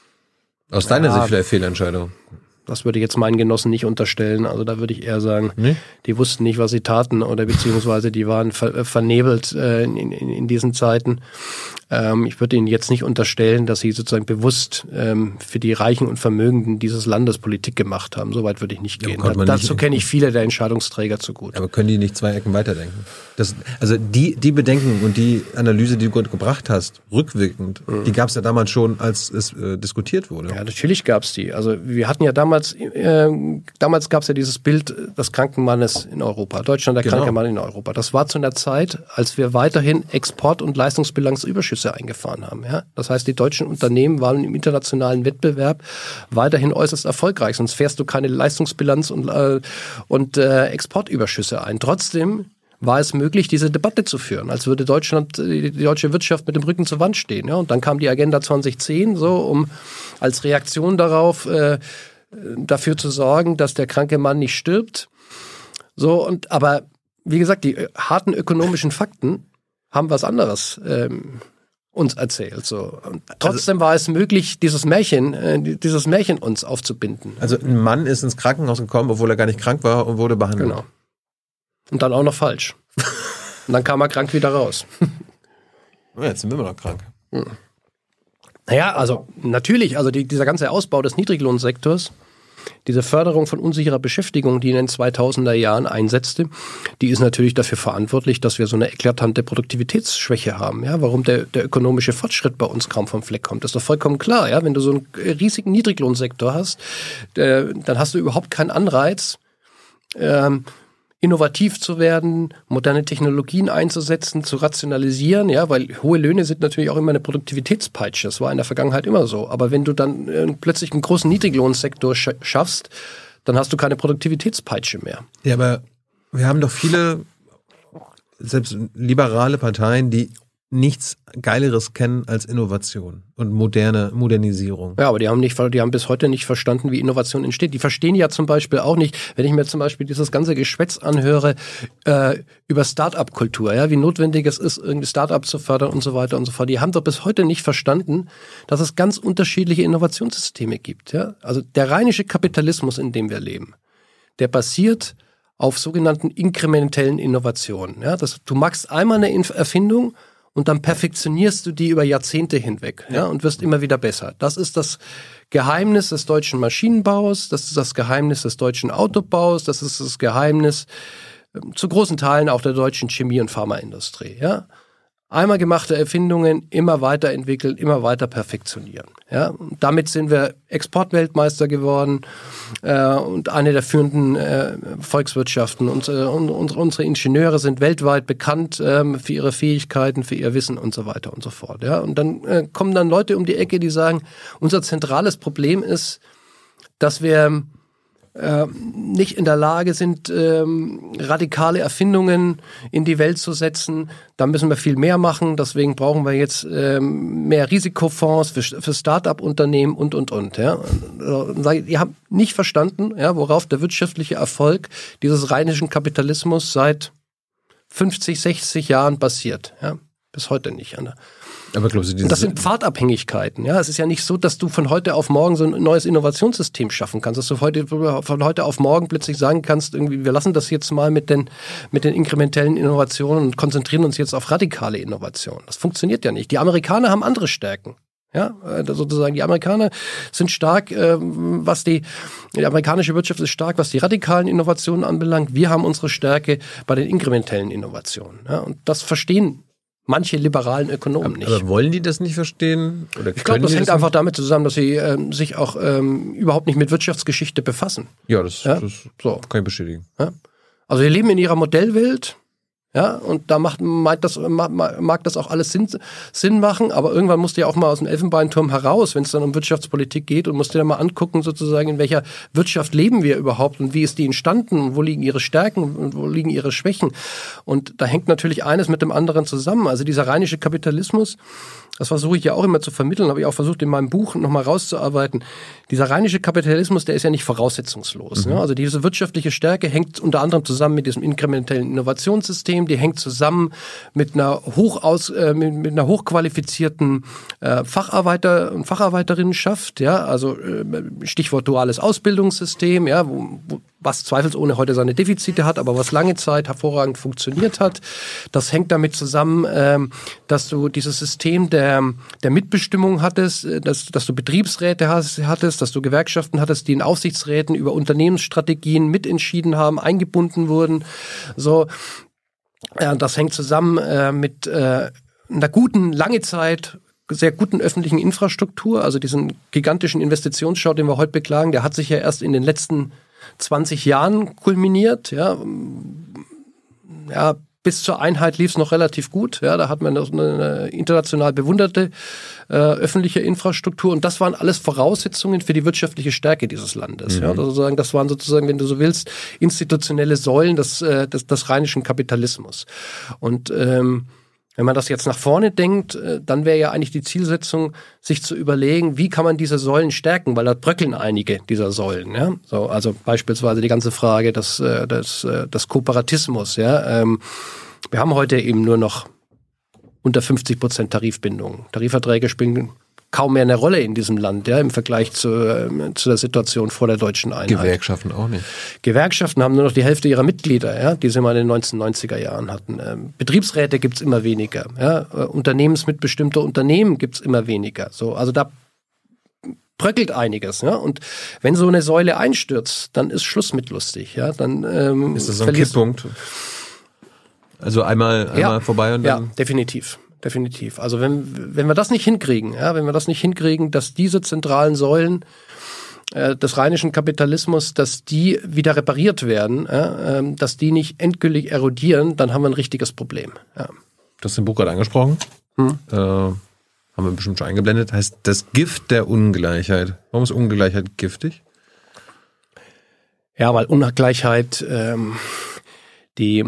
Aus deiner ja, Sicht vielleicht Fehlentscheidung. Das würde ich jetzt meinen Genossen nicht unterstellen. Also da würde ich eher sagen, nee? Die wussten nicht, was sie taten oder beziehungsweise die waren ver- vernebelt äh, in, in, in diesen Zeiten. Ähm, ich würde ihnen jetzt nicht unterstellen, dass sie sozusagen bewusst ähm, für die Reichen und Vermögenden dieses Landes Politik gemacht haben. Soweit würde ich nicht gehen. Da, dazu kenne ich viele der Entscheidungsträger zu gut. Aber können die nicht zwei Ecken weiterdenken? Das, also die, die Bedenken und die Analyse, die du gebracht hast, rückwirkend, mhm. die gab es ja damals schon, als es äh, diskutiert wurde. Ja, natürlich gab es die. Also wir hatten ja damals Damals, äh, damals gab es ja dieses Bild des kranken Mannes in Europa. Deutschland, der genau. kranke Mann in Europa. Das war zu einer Zeit, als wir weiterhin Export- und Leistungsbilanzüberschüsse eingefahren haben. Ja? Das heißt, die deutschen Unternehmen waren im internationalen Wettbewerb weiterhin äußerst erfolgreich. Sonst fährst du keine Leistungsbilanz und, äh, und äh, Exportüberschüsse ein. Trotzdem war es möglich, diese Debatte zu führen, als würde Deutschland, die deutsche Wirtschaft mit dem Rücken zur Wand stehen. Ja? Und dann kam die Agenda zwanzig zehn, so um als Reaktion darauf äh, dafür zu sorgen, dass der kranke Mann nicht stirbt. So, und aber wie gesagt, die harten ökonomischen Fakten haben was anderes ähm, uns erzählt. So. Und trotzdem also, war es möglich, dieses Märchen, äh, dieses Märchen uns aufzubinden. Also ein Mann ist ins Krankenhaus gekommen, obwohl er gar nicht krank war und wurde behandelt. Genau. Und dann auch noch falsch. Und dann kam er krank wieder raus. Ja, jetzt sind wir immer noch krank. Hm. Naja, also natürlich, also die, dieser ganze Ausbau des Niedriglohnsektors diese Förderung von unsicherer Beschäftigung, die in den zweitausender Jahren einsetzte, die ist natürlich dafür verantwortlich, dass wir so eine eklatante Produktivitätsschwäche haben. Ja, warum der, der ökonomische Fortschritt bei uns kaum vom Fleck kommt, das ist doch vollkommen klar. Ja, wenn du so einen riesigen Niedriglohnsektor hast, äh, dann hast du überhaupt keinen Anreiz, ähm, innovativ zu werden, moderne Technologien einzusetzen, zu rationalisieren, ja, weil hohe Löhne sind natürlich auch immer eine Produktivitätspeitsche. Das war in der Vergangenheit immer so. Aber wenn du dann äh, plötzlich einen großen Niedriglohnsektor sch- schaffst, dann hast du keine Produktivitätspeitsche mehr. Ja, aber wir haben doch viele, selbst liberale Parteien, die nichts Geileres kennen als Innovation und moderne Modernisierung. Ja, aber die haben nicht, die haben bis heute nicht verstanden, wie Innovation entsteht. Die verstehen ja zum Beispiel auch nicht, wenn ich mir zum Beispiel dieses ganze Geschwätz anhöre äh, über Start-up-Kultur, ja, wie notwendig es ist, irgendwie Start-up zu fördern und so weiter und so fort. Die haben doch bis heute nicht verstanden, dass es ganz unterschiedliche Innovationssysteme gibt. Ja? Also der rheinische Kapitalismus, in dem wir leben, der basiert auf sogenannten inkrementellen Innovationen. Ja? Das, du machst einmal eine Erfindung und dann perfektionierst du die über Jahrzehnte hinweg, ja, und wirst immer wieder besser. Das ist das Geheimnis des deutschen Maschinenbaus, das ist das Geheimnis des deutschen Autobaus, das ist das Geheimnis äh, zu großen Teilen auch der deutschen Chemie- und Pharmaindustrie, ja. Einmal gemachte Erfindungen immer weiterentwickeln, immer weiter perfektionieren. Ja, und damit sind wir Exportweltmeister geworden äh, und eine der führenden äh, Volkswirtschaften. Und, äh, und unsere Ingenieure sind weltweit bekannt äh, für ihre Fähigkeiten, für ihr Wissen und so weiter und so fort. Ja, und dann äh, kommen dann Leute um die Ecke, die sagen, unser zentrales Problem ist, dass wir äh, nicht in der Lage sind, ähm, radikale Erfindungen in die Welt zu setzen. Da müssen wir viel mehr machen. Deswegen brauchen wir jetzt ähm, mehr Risikofonds für, für Start-up-Unternehmen und, und, und. Ja. Und sage ich, ihr habt nicht verstanden, ja, worauf der wirtschaftliche Erfolg dieses rheinischen Kapitalismus seit fünfzig, sechzig Jahren basiert. Ja. Bis heute nicht. Anna. Aber glaubst du, dieses das sind Pfadabhängigkeiten. Ja, es ist ja nicht so, dass du von heute auf morgen so ein neues Innovationssystem schaffen kannst, dass du heute, von heute auf morgen plötzlich sagen kannst, irgendwie, wir lassen das jetzt mal mit den, mit den inkrementellen Innovationen und konzentrieren uns jetzt auf radikale Innovationen. Das funktioniert ja nicht. Die Amerikaner haben andere Stärken. Ja, sozusagen, die Amerikaner sind stark, äh, was die, die amerikanische Wirtschaft ist stark, was die radikalen Innovationen anbelangt. Wir haben unsere Stärke bei den inkrementellen Innovationen. Ja, und das verstehen manche liberalen Ökonomen aber, nicht. Aber wollen die das nicht verstehen? Oder ich glaube, das hängt das einfach damit zusammen, dass sie ähm, sich auch ähm, überhaupt nicht mit Wirtschaftsgeschichte befassen. Ja, das, ja? das so. kann ich bestätigen. Ja? Also sie leben in ihrer Modellwelt, ja, und da macht, mag, das, mag, mag das auch alles Sinn, Sinn machen, aber irgendwann musst du ja auch mal aus dem Elfenbeinturm heraus, wenn es dann um Wirtschaftspolitik geht, und musst dir dann mal angucken, sozusagen, in welcher Wirtschaft leben wir überhaupt und wie ist die entstanden und wo liegen ihre Stärken und wo liegen ihre Schwächen. Und da hängt natürlich eines mit dem anderen zusammen. Also dieser rheinische Kapitalismus, das versuche ich ja auch immer zu vermitteln, habe ich auch versucht in meinem Buch nochmal rauszuarbeiten. Dieser rheinische Kapitalismus, der ist ja nicht voraussetzungslos. Mhm. Ne? Also diese wirtschaftliche Stärke hängt unter anderem zusammen mit diesem inkrementellen Innovationssystem, die hängt zusammen mit einer hochaus, äh, mit, mit einer hochqualifizierten äh, Facharbeiter- und Facharbeiterinnenschaft, ja, also äh, Stichwort duales Ausbildungssystem, ja, wo, wo, was zweifelsohne heute seine Defizite hat, aber was lange Zeit hervorragend funktioniert hat. Das hängt damit zusammen, ähm, dass du dieses System der, der Mitbestimmung hattest, dass, dass du Betriebsräte hast, hattest, dass du Gewerkschaften hattest, die in Aufsichtsräten über Unternehmensstrategien mitentschieden haben, eingebunden wurden. So, ja, das hängt zusammen äh, mit äh, einer guten, lange Zeit sehr guten öffentlichen Infrastruktur, also diesen gigantischen Investitionsstau, den wir heute beklagen, der hat sich ja erst in den letzten zwanzig Jahren kulminiert, ja, ja, bis zur Einheit lief es noch relativ gut, ja, da hat man eine international bewunderte äh, öffentliche Infrastruktur, und das waren alles Voraussetzungen für die wirtschaftliche Stärke dieses Landes, mhm. ja, also sozusagen, das waren sozusagen, wenn du so willst, institutionelle Säulen des, äh, des, des rheinischen Kapitalismus. Und ähm, wenn man das jetzt nach vorne denkt, dann wäre ja eigentlich die Zielsetzung, sich zu überlegen, wie kann man diese Säulen stärken, weil da bröckeln einige dieser Säulen. Ja? So, also beispielsweise die ganze Frage des, des, des Kooperatismus. Ja? Ähm, wir haben heute eben nur noch unter fünfzig Prozent Tarifbindung. Tarifverträge spielen kaum mehr eine Rolle in diesem Land, ja, im Vergleich zu, äh, zu der Situation vor der deutschen Einheit. Gewerkschaften auch nicht. Gewerkschaften haben nur noch die Hälfte ihrer Mitglieder, ja, die sie mal in den neunzehnhundertneunziger Jahren hatten. Ähm, Betriebsräte gibt's immer weniger, ja, äh, unternehmensmitbestimmte Unternehmen gibt's immer weniger. So, also da bröckelt einiges. Ja? Und wenn so eine Säule einstürzt, dann ist Schluss mit lustig. Ja? Dann ähm, ist das so ein Kipppunkt? Also einmal, einmal ja, vorbei und dann... Ja, definitiv. Definitiv. Also wenn, wenn wir das nicht hinkriegen, ja, wenn wir das nicht hinkriegen, dass diese zentralen Säulen äh, des rheinischen Kapitalismus, dass die wieder repariert werden, ja, äh, dass die nicht endgültig erodieren, dann haben wir ein richtiges Problem. Ja. Du hast den Buch gerade angesprochen. Hm. Äh, haben wir bestimmt schon eingeblendet. Heißt das Gift der Ungleichheit. Warum ist Ungleichheit giftig? Ja, weil Ungleichheit ähm, die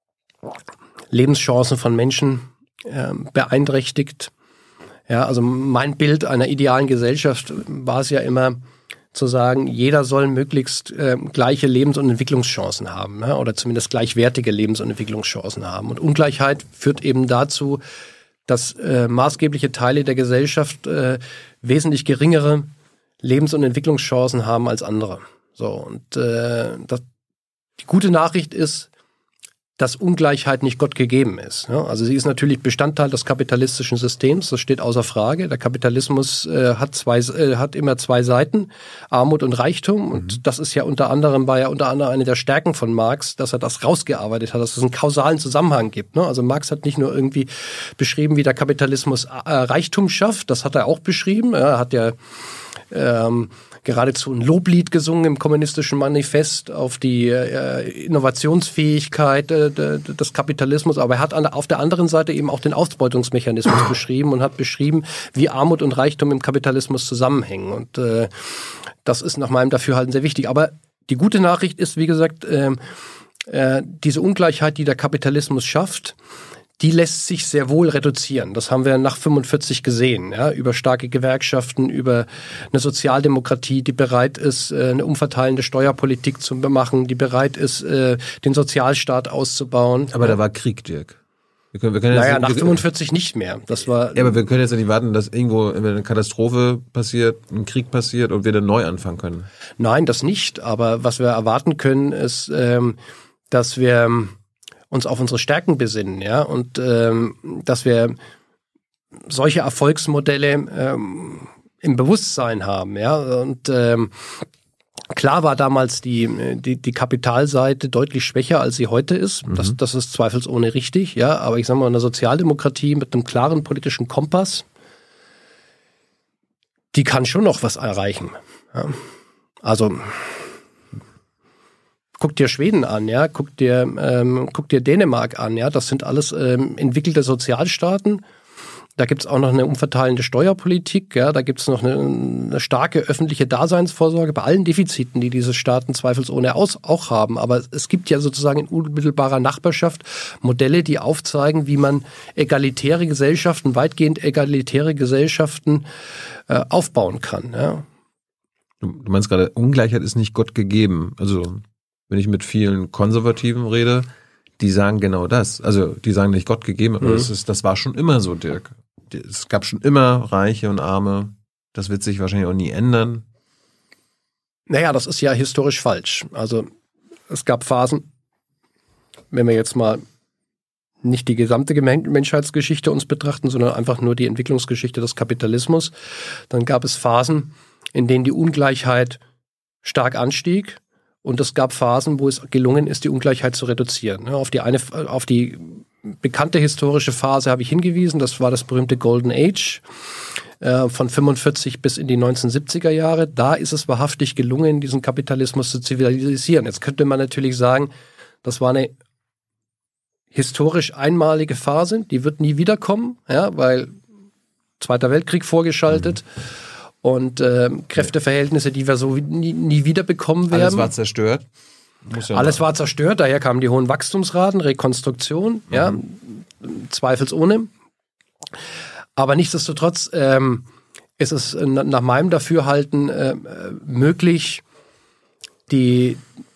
Lebenschancen von Menschen beeinträchtigt. Ja, also mein Bild einer idealen Gesellschaft war es ja immer zu sagen, jeder soll möglichst äh, gleiche Lebens- und Entwicklungschancen haben, ja, oder zumindest gleichwertige Lebens- und Entwicklungschancen haben. Und Ungleichheit führt eben dazu, dass äh, maßgebliche Teile der Gesellschaft äh, wesentlich geringere Lebens- und Entwicklungschancen haben als andere. So, und äh, das, die gute Nachricht ist, dass Ungleichheit nicht Gott gegeben ist. Ja, also sie ist natürlich Bestandteil des kapitalistischen Systems, das steht außer Frage. Der Kapitalismus äh, hat zwei, äh, hat immer zwei Seiten, Armut und Reichtum. Und mhm. das ist ja unter anderem, war ja unter anderem eine der Stärken von Marx, dass er das rausgearbeitet hat, dass es einen kausalen Zusammenhang gibt. Ne? Also Marx hat nicht nur irgendwie beschrieben, wie der Kapitalismus äh, Reichtum schafft, das hat er auch beschrieben. Er hat ja ähm, geradezu ein Loblied gesungen im kommunistischen Manifest auf die äh, Innovationsfähigkeit äh, des Kapitalismus, aber er hat an, auf der anderen Seite eben auch den Ausbeutungsmechanismus beschrieben und hat beschrieben, wie Armut und Reichtum im Kapitalismus zusammenhängen. Und äh, das ist nach meinem Dafürhalten sehr wichtig. Aber die gute Nachricht ist, wie gesagt, äh, äh, diese Ungleichheit, die der Kapitalismus schafft, die lässt sich sehr wohl reduzieren. Das haben wir nach fünfundvierzig gesehen, ja, über starke Gewerkschaften, über eine Sozialdemokratie, die bereit ist, eine umverteilende Steuerpolitik zu machen, die bereit ist, den Sozialstaat auszubauen. Aber da war Krieg, Dirk. Wir können, wir können naja, jetzt, nach wir, fünfundvierzig nicht mehr. Das war. Ja, aber wir können jetzt ja nicht warten, dass irgendwo eine Katastrophe passiert, ein Krieg passiert und wir dann neu anfangen können. Nein, das nicht. Aber was wir erwarten können, ist, ähm, dass wir uns auf unsere Stärken besinnen, ja, und ähm, dass wir solche Erfolgsmodelle ähm, im Bewusstsein haben, ja, und ähm, klar war damals die, die, die Kapitalseite deutlich schwächer, als sie heute ist. Mhm. Das, das ist zweifelsohne richtig, ja, aber ich sage mal, eine Sozialdemokratie mit einem klaren politischen Kompass, die kann schon noch was erreichen, ja. Also guck dir Schweden an, ja, guck dir, ähm, guck dir Dänemark an, ja, das sind alles ähm, entwickelte Sozialstaaten. Da gibt's auch noch eine umverteilende Steuerpolitik, ja, da gibt's noch eine, eine starke öffentliche Daseinsvorsorge bei allen Defiziten, die diese Staaten zweifelsohne aus, auch haben. Aber es gibt ja sozusagen in unmittelbarer Nachbarschaft Modelle, die aufzeigen, wie man egalitäre Gesellschaften, weitgehend egalitäre Gesellschaften äh, aufbauen kann. Ja. Du, du meinst gerade, Ungleichheit ist nicht Gott gegeben. Also wenn ich mit vielen Konservativen rede, die sagen genau das. Also die sagen nicht Gott gegeben, aber mhm. das ist, das war schon immer so, Dirk. Es gab schon immer Reiche und Arme. Das wird sich wahrscheinlich auch nie ändern. Naja, das ist ja historisch falsch. Also es gab Phasen, wenn wir jetzt mal nicht die gesamte Menschheitsgeschichte uns betrachten, sondern einfach nur die Entwicklungsgeschichte des Kapitalismus, dann gab es Phasen, in denen die Ungleichheit stark anstieg. Und es gab Phasen, wo es gelungen ist, die Ungleichheit zu reduzieren. Auf die eine, auf die bekannte historische Phase habe ich hingewiesen. Das war das berühmte Golden Age äh, von fünfundvierzig bis in die neunzehnhundertsiebziger Jahre. Da ist es wahrhaftig gelungen, diesen Kapitalismus zu zivilisieren. Jetzt könnte man natürlich sagen, das war eine historisch einmalige Phase. Die wird nie wiederkommen, ja, weil Zweiter Weltkrieg vorgeschaltet. Mhm. Und äh, Kräfteverhältnisse, die wir so nie, nie wieder bekommen werden. Alles war zerstört. Muss ja Alles war zerstört, daher kamen die hohen Wachstumsraten, Rekonstruktion, mhm. ja, zweifelsohne. Aber nichtsdestotrotz ähm, ist es nach meinem Dafürhalten äh, möglich, die,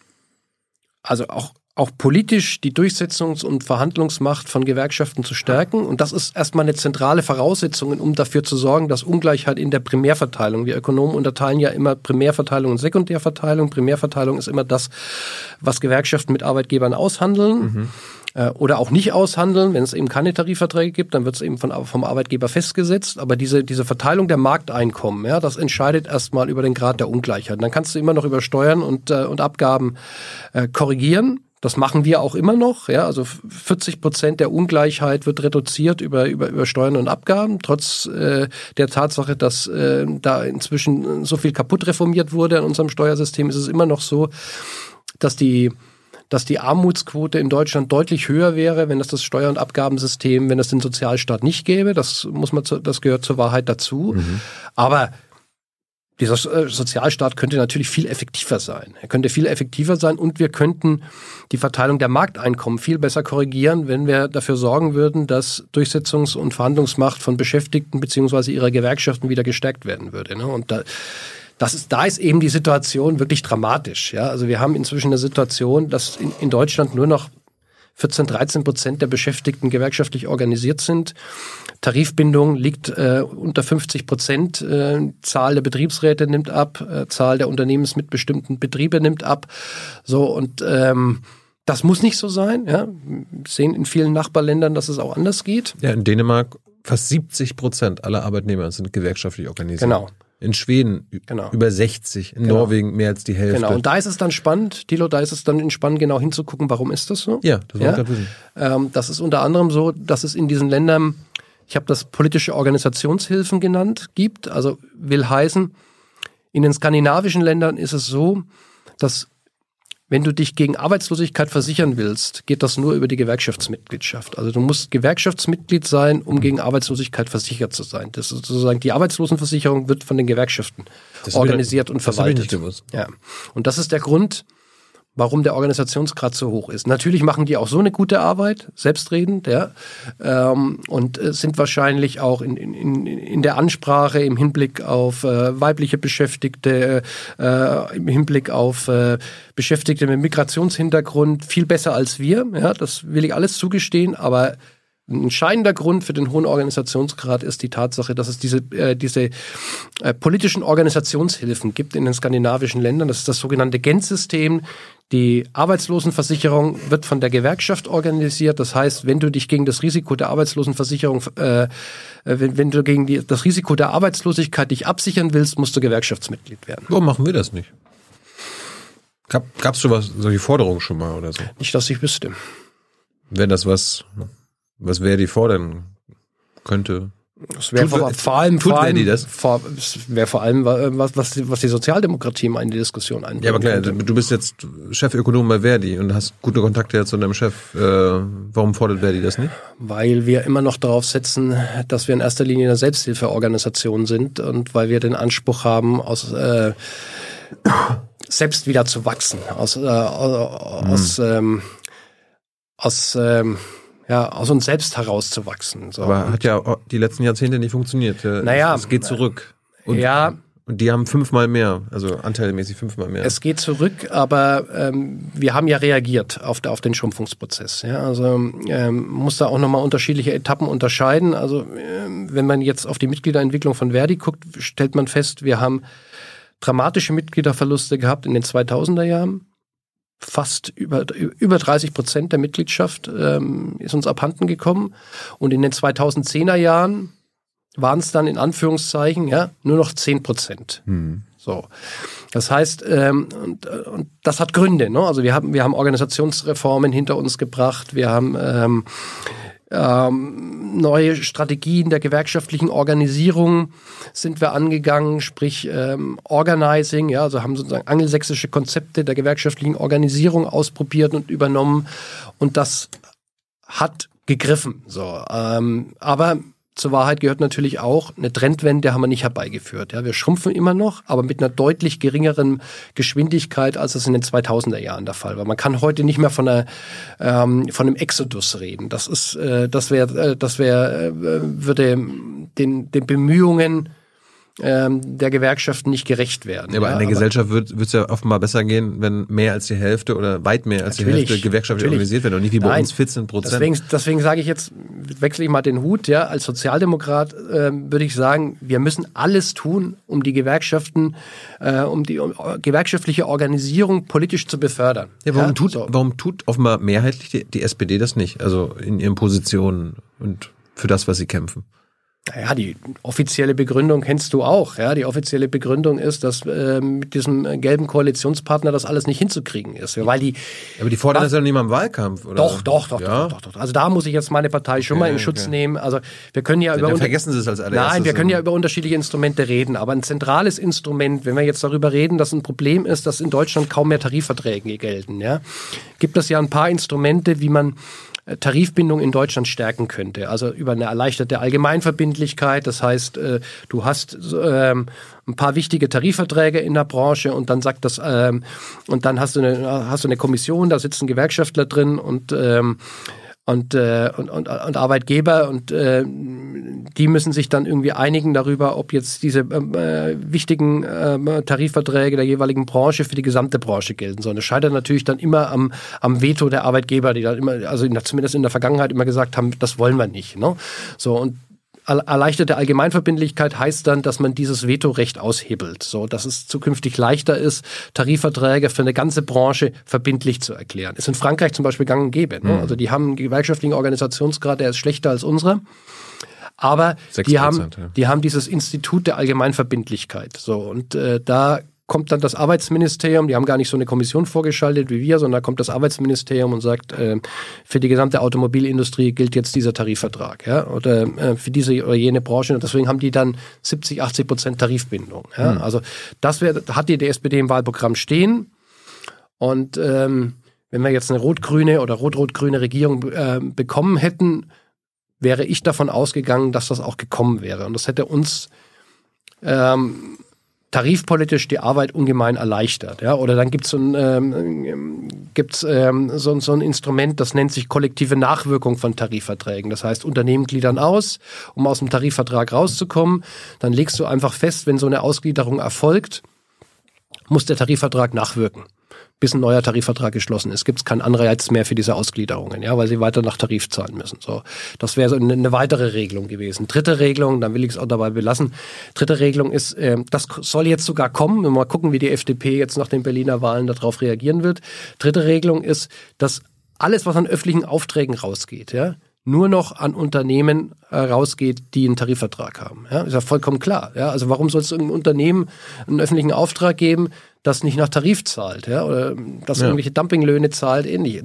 also auch auch politisch die Durchsetzungs- und Verhandlungsmacht von Gewerkschaften zu stärken. Und das ist erstmal eine zentrale Voraussetzung, um dafür zu sorgen, dass Ungleichheit in der Primärverteilung, wir Ökonomen unterteilen ja immer Primärverteilung und Sekundärverteilung. Primärverteilung ist immer das, was Gewerkschaften mit Arbeitgebern aushandeln. Mhm. äh, oder auch nicht aushandeln. Wenn es eben keine Tarifverträge gibt, dann wird es eben von, vom Arbeitgeber festgesetzt. Aber diese, diese Verteilung der Markteinkommen, ja, das entscheidet erstmal über den Grad der Ungleichheit. Dann kannst du immer noch über Steuern und, äh, und Abgaben äh, korrigieren. Das machen wir auch immer noch. Ja, also vierzig Prozent der Ungleichheit wird reduziert über, über, über Steuern und Abgaben, trotz äh, der Tatsache, dass äh, da inzwischen so viel kaputt reformiert wurde an unserem Steuersystem, ist es immer noch so, dass die dass die Armutsquote in Deutschland deutlich höher wäre, wenn es das Steuer- und Abgabensystem, wenn es den Sozialstaat nicht gäbe. Das muss man, zu, das gehört zur Wahrheit dazu. Mhm. Aber dieser Sozialstaat könnte natürlich viel effektiver sein. Er könnte viel effektiver sein und wir könnten die Verteilung der Markteinkommen viel besser korrigieren, wenn wir dafür sorgen würden, dass Durchsetzungs- und Verhandlungsmacht von Beschäftigten bzw. ihrer Gewerkschaften wieder gestärkt werden würde. Und da, das ist, da ist eben die Situation wirklich dramatisch. Ja? Also wir haben inzwischen eine Situation, dass in, in Deutschland nur noch vierzehn, dreizehn Prozent der Beschäftigten gewerkschaftlich organisiert sind. Tarifbindung liegt äh, unter fünfzig Prozent. Äh, Zahl der Betriebsräte nimmt ab. Äh, Zahl der unternehmensmitbestimmten Betriebe nimmt ab. So und ähm, das muss nicht so sein. Ja? Wir sehen in vielen Nachbarländern, dass es auch anders geht. Ja, in Dänemark fast siebzig Prozent aller Arbeitnehmer sind gewerkschaftlich organisiert. Genau. In Schweden genau. über sechzig, in genau. Norwegen mehr als die Hälfte. Genau, und da ist es dann spannend, Thilo, da ist es dann spannend, genau hinzugucken, warum ist das so? Ja, das wollte ich gerade wissen. Ähm, das ist unter anderem so, dass es in diesen Ländern, ich habe das politische Organisationshilfen genannt, gibt. Also will heißen, in den skandinavischen Ländern ist es so, dass wenn du dich gegen Arbeitslosigkeit versichern willst, geht das nur über die Gewerkschaftsmitgliedschaft. Also du musst Gewerkschaftsmitglied sein, um gegen Arbeitslosigkeit versichert zu sein. Das ist sozusagen die Arbeitslosenversicherung wird von den Gewerkschaften das organisiert und verwaltet. Das habe ich nicht gewusst. Ja. Und das ist der Grund, warum der Organisationsgrad so hoch ist. Natürlich machen die auch so eine gute Arbeit, selbstredend, ja, ähm, und äh, sind wahrscheinlich auch in, in, in der Ansprache im Hinblick auf äh, weibliche Beschäftigte, äh, im Hinblick auf äh, Beschäftigte mit Migrationshintergrund viel besser als wir. Ja, das will ich alles zugestehen, aber ein entscheidender Grund für den hohen Organisationsgrad ist die Tatsache, dass es diese, äh, diese äh, politischen Organisationshilfen gibt in den skandinavischen Ländern. Das ist das sogenannte Gent-System. Die Arbeitslosenversicherung wird von der Gewerkschaft organisiert. Das heißt, wenn du dich gegen das Risiko der Arbeitslosenversicherung, äh, wenn, wenn du gegen die, das Risiko der Arbeitslosigkeit dich absichern willst, musst du Gewerkschaftsmitglied werden. Warum machen wir das nicht? Gab es schon was, solche Forderungen schon mal oder so? Nicht, dass ich wüsste. Wäre das was... Was wäre die fordern könnte? Das wäre vor, vor allem, vor allem, das? Vor, wäre vor allem was, was, die, was die Sozialdemokratie mal in die Diskussion einbringt. Ja, aber klar, könnte. Du bist jetzt Chefökonom bei Verdi und hast gute Kontakte jetzt zu deinem Chef. Äh, warum fordert Verdi das nicht? Weil wir immer noch darauf setzen, dass wir in erster Linie eine Selbsthilfeorganisation sind und weil wir den Anspruch haben, aus äh, selbst wieder zu wachsen, aus äh, aus hm. ähm, aus ähm, ja, aus uns selbst herauszuwachsen. So. Aber hat ja die letzten Jahrzehnte nicht funktioniert. Naja. Es geht zurück. Und, ja. Und die haben fünfmal mehr, also anteilmäßig fünfmal mehr. Es geht zurück, aber ähm, wir haben ja reagiert auf, auf den Schrumpfungsprozess. Ja? Also ähm, muss da auch nochmal unterschiedliche Etappen unterscheiden. Also ähm, wenn man jetzt auf die Mitgliederentwicklung von Verdi guckt, stellt man fest, wir haben dramatische Mitgliederverluste gehabt in den zweitausender Jahren. Fast über, über dreißig Prozent der Mitgliedschaft ähm, ist uns abhanden gekommen. Und in den zweitausendzehner Jahren waren es dann in Anführungszeichen ja nur noch zehn Prozent. Hm. So. Das heißt, ähm, und, und das hat Gründe. Ne? Also wir haben, wir haben Organisationsreformen hinter uns gebracht. Wir haben ähm, ähm, neue Strategien der gewerkschaftlichen Organisierung sind wir angegangen, sprich ähm, Organizing, ja, also haben sozusagen angelsächsische Konzepte der gewerkschaftlichen Organisierung ausprobiert und übernommen und das hat gegriffen. So, ähm, aber zur Wahrheit gehört natürlich auch, eine Trendwende haben wir nicht herbeigeführt. Ja, wir schrumpfen immer noch, aber mit einer deutlich geringeren Geschwindigkeit, als es in den zweitausender Jahren der Fall war. Man kann heute nicht mehr von einer ähm, von einem Exodus reden. Das ist, äh, das wäre, äh, das wäre, äh, würde den den Bemühungen ähm, der Gewerkschaften nicht gerecht werden. Ja, aber in der Gesellschaft wird es ja offenbar besser gehen, wenn mehr als die Hälfte oder weit mehr als die Hälfte gewerkschaftlich organisiert wird und nicht wie bei Nein, uns vierzehn Prozent. Deswegen, deswegen sage ich jetzt, wechsle ich mal den Hut, ja, als Sozialdemokrat äh, würde ich sagen, wir müssen alles tun, um die Gewerkschaften, äh, um die um, gewerkschaftliche Organisierung politisch zu befördern. Ja, warum, ja, tut, so. warum tut offenbar mehrheitlich die, die S P D das nicht? Also in ihren Positionen und für das, was sie kämpfen. Ja, die offizielle Begründung kennst du auch. Ja, die offizielle Begründung ist, dass äh, mit diesem gelben Koalitionspartner das alles nicht hinzukriegen ist. Weil die, aber die fordern was, das ja noch nicht mal im Wahlkampf, oder? Doch, doch, doch, ja? doch, doch, doch. Also da muss ich jetzt meine Partei schon okay, mal in Schutz okay. nehmen. Also wir können ja, ja über... Dann vergessen Sie es als allererstes. Nein, wir können ja über unterschiedliche Instrumente reden. Aber ein zentrales Instrument, wenn wir jetzt darüber reden, dass ein Problem ist, dass in Deutschland kaum mehr Tarifverträge gelten, ja, gibt es ja ein paar Instrumente, wie man Tarifbindung in Deutschland stärken könnte. Also über eine erleichterte Allgemeinverbindlichkeit. Das heißt, du hast ähm, ein paar wichtige Tarifverträge in der Branche und dann sagt das, ähm, und dann hast du eine, hast du eine Kommission, da sitzen Gewerkschaftler drin und ähm, Und, äh, und, und, und Arbeitgeber und äh, die müssen sich dann irgendwie einigen darüber, ob jetzt diese äh, wichtigen äh, Tarifverträge der jeweiligen Branche für die gesamte Branche gelten sollen. Das scheitert natürlich dann immer am, am Veto der Arbeitgeber, die dann immer, also in der, zumindest in der Vergangenheit immer gesagt haben, das wollen wir nicht. Ne? So, und erleichterte Allgemeinverbindlichkeit heißt dann, dass man dieses Vetorecht aushebelt, so dass es zukünftig leichter ist, Tarifverträge für eine ganze Branche verbindlich zu erklären. Ist in Frankreich zum Beispiel gang und gäbe. Ne? Mhm. Also die haben einen gewerkschaftlichen Organisationsgrad, der ist schlechter als unsere. Aber die haben, ja. die haben dieses Institut der Allgemeinverbindlichkeit. So, und äh, da kommt dann das Arbeitsministerium, die haben gar nicht so eine Kommission vorgeschaltet wie wir, sondern da kommt das Arbeitsministerium und sagt, äh, für die gesamte Automobilindustrie gilt jetzt dieser Tarifvertrag, ja, oder äh, für diese oder jene Branche. Und deswegen haben die dann siebzig, achtzig Prozent Tarifbindung. Ja. Mhm. Also das wär, hat die, die S P D im Wahlprogramm stehen. Und ähm, wenn wir jetzt eine rot-grüne oder rot-rot-grüne Regierung äh, bekommen hätten, wäre ich davon ausgegangen, dass das auch gekommen wäre. Und das hätte uns ähm, tarifpolitisch die Arbeit ungemein erleichtert. Ja? Oder dann gibt es so ein, ähm, gibt's, ähm, so, so ein Instrument, das nennt sich kollektive Nachwirkung von Tarifverträgen. Das heißt, Unternehmen gliedern aus, um aus dem Tarifvertrag rauszukommen. Dann legst du einfach fest, wenn so eine Ausgliederung erfolgt, muss der Tarifvertrag nachwirken, bis ein neuer Tarifvertrag geschlossen ist. Gibt es keinen Anreiz mehr für diese Ausgliederungen, ja, weil sie weiter nach Tarif zahlen müssen. So, das wäre so eine, eine weitere Regelung gewesen. Dritte Regelung, dann will ich es auch dabei belassen. Dritte Regelung ist, äh, das soll jetzt sogar kommen. Mal gucken, wie die F D P jetzt nach den Berliner Wahlen darauf reagieren wird. Dritte Regelung ist, dass alles, was an öffentlichen Aufträgen rausgeht, ja, nur noch an Unternehmen äh, rausgeht, die einen Tarifvertrag haben. Ja, ist ja vollkommen klar. Ja, also warum soll es irgendein Unternehmen einen öffentlichen Auftrag geben, das nicht nach Tarif zahlt, ja, oder das ja. irgendwelche Dumpinglöhne zahlt, ähnlich.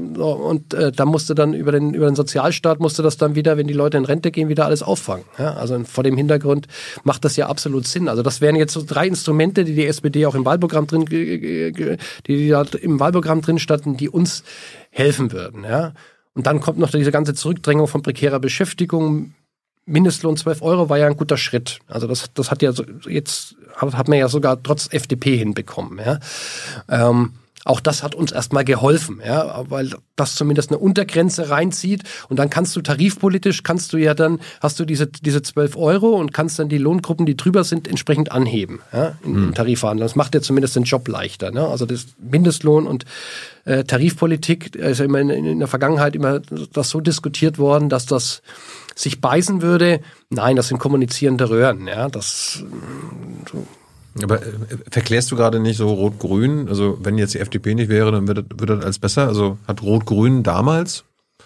Und äh, da musste dann über den über den Sozialstaat musste das dann wieder, wenn die Leute in Rente gehen, wieder alles auffangen. Ja, also vor dem Hintergrund macht das ja absolut Sinn. Also das wären jetzt so drei Instrumente, die die S P D auch im Wahlprogramm drin, die, die da im Wahlprogramm drin standen, die uns helfen würden. Ja. Und dann kommt noch diese ganze Zurückdrängung von prekärer Beschäftigung. Mindestlohn zwölf Euro war ja ein guter Schritt. Also das, das hat ja so, jetzt hat man ja sogar trotz F D P hinbekommen. Ja. Ähm, auch das hat uns erstmal geholfen, ja, weil das zumindest eine Untergrenze reinzieht. Und dann kannst du tarifpolitisch, kannst du ja dann, hast du diese diese zwölf Euro und kannst dann die Lohngruppen, die drüber sind, entsprechend anheben, ja, im, im Tarifverhandlung. Das macht ja zumindest den Job leichter. Ne? Also das Mindestlohn und äh, Tarifpolitik ist immer in, in der Vergangenheit immer das so diskutiert worden, dass das sich beißen würde. Nein, das sind kommunizierende Röhren. Ja, das so. Aber äh, verklärst du gerade nicht so Rot-Grün? Also wenn jetzt die F D P nicht wäre, dann wird das, wird das alles besser. Also hat Rot-Grün damals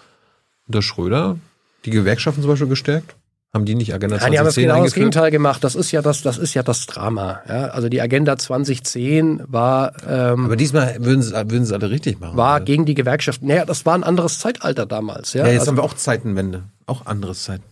unter Schröder die Gewerkschaften zum Beispiel gestärkt? Haben die nicht Agenda Nein, zwanzig zehn die haben genau eingeführt? das Gegenteil gemacht. Das ist ja das, das ist ja das Drama. Ja, also die Agenda zwanzig zehn war. Ähm, Aber diesmal würden sie würden sie alle richtig machen. War oder? Gegen die Gewerkschaften. Naja, das war ein anderes Zeitalter damals. Ja, ja jetzt also, haben wir auch Zeitenwende, auch anderes Zeiten.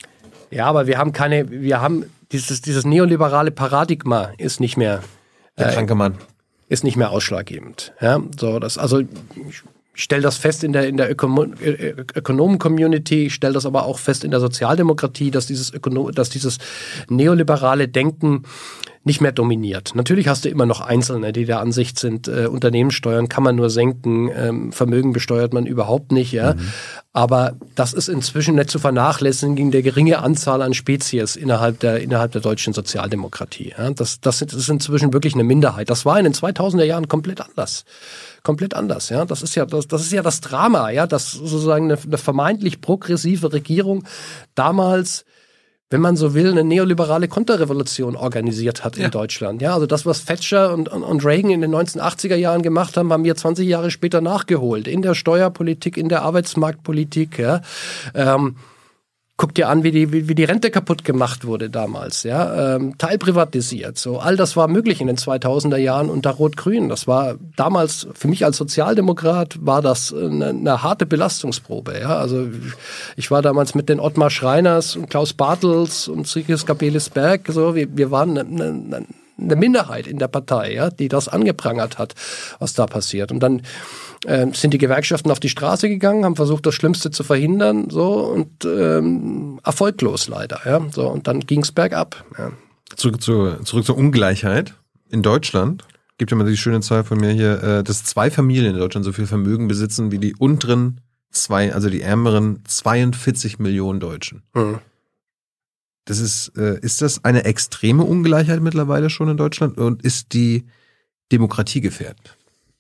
Ja, aber wir haben keine, wir haben dieses, dieses neoliberale Paradigma ist nicht mehr, der äh, kranke Mann. Ist nicht mehr ausschlaggebend. Ja, so, das, also, ich stelle das fest in der, in der Ökonom- Ökonomen-Community, ich stelle das aber auch fest in der Sozialdemokratie, dass dieses Ökono- dass dieses neoliberale Denken nicht mehr dominiert. Natürlich hast du immer noch Einzelne, die der Ansicht sind, äh, Unternehmenssteuern kann man nur senken, ähm, Vermögen besteuert man überhaupt nicht, ja. Mhm. Aber das ist inzwischen nicht zu vernachlässigen gegen der geringe Anzahl an Spezies innerhalb der innerhalb der deutschen Sozialdemokratie. Ja. Das, das, das ist inzwischen wirklich eine Minderheit. Das war in den zweitausender Jahren komplett anders. Komplett anders, ja. Das ist ja das, das ist ja das Drama, ja, dass sozusagen eine, eine vermeintlich progressive Regierung damals, wenn man so will, eine neoliberale Konterrevolution organisiert hat in ja. Deutschland. Ja, also das, was Thatcher und, und, und Reagan in den neunzehnhundertachtziger Jahren gemacht haben, haben wir zwanzig Jahre später nachgeholt. In der Steuerpolitik, in der Arbeitsmarktpolitik. Ja. Ähm, guck dir an, wie die, wie, wie die Rente kaputt gemacht wurde damals. Ja. Ähm, teilprivatisiert. So, all das war möglich in den zweitausender Jahren unter Rot-Grün. Das war damals, für mich als Sozialdemokrat, war das eine, eine harte Belastungsprobe. Ja. Also ich war damals mit den Ottmar Schreiners und Klaus Bartels und Sigrid Gabelis-Berg, so, wir, wir waren eine, eine, eine Minderheit in der Partei, ja, die das angeprangert hat, was da passiert. Und dann äh, sind die Gewerkschaften auf die Straße gegangen, haben versucht, das Schlimmste zu verhindern, so, und ähm, erfolglos leider, ja, so, und dann ging's bergab. Ja. Zurück zur, zurück zur Ungleichheit. In Deutschland gibt ja mal die schöne Zahl von mir hier, äh, dass zwei Familien in Deutschland so viel Vermögen besitzen wie die unteren zwei, also die ärmeren zweiundvierzig Millionen Deutschen. Mhm. Das ist, äh, ist das eine extreme Ungleichheit mittlerweile schon in Deutschland und ist die Demokratie gefährdet?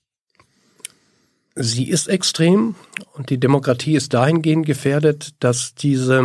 Sie ist extrem und die Demokratie ist dahingehend gefährdet, dass diese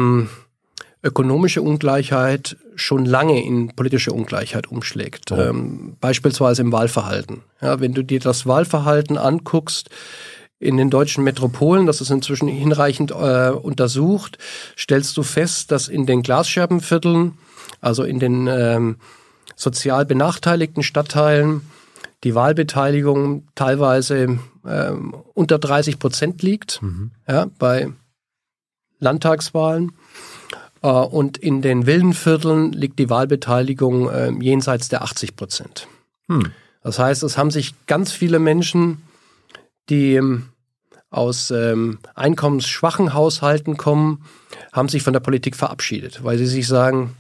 ökonomische Ungleichheit schon lange in politische Ungleichheit umschlägt. Oh. Ähm, beispielsweise im Wahlverhalten. Ja, wenn du dir das Wahlverhalten anguckst, in den deutschen Metropolen, das ist inzwischen hinreichend äh, untersucht, stellst du fest, dass in den Glasscherbenvierteln, also in den ähm, sozial benachteiligten Stadtteilen, die Wahlbeteiligung teilweise ähm, unter dreißig Prozent liegt, mhm. ja, bei Landtagswahlen. Äh, und in den wilden Vierteln liegt die Wahlbeteiligung äh, jenseits der achtzig Prozent. Hm. Das heißt, es haben sich ganz viele Menschen, die ähm, aus ähm, einkommensschwachen Haushalten kommen, haben sich von der Politik verabschiedet, weil sie sich sagen,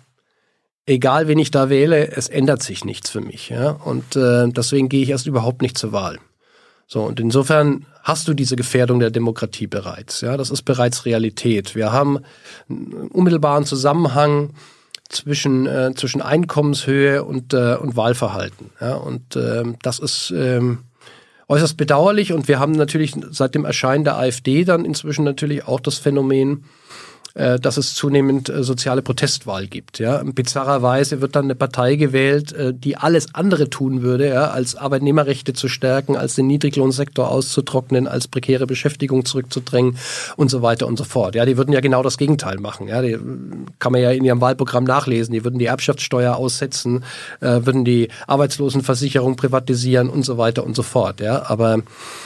egal wen ich da wähle, es ändert sich nichts für mich. Ja? Und äh, deswegen gehe ich erst überhaupt nicht zur Wahl. So, und insofern hast du diese Gefährdung der Demokratie bereits. Ja? Das ist bereits Realität. Wir haben einen unmittelbaren Zusammenhang zwischen, äh, zwischen Einkommenshöhe und, äh, und Wahlverhalten. Ja? Und äh, das ist ähm, äußerst bedauerlich, und wir haben natürlich seit dem Erscheinen der AfD dann inzwischen natürlich auch das Phänomen, äh, dass es zunehmend äh, soziale Protestwahl gibt. Ja? Bizarrerweise wird dann eine Partei gewählt, äh, die alles andere tun würde, ja, als Arbeitnehmerrechte zu stärken, als den Niedriglohnsektor auszutrocknen, als prekäre Beschäftigung zurückzudrängen und so weiter und so fort. Ja, die würden ja genau das Gegenteil machen. Ja? Die kann man ja in ihrem Wahlprogramm nachlesen. Die würden die Erbschaftssteuer aussetzen, äh, würden die Arbeitslosenversicherung privatisieren und so weiter und so fort. Ja? Aber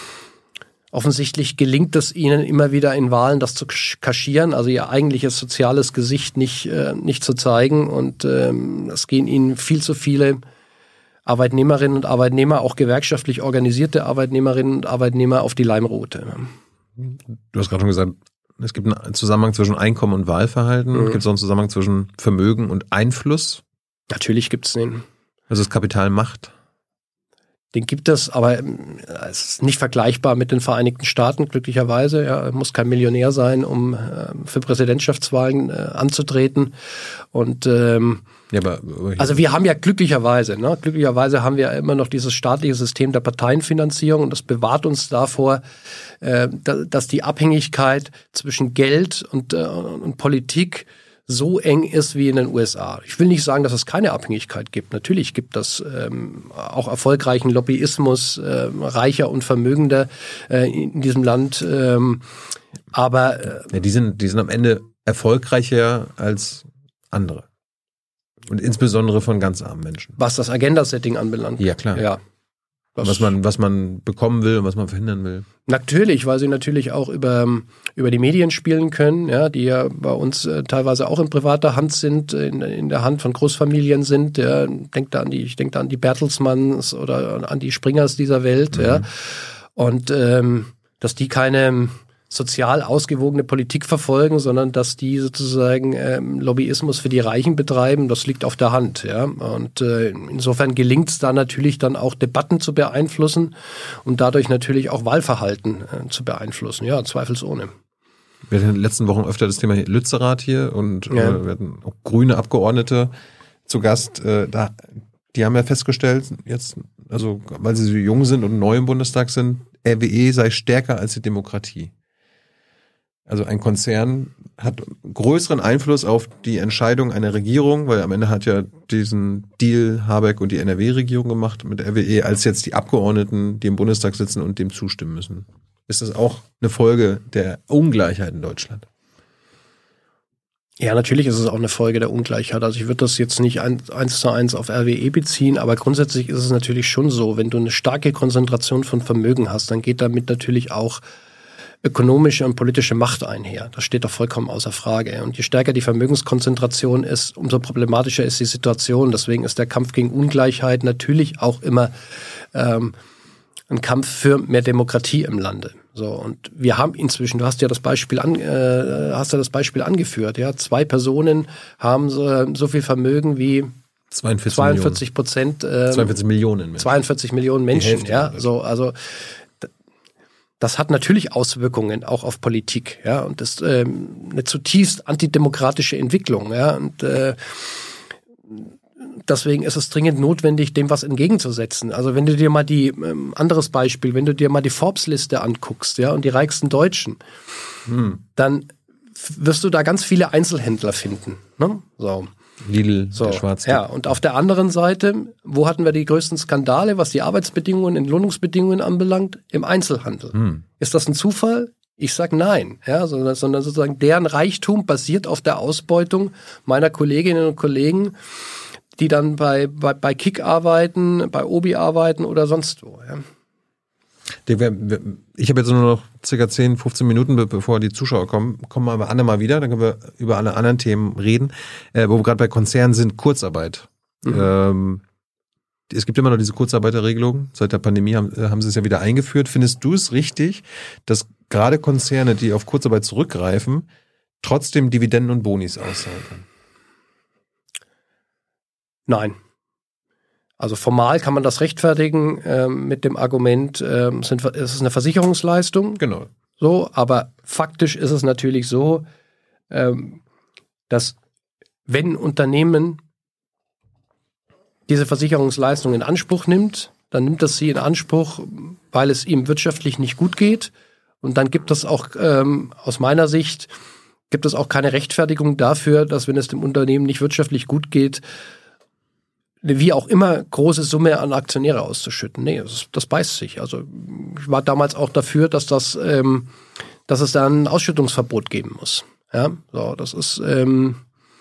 offensichtlich gelingt es ihnen immer wieder in Wahlen, das zu kaschieren, also ihr eigentliches soziales Gesicht nicht, äh, nicht zu zeigen. Und ähm, es gehen ihnen viel zu viele Arbeitnehmerinnen und Arbeitnehmer, auch gewerkschaftlich organisierte Arbeitnehmerinnen und Arbeitnehmer, auf die Leimrute. Du hast gerade schon gesagt, es gibt einen Zusammenhang zwischen Einkommen und Wahlverhalten. Mhm. Gibt es auch einen Zusammenhang zwischen Vermögen und Einfluss? Natürlich gibt es den. Also das Kapital Macht? Den gibt es, aber es ist nicht vergleichbar mit den Vereinigten Staaten, glücklicherweise. Ja, muss kein Millionär sein, um äh, für Präsidentschaftswahlen äh, anzutreten. Und ähm, ja, aber, also wir haben ja glücklicherweise, ne, glücklicherweise haben wir immer noch dieses staatliche System der Parteienfinanzierung, und das bewahrt uns davor, äh, da, dass die Abhängigkeit zwischen Geld und, äh, und Politik so eng ist wie in den U S A. Ich will nicht sagen, dass es keine Abhängigkeit gibt. Natürlich gibt es ähm, auch erfolgreichen Lobbyismus äh, reicher und Vermögender äh, in diesem Land. Ähm, aber äh, ja, die sind, die sind am Ende erfolgreicher als andere. Und insbesondere von ganz armen Menschen. Was das Agenda-Setting anbelangt. Ja, klar. Ja. Was, was man, was man bekommen will und was man verhindern will. Natürlich, weil sie natürlich auch über, über die Medien spielen können, ja, die ja bei uns äh, teilweise auch in privater Hand sind, in, in der Hand von Großfamilien sind. Ja. Denk da an die, ich denke da an die Bertelsmanns oder an die Springers dieser Welt. Mhm. Ja. Und ähm, dass die keine sozial ausgewogene Politik verfolgen, sondern dass die sozusagen ähm, Lobbyismus für die Reichen betreiben. Das liegt auf der Hand. Ja? Und äh, insofern gelingt es da natürlich dann auch Debatten zu beeinflussen und dadurch natürlich auch Wahlverhalten äh, zu beeinflussen. Ja, zweifelsohne. Wir hatten in den letzten Wochen öfter das Thema Lützerath hier und Ja. äh, wir hatten auch grüne Abgeordnete zu Gast. Äh, da, die haben ja festgestellt, jetzt, also weil sie so jung sind und neu im Bundestag sind, R W E sei stärker als die Demokratie. Also ein Konzern hat größeren Einfluss auf die Entscheidung einer Regierung, weil am Ende hat ja diesen Deal Habeck und die N R W-Regierung gemacht mit R W E, als jetzt die Abgeordneten, die im Bundestag sitzen und dem zustimmen müssen. Ist das auch eine Folge der Ungleichheit in Deutschland? Ja, natürlich ist es auch eine Folge der Ungleichheit. Also ich würde das jetzt nicht eins, eins zu eins auf R W E beziehen, aber grundsätzlich ist es natürlich schon so, wenn du eine starke Konzentration von Vermögen hast, dann geht damit natürlich auch ökonomische und politische Macht einher. Das steht doch vollkommen außer Frage. Und je stärker die Vermögenskonzentration ist, umso problematischer ist die Situation. Deswegen ist der Kampf gegen Ungleichheit natürlich auch immer ähm, ein Kampf für mehr Demokratie im Lande. So, und wir haben inzwischen, du hast ja das Beispiel an, äh, hast ja das Beispiel angeführt, ja, zwei Personen haben so, so viel Vermögen wie zweiundvierzig, zweiundvierzig Prozent, äh, zweiundvierzig Millionen Menschen. zweiundvierzig Millionen Menschen, Hälfte ja, der so, also das hat natürlich Auswirkungen auch auf Politik, ja, und das ist ähm, eine zutiefst antidemokratische Entwicklung, ja, und äh, deswegen ist es dringend notwendig, dem was entgegenzusetzen. Also wenn du dir mal die, ähm, anderes Beispiel, wenn du dir mal die Forbes-Liste anguckst, ja, und die reichsten Deutschen, hm. dann f- wirst du da ganz viele Einzelhändler finden, ne? So. Lidl, So, der Schwarze. ja, und auf der anderen Seite, wo hatten wir die größten Skandale, was die Arbeitsbedingungen, Entlohnungsbedingungen anbelangt? Im Einzelhandel. Hm. Ist das ein Zufall? Ich sag nein, ja, sondern, sondern sozusagen deren Reichtum basiert auf der Ausbeutung meiner Kolleginnen und Kollegen, die dann bei, bei, bei Kick arbeiten, bei Obi arbeiten oder sonst wo. Ja. Ich habe jetzt nur noch circa zehn, fünfzehn Minuten, bevor die Zuschauer kommen. Kommen wir aber Anne mal wieder, dann können wir über alle anderen Themen reden. Äh, wo wir gerade bei Konzernen sind, Kurzarbeit. Mhm. Ähm, es gibt immer noch diese Kurzarbeiterregelung. Seit der Pandemie haben, haben sie es ja wieder eingeführt. Findest du es richtig, dass gerade Konzerne, die auf Kurzarbeit zurückgreifen, trotzdem Dividenden und Bonis auszahlen können? Nein. Also formal kann man das rechtfertigen ähm, mit dem Argument, ähm, sind, es ist eine Versicherungsleistung. Genau. So, aber faktisch ist es natürlich so, ähm, dass wenn ein Unternehmen diese Versicherungsleistung in Anspruch nimmt, dann nimmt das sie in Anspruch, weil es ihm wirtschaftlich nicht gut geht. Und dann gibt es auch ähm, aus meiner Sicht gibt es auch keine Rechtfertigung dafür, dass wenn es dem Unternehmen nicht wirtschaftlich gut geht, eine wie auch immer große Summe an Aktionäre auszuschütten. Nee, das, das beißt sich. Also ich war damals auch dafür, dass das, ähm, dass es da ein Ausschüttungsverbot geben muss. Ja, so, das ist ähm,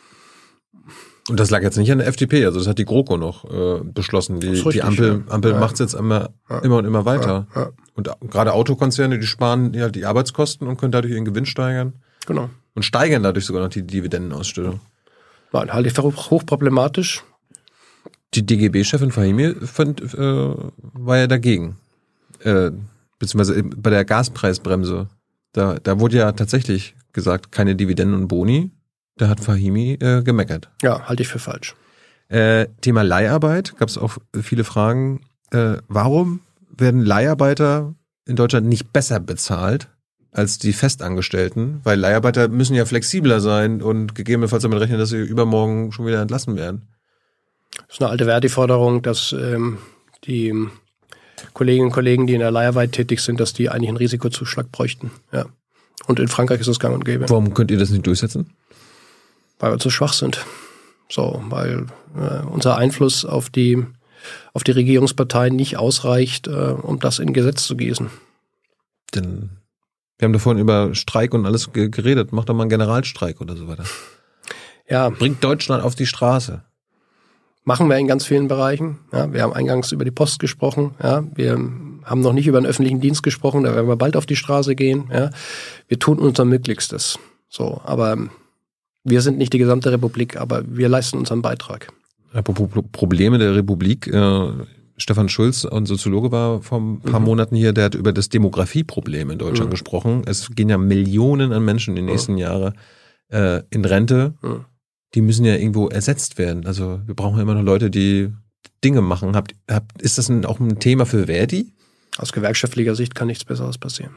und das lag jetzt nicht an der F D P, also das hat die GroKo noch äh, beschlossen. Die, richtig, die Ampel, ja. Ampel ja. macht es jetzt immer, ja. immer und immer weiter. Ja. Ja. Und gerade Autokonzerne, die sparen ja die Arbeitskosten und können dadurch ihren Gewinn steigern. Genau. Und steigern dadurch sogar noch die Dividendenausstellung. Nein, halte ich für hochproblematisch. Die D G B-Chefin Fahimi fand, äh, war ja dagegen. Äh, beziehungsweise bei der Gaspreisbremse. Da, da wurde ja tatsächlich gesagt, keine Dividenden und Boni. Da hat Fahimi äh, gemeckert. Ja, halte ich für falsch. Äh, Thema Leiharbeit, gab es auch viele Fragen. Äh, warum werden Leiharbeiter in Deutschland nicht besser bezahlt als die Festangestellten? Weil Leiharbeiter müssen ja flexibler sein und gegebenenfalls damit rechnen, dass sie übermorgen schon wieder entlassen werden. Das ist eine alte Verdi-Forderung, dass ähm, die Kolleginnen und Kollegen, die in der Leiharbeit tätig sind, dass die eigentlich einen Risikozuschlag bräuchten. Ja. Und in Frankreich ist es gang und gäbe. Warum könnt ihr das nicht durchsetzen? Weil wir zu schwach sind. So, weil äh, unser Einfluss auf die, auf die Regierungsparteien nicht ausreicht, äh, um das in Gesetz zu gießen. Denn wir haben da vorhin über Streik und alles ge- geredet. Macht doch mal einen Generalstreik oder so weiter. Ja. Bringt Deutschland auf die Straße. Machen wir in ganz vielen Bereichen. Ja, wir haben eingangs über die Post gesprochen. Ja, wir haben noch nicht über den öffentlichen Dienst gesprochen. Da werden wir bald auf die Straße gehen. Ja, wir tun unser Möglichstes. So, aber wir sind nicht die gesamte Republik, aber wir leisten unseren Beitrag. Apropos Probleme der Republik. Äh, Stefan Schulz, ein Soziologe, war vor ein paar mhm. Monaten hier, der hat über das Demografieproblem in Deutschland mhm. gesprochen. Es gehen ja Millionen an Menschen in den nächsten mhm. Jahren äh, in Rente. Mhm. Die müssen ja irgendwo ersetzt werden. Also wir brauchen ja immer noch Leute, die Dinge machen. Habt, habt, ist das ein, auch ein Thema für Verdi? Aus gewerkschaftlicher Sicht kann nichts Besseres passieren.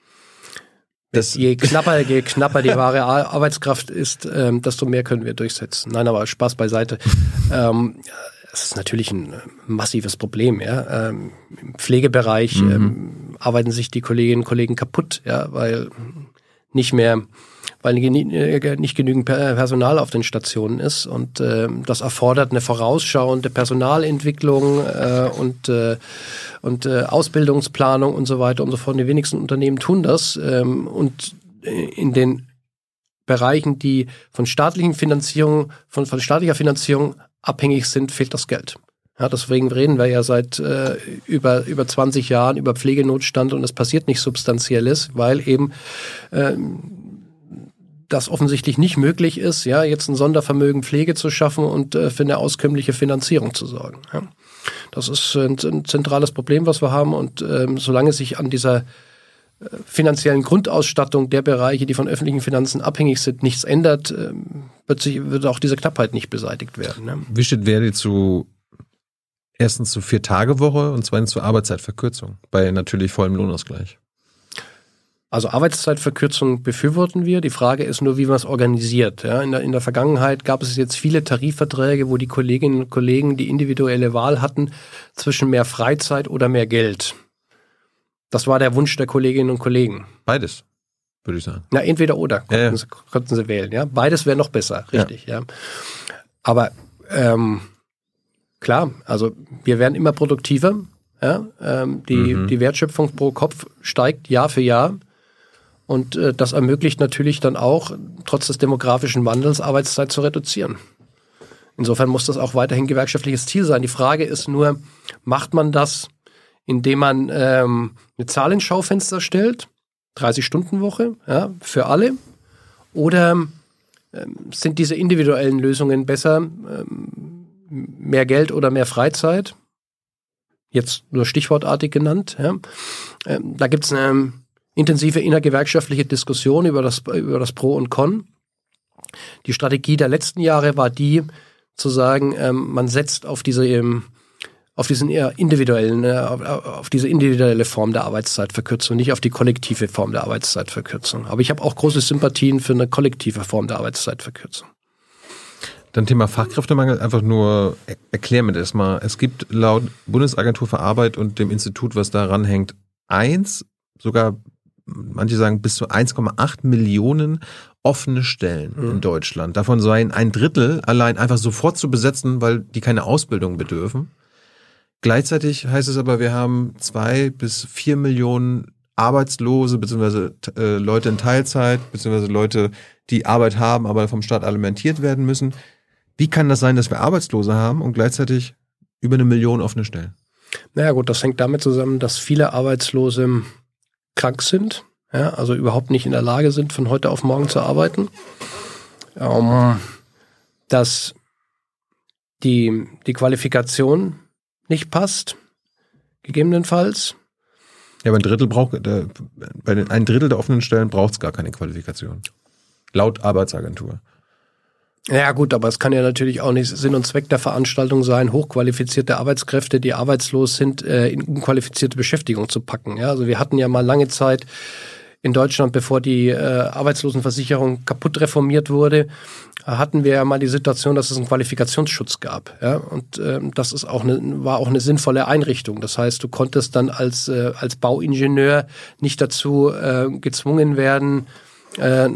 Das je knapper, je knapper die wahre Arbeitskraft ist, ähm, desto mehr können wir durchsetzen. Nein, aber Spaß beiseite. ähm, es ist natürlich ein massives Problem. Ja? Ähm, im Pflegebereich mhm. ähm, arbeiten sich die Kolleginnen und Kollegen kaputt, ja, weil nicht mehr, weil nicht genügend Personal auf den Stationen ist, und äh, das erfordert eine vorausschauende Personalentwicklung äh, und äh, und äh, Ausbildungsplanung und so weiter und so fort. Die wenigsten Unternehmen tun das, ähm, und in den Bereichen, die von staatlichen Finanzierung, von, von staatlicher Finanzierung abhängig sind, fehlt das Geld. Ja, deswegen reden wir ja seit äh, über über zwanzig Jahren über Pflegenotstand, und es passiert nichts Substanzielles, weil eben äh, das offensichtlich nicht möglich ist, ja, jetzt ein Sondervermögen Pflege zu schaffen und äh, für eine auskömmliche Finanzierung zu sorgen. Ja. Das ist ein, ein zentrales Problem, was wir haben, und ähm, solange sich an dieser äh, finanziellen Grundausstattung der Bereiche, die von öffentlichen Finanzen abhängig sind, nichts ändert, äh, wird, sich, wird auch diese Knappheit nicht beseitigt werden. Ne? Wie steht Verdi zu erstens zu Vier-Tage-Woche und zweitens zur Arbeitszeitverkürzung bei natürlich vollem Lohnausgleich? Also Arbeitszeitverkürzung befürworten wir. Die Frage ist nur, wie man es organisiert. Ja, in der, in der Vergangenheit gab es jetzt viele Tarifverträge, wo die Kolleginnen und Kollegen die individuelle Wahl hatten zwischen mehr Freizeit oder mehr Geld. Das war der Wunsch der Kolleginnen und Kollegen. Beides, würde ich sagen. Na, entweder oder konnten, ja, ja. Sie, konnten sie wählen. Ja, beides wäre noch besser, richtig. Ja. ja. Aber ähm, klar, also wir werden immer produktiver. Ja, ähm, die, mhm. die Wertschöpfung pro Kopf steigt Jahr für Jahr. Und äh, das ermöglicht natürlich dann auch, trotz des demografischen Wandels, Arbeitszeit zu reduzieren. Insofern muss das auch weiterhin gewerkschaftliches Ziel sein. Die Frage ist nur, macht man das, indem man ähm, eine Zahl ins Schaufenster stellt, dreißig-Stunden-Woche, ja, für alle, oder ähm, sind diese individuellen Lösungen besser, ähm, mehr Geld oder mehr Freizeit? Jetzt nur stichwortartig genannt. Ja. Ähm, da gibt es eine intensive innergewerkschaftliche Diskussion über das, über das Pro und Con. Die Strategie der letzten Jahre war die, zu sagen, ähm, man setzt auf diese, ähm, auf diesen eher individuellen, äh, auf, auf diese individuelle Form der Arbeitszeitverkürzung, nicht auf die kollektive Form der Arbeitszeitverkürzung. Aber ich habe auch große Sympathien für eine kollektive Form der Arbeitszeitverkürzung. Dann Thema Fachkräftemangel, einfach nur erklär mir das mal. Es gibt laut Bundesagentur für Arbeit und dem Institut, was daran hängt, eins, sogar manche sagen bis zu eins Komma acht Millionen offene Stellen mhm. in Deutschland. Davon seien ein Drittel allein einfach sofort zu besetzen, weil die keine Ausbildung bedürfen. Gleichzeitig heißt es aber, wir haben zwei bis vier Millionen Arbeitslose, beziehungsweise äh, Leute in Teilzeit, beziehungsweise Leute, die Arbeit haben, aber vom Staat alimentiert werden müssen. Wie kann das sein, dass wir Arbeitslose haben und gleichzeitig über eine Million offene Stellen? Naja gut, das hängt damit zusammen, dass viele Arbeitslose krank sind, ja, also überhaupt nicht in der Lage sind, von heute auf morgen zu arbeiten. Ähm, dass die, die Qualifikation nicht passt, gegebenenfalls. Ja, aber ein Drittel braucht, der, bei den, ein Drittel der offenen Stellen braucht es gar keine Qualifikation. Laut Arbeitsagentur. Ja gut, aber es kann ja natürlich auch nicht Sinn und Zweck der Veranstaltung sein, hochqualifizierte Arbeitskräfte, die arbeitslos sind, in unqualifizierte Beschäftigung zu packen. Ja, also wir hatten ja mal lange Zeit in Deutschland, bevor die äh, Arbeitslosenversicherung kaputt reformiert wurde, hatten wir ja mal die Situation, dass es einen Qualifikationsschutz gab. Ja? Und ähm, das ist auch eine, war auch eine sinnvolle Einrichtung. Das heißt, du konntest dann als, äh, als Bauingenieur nicht dazu äh, gezwungen werden, äh,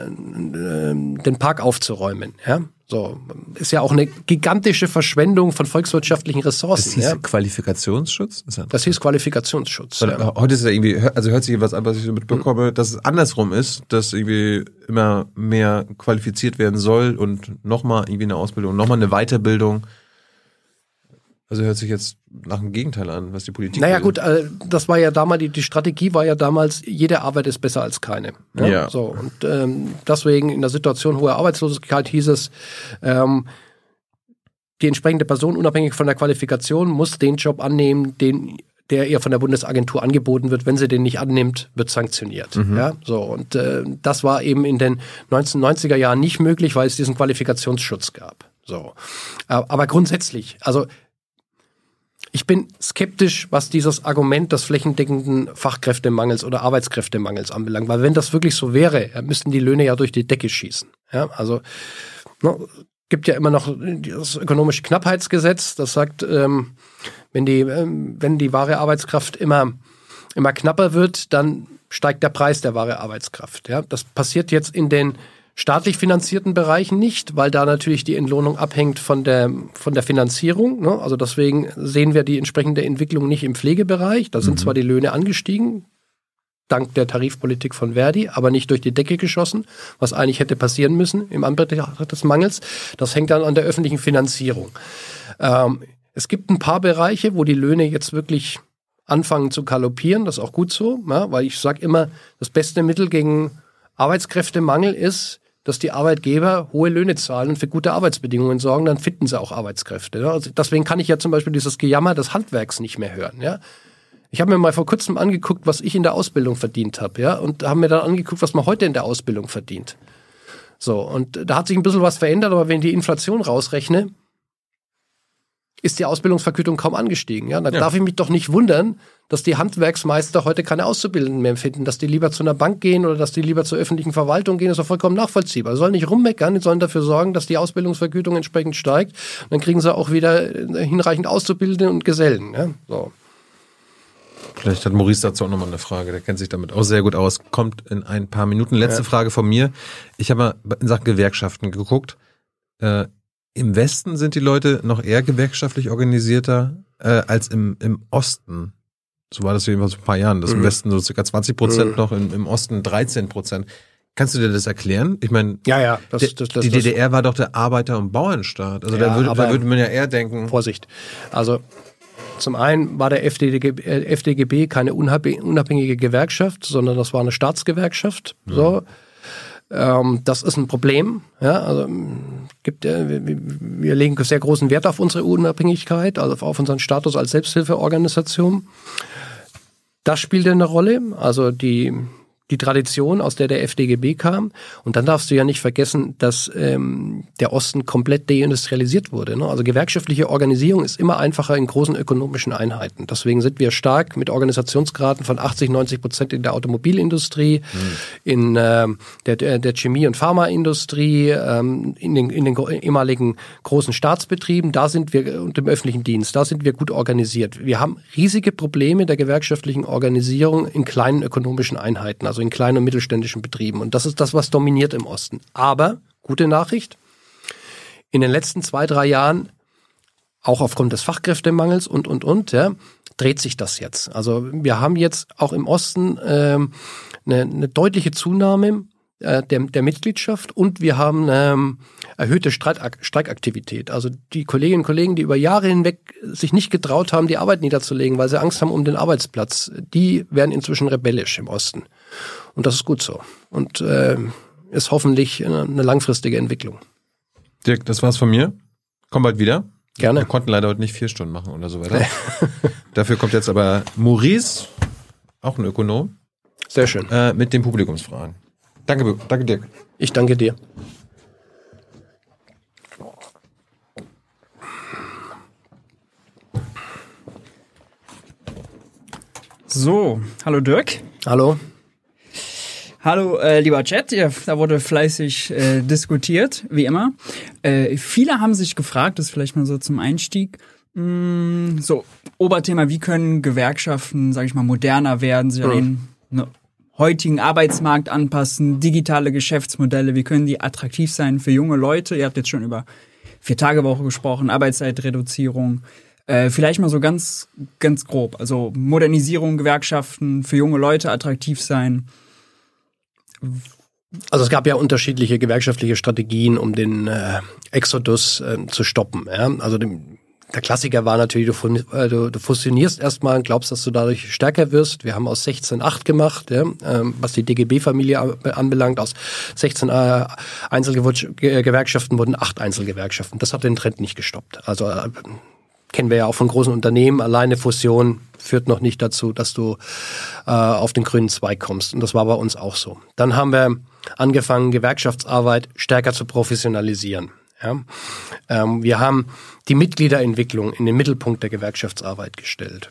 den Park aufzuräumen. Ja? So, ist ja auch eine gigantische Verschwendung von volkswirtschaftlichen Ressourcen. Das hieß ja? Qualifikationsschutz? Das, das hieß Qualifikationsschutz. Ja. Heute ist ja irgendwie, also hört sich was an, was ich so mitbekomme, mhm. dass es andersrum ist, dass irgendwie immer mehr qualifiziert werden soll und nochmal irgendwie eine Ausbildung, nochmal eine Weiterbildung. Also hört sich jetzt nach dem Gegenteil an, was die Politik Naja will. gut, das war ja damals, die, die Strategie war ja damals, jede Arbeit ist besser als keine. Ja. ja. So, und ähm, deswegen in der Situation hoher Arbeitslosigkeit hieß es, ähm, die entsprechende Person, unabhängig von der Qualifikation, muss den Job annehmen, den der ihr von der Bundesagentur angeboten wird. Wenn sie den nicht annimmt, wird sanktioniert. Mhm. Ja, so. Und äh, das war eben in den neunzehnhundertneunziger Jahren nicht möglich, weil es diesen Qualifikationsschutz gab. So. Aber grundsätzlich, also ich bin skeptisch, was dieses Argument des flächendeckenden Fachkräftemangels oder Arbeitskräftemangels anbelangt. Weil wenn das wirklich so wäre, müssten die Löhne ja durch die Decke schießen. Ja, also ne, gibt ja immer noch das ökonomische Knappheitsgesetz, das sagt, ähm, wenn die, ähm, wenn die wahre Arbeitskraft immer, immer knapper wird, dann steigt der Preis der wahre Arbeitskraft. Ja, das passiert jetzt in den staatlich finanzierten Bereichen nicht, weil da natürlich die Entlohnung abhängt von der, von der Finanzierung. Ne? Also deswegen sehen wir die entsprechende Entwicklung nicht im Pflegebereich. Da sind mhm. zwar die Löhne angestiegen, dank der Tarifpolitik von Verdi, aber nicht durch die Decke geschossen, was eigentlich hätte passieren müssen im Anbetracht des Mangels. Das hängt dann an der öffentlichen Finanzierung. Ähm, es gibt ein paar Bereiche, wo die Löhne jetzt wirklich anfangen zu galoppieren. Das ist auch gut so, ja, weil ich sage immer, das beste Mittel gegen Arbeitskräftemangel ist, dass die Arbeitgeber hohe Löhne zahlen und für gute Arbeitsbedingungen sorgen, dann finden sie auch Arbeitskräfte. Ja. Also deswegen kann ich ja zum Beispiel dieses Gejammer des Handwerks nicht mehr hören. Ja. Ich habe mir mal vor kurzem angeguckt, was ich in der Ausbildung verdient habe, ja, und habe mir dann angeguckt, was man heute in der Ausbildung verdient. So, und da hat sich ein bisschen was verändert, aber wenn ich die Inflation rausrechne, ist die Ausbildungsvergütung kaum angestiegen. Ja, dann ja. darf ich mich doch nicht wundern, dass die Handwerksmeister heute keine Auszubildenden mehr finden, dass die lieber zu einer Bank gehen oder dass die lieber zur öffentlichen Verwaltung gehen, ist doch vollkommen nachvollziehbar. Sie sollen nicht rummeckern, die sollen dafür sorgen, dass die Ausbildungsvergütung entsprechend steigt. Dann kriegen sie auch wieder hinreichend Auszubildende und Gesellen. Ja, so. Vielleicht hat Maurice dazu auch nochmal eine Frage, der kennt sich damit auch sehr gut aus. Kommt in ein paar Minuten. Letzte ja. Frage von mir. Ich habe mal in Sachen Gewerkschaften geguckt. Äh, Im Westen sind die Leute noch eher gewerkschaftlich organisierter äh, als im, im Osten. So war das jedenfalls vor ein paar Jahren. Das mhm. im Westen so circa zwanzig Prozent mhm. noch, im, im Osten dreizehn Prozent. Kannst du dir das erklären? Ich meine, ja, ja, das, der, das, das, die D D R war doch der Arbeiter- und Bauernstaat. Also ja, da, würde, da würde man ja eher denken... Vorsicht. Also zum einen war der F D G B keine unabhängige Gewerkschaft, sondern das war eine Staatsgewerkschaft. Mhm. So. Das ist ein Problem. Ja, also gibt, wir legen sehr großen Wert auf unsere Unabhängigkeit, also auf unseren Status als Selbsthilfeorganisation. Das spielt eine Rolle. Also die, die Tradition, aus der der F D G B kam. Und dann darfst du ja nicht vergessen, dass ähm, der Osten komplett deindustrialisiert wurde. Ne? Also gewerkschaftliche Organisierung ist immer einfacher in großen ökonomischen Einheiten. Deswegen sind wir stark mit Organisationsgraden von achtzig, neunzig Prozent in der Automobilindustrie, mhm. in äh, der, der Chemie- und Pharmaindustrie, ähm, in den, in den ehemaligen großen Staatsbetrieben. Da sind wir, und im öffentlichen Dienst, da sind wir gut organisiert. Wir haben riesige Probleme der gewerkschaftlichen Organisierung in kleinen ökonomischen Einheiten, also in kleinen und mittelständischen Betrieben. Und das ist das, was dominiert im Osten. Aber, gute Nachricht, in den letzten zwei, drei Jahren, auch aufgrund des Fachkräftemangels und, und, und, ja, dreht sich das jetzt. Also wir haben jetzt auch im Osten ähm, eine, eine deutliche Zunahme äh, der, der Mitgliedschaft und wir haben ähm, erhöhte Streik, Streikaktivität. Also die Kolleginnen und Kollegen, die über Jahre hinweg sich nicht getraut haben, die Arbeit niederzulegen, weil sie Angst haben um den Arbeitsplatz, die werden inzwischen rebellisch im Osten. Und das ist gut so. Und äh, ist hoffentlich eine langfristige Entwicklung. Dirk, das war's von mir. Komm bald wieder. Gerne. Wir konnten leider heute nicht vier Stunden machen oder so weiter. Dafür kommt jetzt aber Maurice, auch ein Ökonom. Sehr schön. Äh, mit den Publikumsfragen. Danke, danke Dirk. Ich danke dir. So, hallo Dirk. Hallo. Hallo, äh, lieber Chat. Ja, da wurde fleißig äh, diskutiert, wie immer. Äh, viele haben sich gefragt, das ist vielleicht mal so zum Einstieg, mh, so Oberthema, wie können Gewerkschaften, sage ich mal, moderner werden, sich an den ne, heutigen Arbeitsmarkt anpassen, digitale Geschäftsmodelle, wie können die attraktiv sein für junge Leute? Ihr habt jetzt schon über Vier-Tage-Woche gesprochen, Arbeitszeitreduzierung. Äh, vielleicht mal so ganz, ganz grob. Also Modernisierung, Gewerkschaften, für junge Leute attraktiv sein. Also es gab ja unterschiedliche gewerkschaftliche Strategien, um den äh, Exodus äh, zu stoppen. Ja? Also dem, Der Klassiker war natürlich, du, du, du fusionierst erstmal und glaubst, dass du dadurch stärker wirst. Wir haben aus sechzehn acht gemacht, ja, ähm, was die D G B-Familie anbelangt. Aus sechzehn äh, Einzelgewerkschaften wurden acht Einzelgewerkschaften. Das hat den Trend nicht gestoppt. Also äh, kennen wir ja auch von großen Unternehmen. Alleine Fusion führt noch nicht dazu, dass du äh, auf den grünen Zweig kommst. Und das war bei uns auch so. Dann haben wir angefangen, Gewerkschaftsarbeit stärker zu professionalisieren. Ja, ähm, wir haben die Mitgliederentwicklung in den Mittelpunkt der Gewerkschaftsarbeit gestellt.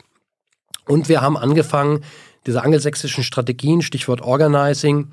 Und wir haben angefangen, diese angelsächsischen Strategien, Stichwort Organizing,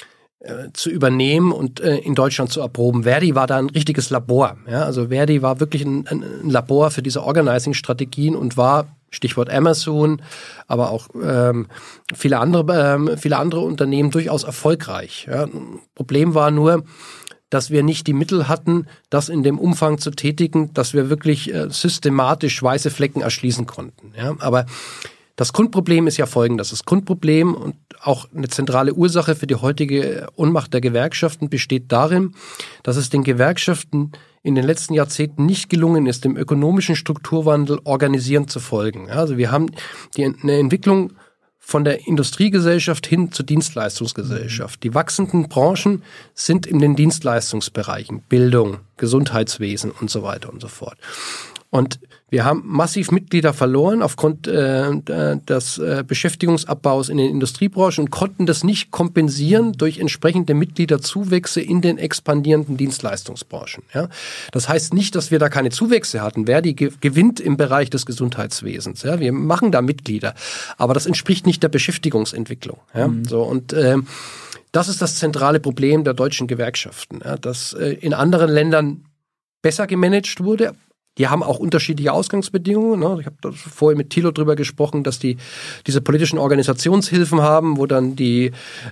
äh, zu übernehmen und äh, in Deutschland zu erproben. Verdi war da ein richtiges Labor. Ja, also Verdi war wirklich ein, ein Labor für diese Organizing-Strategien und war, Stichwort Amazon, aber auch ähm, viele andere, ähm, viele andere Unternehmen durchaus erfolgreich. Ja, Problem war nur, dass wir nicht die Mittel hatten, das in dem Umfang zu tätigen, dass wir wirklich äh, systematisch weiße Flecken erschließen konnten. Ja? Aber das Grundproblem ist ja folgendes. Das Grundproblem und auch eine zentrale Ursache für die heutige Ohnmacht der Gewerkschaften besteht darin, dass es den Gewerkschaften in den letzten Jahrzehnten nicht gelungen ist, dem ökonomischen Strukturwandel organisierend zu folgen. Ja? Also wir haben die, eine Entwicklung von der Industriegesellschaft hin zur Dienstleistungsgesellschaft. Die wachsenden Branchen sind in den Dienstleistungsbereichen, Bildung, Gesundheitswesen und so weiter und so fort. Und wir haben massiv Mitglieder verloren aufgrund äh, des äh, Beschäftigungsabbaus in den Industriebranchen und konnten das nicht kompensieren durch entsprechende Mitgliederzuwächse in den expandierenden Dienstleistungsbranchen. Ja? Das heißt nicht, dass wir da keine Zuwächse hatten. Verdi ge- gewinnt im Bereich des Gesundheitswesens. Ja? Wir machen da Mitglieder, aber das entspricht nicht der Beschäftigungsentwicklung. Ja? Mhm. So, und äh, das ist das zentrale Problem der deutschen Gewerkschaften, ja? Dass äh, in anderen Ländern besser gemanagt wurde. Die haben auch unterschiedliche Ausgangsbedingungen. Ne? Ich habe vorhin mit Thilo drüber gesprochen, dass die diese politischen Organisationshilfen haben, wo dann die,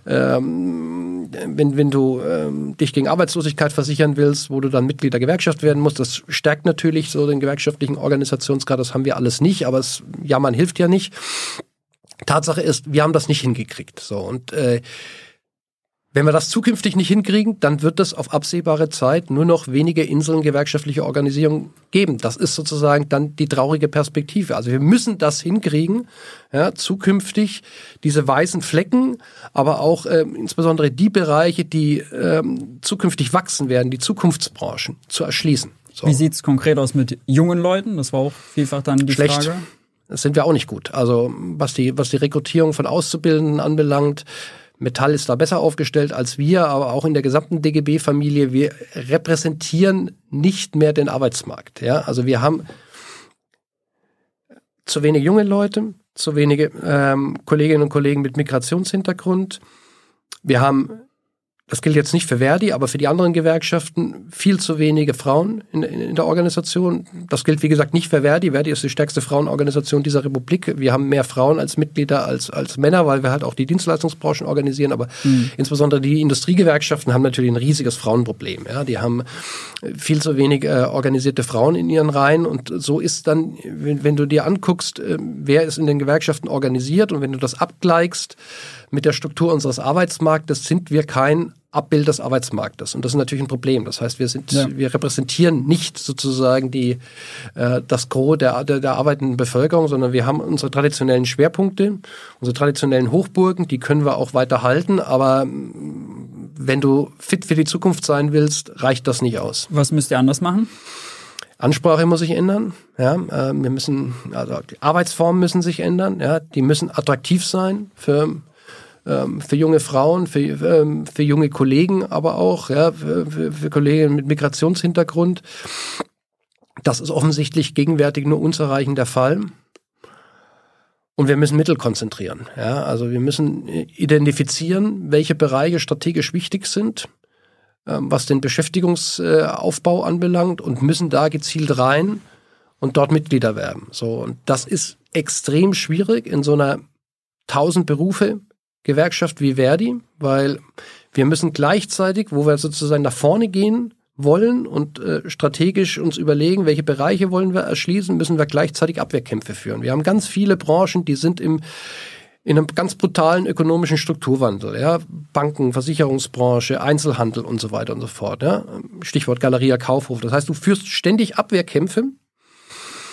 ähm, wenn, wenn du ähm, dich gegen Arbeitslosigkeit versichern willst, wo du dann Mitglied der Gewerkschaft werden musst, das stärkt natürlich so den gewerkschaftlichen Organisationsgrad. Das haben wir alles nicht, aber es Jammern hilft ja nicht. Tatsache ist, wir haben das nicht hingekriegt. So und äh, Wenn wir das zukünftig nicht hinkriegen, dann wird es auf absehbare Zeit nur noch wenige Inseln gewerkschaftlicher Organisation geben. Das ist sozusagen dann die traurige Perspektive. Also wir müssen das hinkriegen, ja, zukünftig diese weißen Flecken, aber auch äh, insbesondere die Bereiche, die äh, zukünftig wachsen werden, die Zukunftsbranchen, zu erschließen. So. Wie sieht's konkret aus mit jungen Leuten? Das war auch vielfach dann die Schlecht. Frage. Das sind wir auch nicht gut. Also was die, was die Rekrutierung von Auszubildenden anbelangt, Metall ist da besser aufgestellt als wir, aber auch in der gesamten D G B-Familie. Wir repräsentieren nicht mehr den Arbeitsmarkt. Ja? Also wir haben zu wenige junge Leute, zu wenige ähm, Kolleginnen und Kollegen mit Migrationshintergrund. Wir haben, das gilt jetzt nicht für Verdi, aber für die anderen Gewerkschaften viel zu wenige Frauen in, in, in der Organisation. Das gilt, wie gesagt, nicht für Verdi. Verdi ist die stärkste Frauenorganisation dieser Republik. Wir haben mehr Frauen als Mitglieder als, als Männer, weil wir halt auch die Dienstleistungsbranchen organisieren. Aber mhm. insbesondere die Industriegewerkschaften haben natürlich ein riesiges Frauenproblem. Ja, die haben viel zu wenig äh, organisierte Frauen in ihren Reihen. Und so ist dann, wenn, wenn du dir anguckst, äh, wer ist in den Gewerkschaften organisiert und wenn du das abgleichst mit der Struktur unseres Arbeitsmarktes, sind wir kein Abbild des Arbeitsmarktes. Und das ist natürlich ein Problem. Das heißt, wir sind, ja. wir repräsentieren nicht sozusagen die, äh, das Gros der, der, der arbeitenden Bevölkerung, sondern wir haben unsere traditionellen Schwerpunkte, unsere traditionellen Hochburgen, die können wir auch weiter halten. Aber wenn du fit für die Zukunft sein willst, reicht das nicht aus. Was müsst ihr anders machen? Ansprache muss sich ändern. Ja, äh, wir müssen, also die Arbeitsformen müssen sich ändern. Ja, die müssen attraktiv sein für für junge Frauen, für, für junge Kollegen, aber auch ja, für, für Kollegen mit Migrationshintergrund. Das ist offensichtlich gegenwärtig nur unzureichend der Fall. Und wir müssen Mittel konzentrieren. Ja, also wir müssen identifizieren, welche Bereiche strategisch wichtig sind, was den Beschäftigungsaufbau anbelangt, und müssen da gezielt rein und dort Mitglieder werben. So, und das ist extrem schwierig in so einer tausend Berufe Gewerkschaft wie Verdi, weil wir müssen gleichzeitig, wo wir sozusagen nach vorne gehen wollen und äh, strategisch uns überlegen, welche Bereiche wollen wir erschließen, müssen wir gleichzeitig Abwehrkämpfe führen. Wir haben ganz viele Branchen, die sind im in einem ganz brutalen ökonomischen Strukturwandel, ja, Banken, Versicherungsbranche, Einzelhandel und so weiter und so fort, ja. Stichwort Galeria Kaufhof. Das heißt, du führst ständig Abwehrkämpfe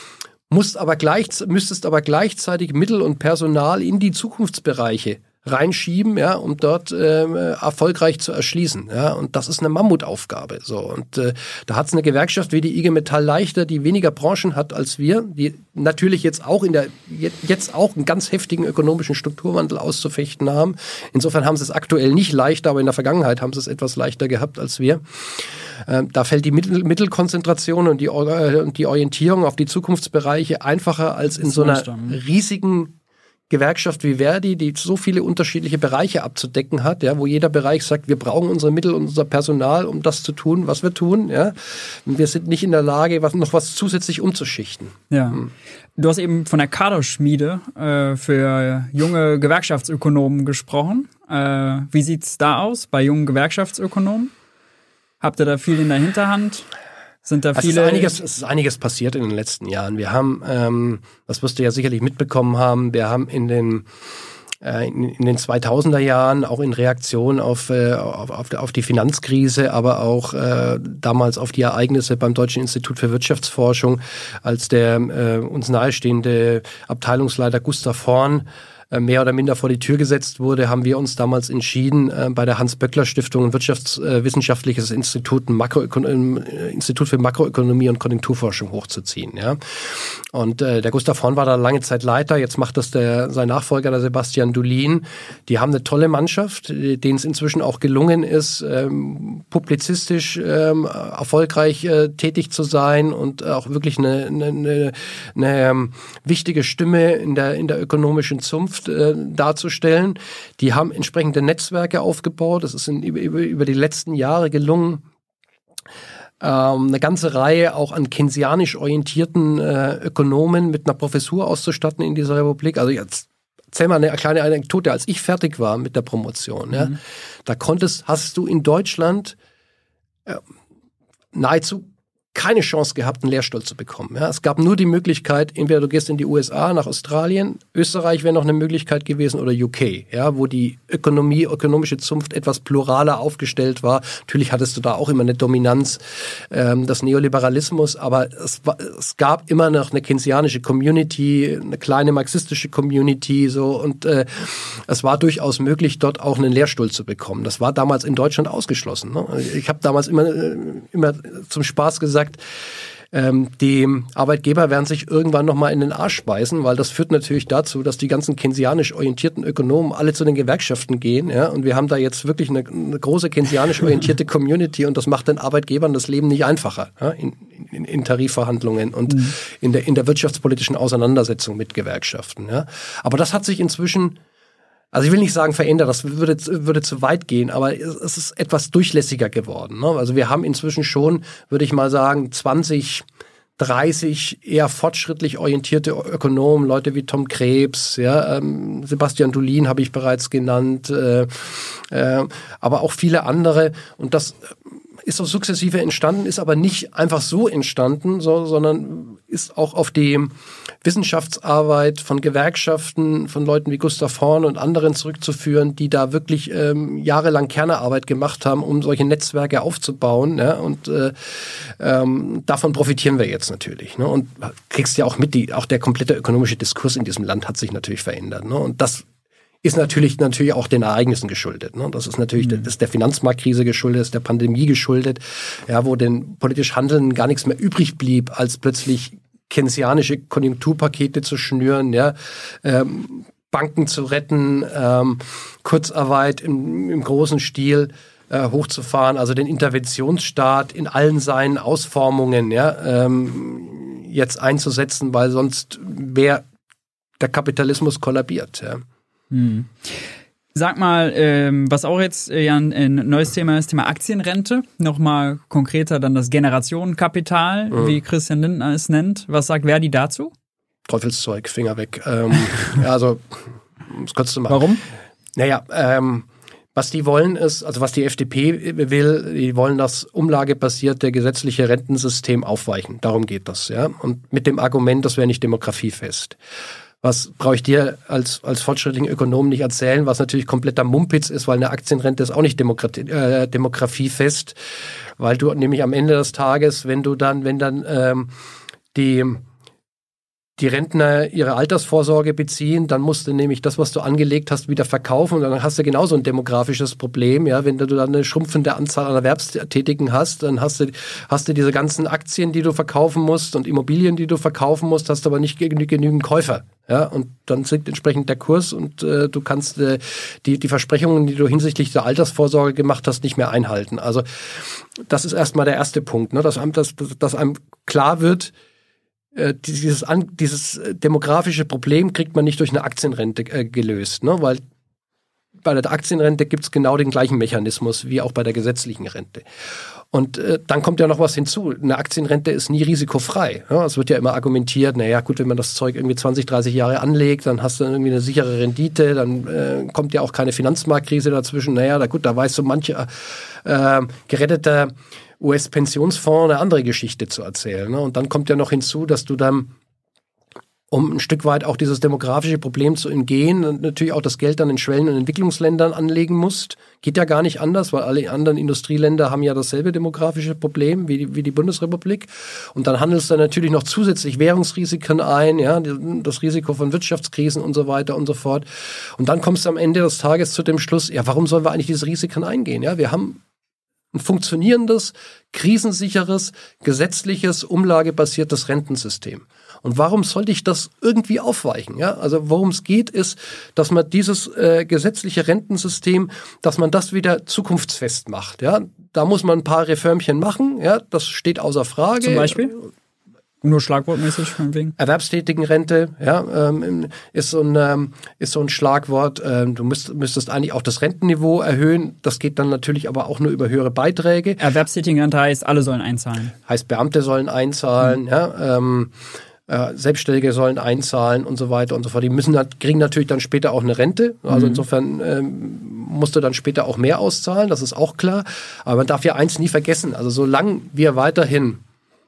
musst aber gleich, müsstest aber gleichzeitig Mittel und Personal in die Zukunftsbereiche reinschieben, ja, um dort ähm, erfolgreich zu erschließen, ja, und das ist eine Mammutaufgabe, so, und äh, da hat es eine Gewerkschaft wie die I G Metall leichter, die weniger Branchen hat als wir, die natürlich jetzt auch in der jetzt auch einen ganz heftigen ökonomischen Strukturwandel auszufechten haben. Insofern haben sie es aktuell nicht leichter, aber in der Vergangenheit haben sie es etwas leichter gehabt als wir. Ähm, da fällt die Mittel Mittelkonzentration und die, äh, die Orientierung auf die Zukunftsbereiche einfacher als in so einer riesigen Gewerkschaft wie Verdi, die so viele unterschiedliche Bereiche abzudecken hat, ja, wo jeder Bereich sagt, wir brauchen unsere Mittel und unser Personal, um das zu tun, was wir tun, ja. Und wir sind nicht in der Lage, was, noch was zusätzlich umzuschichten. Ja. Hm. Du hast eben von der Kaderschmiede äh, für junge Gewerkschaftsökonomen gesprochen. Äh, wie sieht's da aus bei jungen Gewerkschaftsökonomen? Habt ihr da viel in der Hinterhand? Sind da viele? Es ist einiges, es ist einiges passiert in den letzten Jahren. Wir haben, ähm, das wirst du ja sicherlich mitbekommen haben, wir haben in den äh, in, in den zweitausender Jahren auch in Reaktion auf, äh, auf, auf, auf die Finanzkrise, aber auch äh, damals auf die Ereignisse beim Deutschen Institut für Wirtschaftsforschung, als der äh, uns nahestehende Abteilungsleiter Gustav Horn mehr oder minder vor die Tür gesetzt wurde, haben wir uns damals entschieden, äh, bei der Hans-Böckler-Stiftung ein wirtschaftswissenschaftliches äh, Institut, ein Makroökon- äh, Institut für Makroökonomie und Konjunkturforschung hochzuziehen. Ja. Und äh, der Gustav Horn war da lange Zeit Leiter, jetzt macht das der, sein Nachfolger, der Sebastian Dulin. Die haben eine tolle Mannschaft, denen es inzwischen auch gelungen ist, ähm, publizistisch ähm, erfolgreich äh, tätig zu sein und auch wirklich eine, eine, eine, eine ähm, wichtige Stimme in der, in der ökonomischen Zunft darzustellen. Die haben entsprechende Netzwerke aufgebaut. Es ist in, über, über die letzten Jahre gelungen, ähm, eine ganze Reihe auch an keynesianisch orientierten äh, Ökonomen mit einer Professur auszustatten in dieser Republik. Also jetzt erzähl mal eine kleine Anekdote. Als ich fertig war mit der Promotion, mhm. ja, da konntest, hast du in Deutschland äh, nahezu keine Chance gehabt, einen Lehrstuhl zu bekommen. Ja, es gab nur die Möglichkeit, entweder du gehst in die U S A, nach Australien, Österreich wäre noch eine Möglichkeit gewesen oder U K, ja, wo die Ökonomie, ökonomische Zunft etwas pluraler aufgestellt war. Natürlich hattest du da auch immer eine Dominanz ähm, des Neoliberalismus, aber es, war, es gab immer noch eine keynesianische Community, eine kleine marxistische Community, so, und äh, es war durchaus möglich, dort auch einen Lehrstuhl zu bekommen. Das war damals in Deutschland ausgeschlossen. Ne? Ich habe damals immer, immer zum Spaß gesagt, Ähm, die Arbeitgeber werden sich irgendwann nochmal in den Arsch beißen, weil das führt natürlich dazu, dass die ganzen keynesianisch orientierten Ökonomen alle zu den Gewerkschaften gehen. Ja? Und wir haben da jetzt wirklich eine, eine große keynesianisch orientierte Community und das macht den Arbeitgebern das Leben nicht einfacher, ja? in, in, in Tarifverhandlungen und mhm. in, der, in der wirtschaftspolitischen Auseinandersetzung mit Gewerkschaften. Ja? Aber das hat sich inzwischen, also ich will nicht sagen verändert, das würde, würde zu weit gehen, aber es ist etwas durchlässiger geworden. Ne? Also wir haben inzwischen schon, würde ich mal sagen, zwanzig, dreißig eher fortschrittlich orientierte Ökonomen, Leute wie Tom Krebs, ja, ähm, Sebastian Dulin habe ich bereits genannt, äh, äh, aber auch viele andere. Und das ist so sukzessive entstanden, ist aber nicht einfach so entstanden, so, sondern ist auch auf die Wissenschaftsarbeit von Gewerkschaften, von Leuten wie Gustav Horn und anderen zurückzuführen, die da wirklich ähm, jahrelang Kernarbeit gemacht haben, um solche Netzwerke aufzubauen. Ja, und äh, ähm, davon profitieren wir jetzt natürlich. Ne? Und kriegst ja auch mit, die, auch der komplette ökonomische Diskurs in diesem Land hat sich natürlich verändert. Ne? Und das ist natürlich natürlich auch den Ereignissen geschuldet. Ne? Das ist natürlich mhm. das ist der Finanzmarktkrise geschuldet, das ist der Pandemie geschuldet, ja, wo den politisch Handelnden gar nichts mehr übrig blieb, als plötzlich keynesianische Konjunkturpakete zu schnüren, ja, ähm, Banken zu retten, ähm, Kurzarbeit im, im großen Stil äh, hochzufahren, also den Interventionsstaat in allen seinen Ausformungen, ja, ähm, jetzt einzusetzen, weil sonst wäre der Kapitalismus kollabiert, ja. Hm. Sag mal, ähm, was auch jetzt äh, ja ein, ein neues Thema ist, Thema Aktienrente. Nochmal konkreter dann das Generationenkapital, mhm. wie Christian Lindner es nennt. Was sagt Verdi dazu? Teufelszeug, Finger weg. Ähm, also, um es kurz zu machen. Warum? Naja, ähm, was die wollen ist, also was die F D P will, die wollen das umlagebasierte gesetzliche Rentensystem aufweichen. Darum geht das, ja. Und mit dem Argument, das wäre nicht demografiefest. Was brauche ich dir als als fortschrittlichen Ökonom nicht erzählen, was natürlich kompletter Mumpitz ist, weil eine Aktienrente ist auch nicht Demokratie, äh, demografiefest, weil du nämlich am Ende des Tages, wenn du dann, wenn dann ähm, die die Rentner ihre Altersvorsorge beziehen, dann musst du nämlich das, was du angelegt hast, wieder verkaufen und dann hast du genauso ein demografisches Problem. Ja, wenn du dann eine schrumpfende Anzahl an Erwerbstätigen hast, dann hast du, hast du diese ganzen Aktien, die du verkaufen musst und Immobilien, die du verkaufen musst, hast aber nicht genü- genügend Käufer. Ja, und dann sinkt entsprechend der Kurs und äh, du kannst äh, die, die Versprechungen, die du hinsichtlich der Altersvorsorge gemacht hast, nicht mehr einhalten. Also das ist erstmal der erste Punkt, ne, dass einem, dass, dass einem klar wird, Dieses, dieses demografische Problem kriegt man nicht durch eine Aktienrente äh, gelöst, ne? Weil bei der Aktienrente gibt es genau den gleichen Mechanismus wie auch bei der gesetzlichen Rente. Und äh, dann kommt ja noch was hinzu. Eine Aktienrente ist nie risikofrei. Ja? Es wird ja immer argumentiert, naja gut, wenn man das Zeug irgendwie zwanzig, dreißig Jahre anlegt, dann hast du irgendwie eine sichere Rendite, dann äh, kommt ja auch keine Finanzmarktkrise dazwischen. Naja, da gut, da weiß so mancher äh, geretteter U S-Pensionsfonds eine andere Geschichte zu erzählen. Ne? Und dann kommt ja noch hinzu, dass du dann, um ein Stück weit auch dieses demografische Problem zu umgehen, natürlich auch das Geld dann in Schwellen- und Entwicklungsländern anlegen musst. Geht ja gar nicht anders, weil alle anderen Industrieländer haben ja dasselbe demografische Problem wie die, wie die Bundesrepublik. Und dann handelst du natürlich noch zusätzlich Währungsrisiken ein, ja, das Risiko von Wirtschaftskrisen und so weiter und so fort. Und dann kommst du am Ende des Tages zu dem Schluss, ja, warum sollen wir eigentlich diese Risiken eingehen? Ja, wir haben ein funktionierendes, krisensicheres, gesetzliches, umlagebasiertes Rentensystem. Und warum sollte ich das irgendwie aufweichen? Ja, also worum es geht, ist, dass man dieses äh, gesetzliche Rentensystem, dass man das wieder zukunftsfest macht. Ja, da muss man ein paar Reformchen machen. Ja, das steht außer Frage. Zum Beispiel? Nur schlagwortmäßig von wegen. Erwerbstätigenrente, ja, ähm, ist so ein ähm, ist so ein Schlagwort. Ähm, du müsst, müsstest eigentlich auch das Rentenniveau erhöhen. Das geht dann natürlich aber auch nur über höhere Beiträge. Erwerbstätigenrente heißt, alle sollen einzahlen. Heißt, Beamte sollen einzahlen, mhm. ja, ähm, äh, Selbstständige sollen einzahlen und so weiter und so fort. Die müssen kriegen natürlich dann später auch eine Rente. Also mhm. insofern ähm, musst du dann später auch mehr auszahlen. Das ist auch klar. Aber man darf ja eins nie vergessen. Also solange wir weiterhin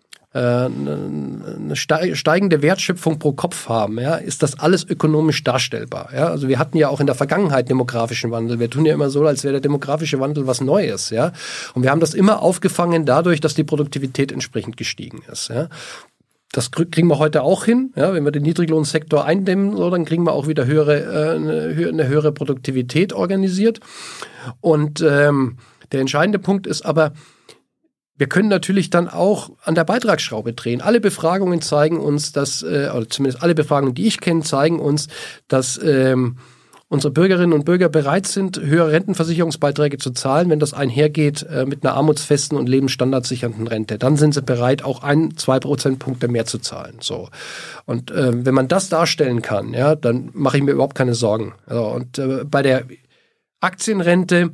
eine steigende Wertschöpfung pro Kopf haben, ja, ist das alles ökonomisch darstellbar. Ja? Also wir hatten ja auch in der Vergangenheit demografischen Wandel. Wir tun ja immer so, als wäre der demografische Wandel was Neues. Ja? Und wir haben das immer aufgefangen dadurch, dass die Produktivität entsprechend gestiegen ist. Ja? Das kriegen wir heute auch hin. Ja? Wenn wir den Niedriglohnsektor eindämmen, so, dann kriegen wir auch wieder höhere, äh, eine, eine höhere Produktivität organisiert. Und ähm, der entscheidende Punkt ist aber, wir können natürlich dann auch an der Beitragsschraube drehen. Alle Befragungen zeigen uns, dass, äh, oder zumindest alle Befragungen, die ich kenne, zeigen uns, dass ähm, unsere Bürgerinnen und Bürger bereit sind, höhere Rentenversicherungsbeiträge zu zahlen, wenn das einhergeht äh, mit einer armutsfesten und lebensstandardsichernden Rente. Dann sind sie bereit, auch ein, zwei Prozentpunkte mehr zu zahlen. So. Und äh, wenn man das darstellen kann, ja, dann mache ich mir überhaupt keine Sorgen. Also, und äh, bei der Aktienrente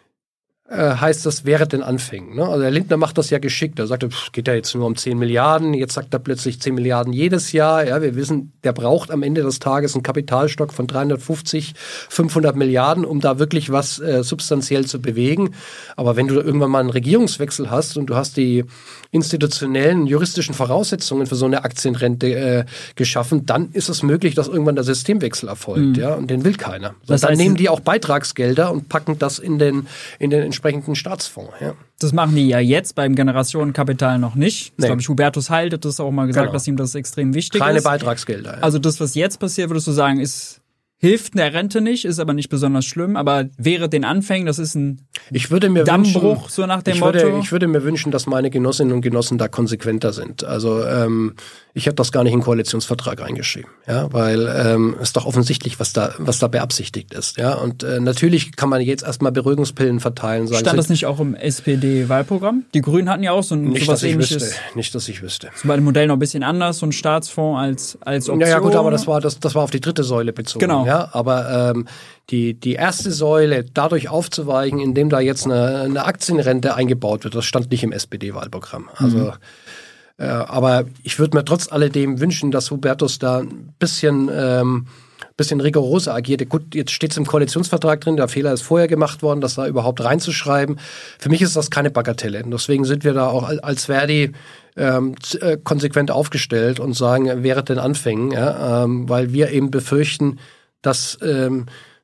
heißt das, während den Anfängen. Ne? Also der Lindner macht das ja geschickt. Er sagt, es geht ja jetzt nur um zehn Milliarden. Jetzt sagt er plötzlich zehn Milliarden jedes Jahr. Ja, wir wissen, der braucht am Ende des Tages einen Kapitalstock von dreihundertfünfzig, fünfhundert Milliarden, um da wirklich was äh, substanziell zu bewegen. Aber wenn du irgendwann mal einen Regierungswechsel hast und du hast die institutionellen, juristischen Voraussetzungen für so eine Aktienrente äh, geschaffen, dann ist es möglich, dass irgendwann der Systemwechsel erfolgt. Mhm. Ja, und den will keiner. Das dann heißt, nehmen die auch Beitragsgelder und packen das in den, in den entsprechenden Staatsfonds. Ja. Das machen die ja jetzt beim Generationenkapital noch nicht. Das nee. glaube ich, Hubertus Heil hat das auch mal gesagt, genau. dass ihm das extrem wichtig Keine ist. Keine Beitragsgelder. Ja. Also das, was jetzt passiert, würdest du sagen, ist hilft der Rente nicht, ist aber nicht besonders schlimm, aber wäre den Anfängen, das ist ein ich würde mir Dammbruch, wünschen, so nach dem ich Motto. Würde, ich würde mir wünschen, dass meine Genossinnen und Genossen da konsequenter sind. Also ähm, ich habe das gar nicht in den Koalitionsvertrag reingeschrieben, ja, weil ähm, ist doch offensichtlich, was da was da beabsichtigt ist, ja. Und äh, natürlich kann man jetzt erstmal Beruhigungspillen verteilen. Sagen, stand das nicht auch im S P D-Wahlprogramm? Die Grünen hatten ja auch so ein nicht, sowas dass ich Ähnliches. Wüsste. Nicht, dass ich wüsste. Das war bei dem Modell noch ein bisschen anders, so ein Staatsfonds als als Option. Ja, ja gut, aber das war das das war auf die dritte Säule bezogen. Genau. Ja, aber ähm, die die erste Säule dadurch aufzuweichen, indem da jetzt eine, eine Aktienrente eingebaut wird, das stand nicht im S P D-Wahlprogramm. Also mhm. äh, aber ich würde mir trotz alledem wünschen, dass Hubertus da ein bisschen ähm, bisschen rigoroser agierte. Gut, jetzt steht es im Koalitionsvertrag drin, der Fehler ist vorher gemacht worden, das da überhaupt reinzuschreiben. Für mich ist das keine Bagatelle. Deswegen sind wir da auch als Verdi ähm, konsequent aufgestellt und sagen, während den Anfängen, ja, ähm, weil wir eben befürchten, dass ähm,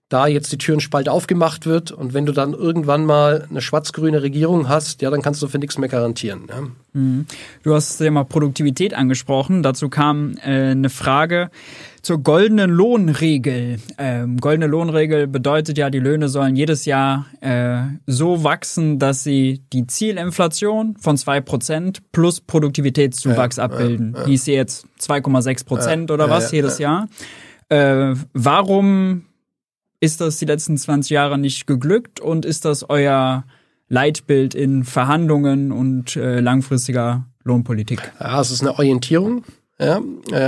da jetzt die Türenspalt aufgemacht wird und wenn du dann irgendwann mal eine schwarz-grüne Regierung hast, ja, dann kannst du für nichts mehr garantieren. Ja. Mhm. Du hast ja mal Produktivität angesprochen. Dazu kam äh, eine Frage zur goldenen Lohnregel. Ähm, goldene Lohnregel bedeutet ja, die Löhne sollen jedes Jahr äh, so wachsen, dass sie die Zielinflation von zwei Prozent plus Produktivitätszuwachs ja, abbilden. ja, ja. Die ist jetzt zwei Komma sechs Prozent ja, oder was ja, jedes ja. Jahr. Äh, warum ist das die letzten zwanzig Jahre nicht geglückt und ist das euer Leitbild in Verhandlungen und äh, langfristiger Lohnpolitik? Ja, es ist eine Orientierung. Ja,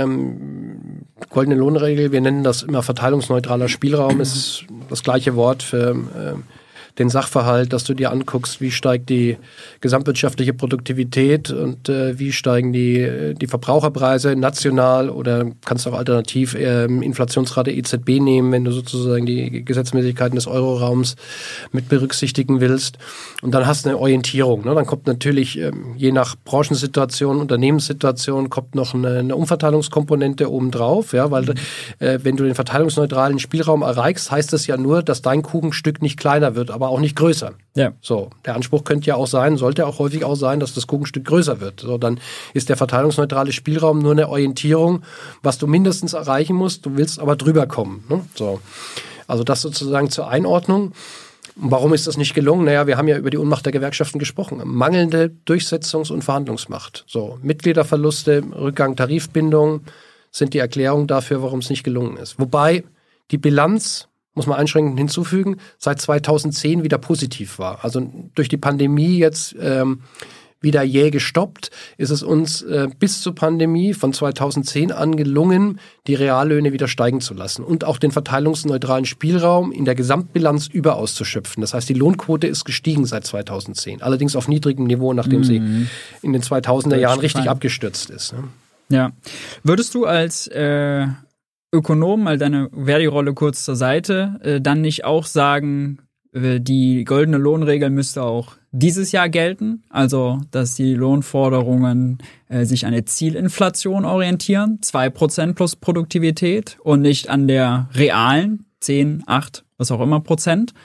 ähm, goldene Lohnregel, wir nennen das immer verteilungsneutraler Spielraum, ist das gleiche Wort für ähm, den Sachverhalt, dass du dir anguckst, wie steigt die gesamtwirtschaftliche Produktivität und äh, wie steigen die, die Verbraucherpreise national oder kannst auch alternativ äh, Inflationsrate E Z B nehmen, wenn du sozusagen die Gesetzmäßigkeiten des Euroraums mit berücksichtigen willst. Und dann hast du eine Orientierung. Ne? Dann kommt natürlich äh, je nach Branchensituation, Unternehmenssituation kommt noch eine, eine Umverteilungskomponente obendrauf, ja, weil äh, wenn du den verteilungsneutralen Spielraum erreichst, heißt das ja nur, dass dein Kuchenstück nicht kleiner wird, aber aber auch nicht größer. Ja. So, der Anspruch könnte ja auch sein, sollte auch häufig auch sein, dass das Kuchenstück größer wird. So, dann ist der verteilungsneutrale Spielraum nur eine Orientierung, was du mindestens erreichen musst, du willst aber drüber kommen. Ne? So. Also das sozusagen zur Einordnung. Warum ist das nicht gelungen? Naja, wir haben ja über die Unmacht der Gewerkschaften gesprochen. Mangelnde Durchsetzungs- und Verhandlungsmacht. So, Mitgliederverluste, Rückgang Tarifbindung sind die Erklärung dafür, warum es nicht gelungen ist. Wobei die Bilanz, muss man einschränkend hinzufügen, seit zweitausendzehn wieder positiv war. Also durch die Pandemie jetzt ähm, wieder jäh gestoppt, ist es uns äh, bis zur Pandemie von zweitausendzehn an gelungen, die Reallöhne wieder steigen zu lassen und auch den verteilungsneutralen Spielraum in der Gesamtbilanz überaus zu schöpfen. Das heißt, die Lohnquote ist gestiegen seit zweitausendzehn, allerdings auf niedrigem Niveau, nachdem mhm. sie in den zweitausender Jahren richtig abgestürzt ist. Ne? Ja. Würdest du als äh Ökonom, mal deine Verdi-Rolle kurz zur Seite, äh, dann nicht auch sagen, äh, die goldene Lohnregel müsste auch dieses Jahr gelten? Also, dass die Lohnforderungen äh, sich an der Zielinflation orientieren, zwei Prozent plus Produktivität und nicht an der realen zehn, acht, was auch immer Prozent?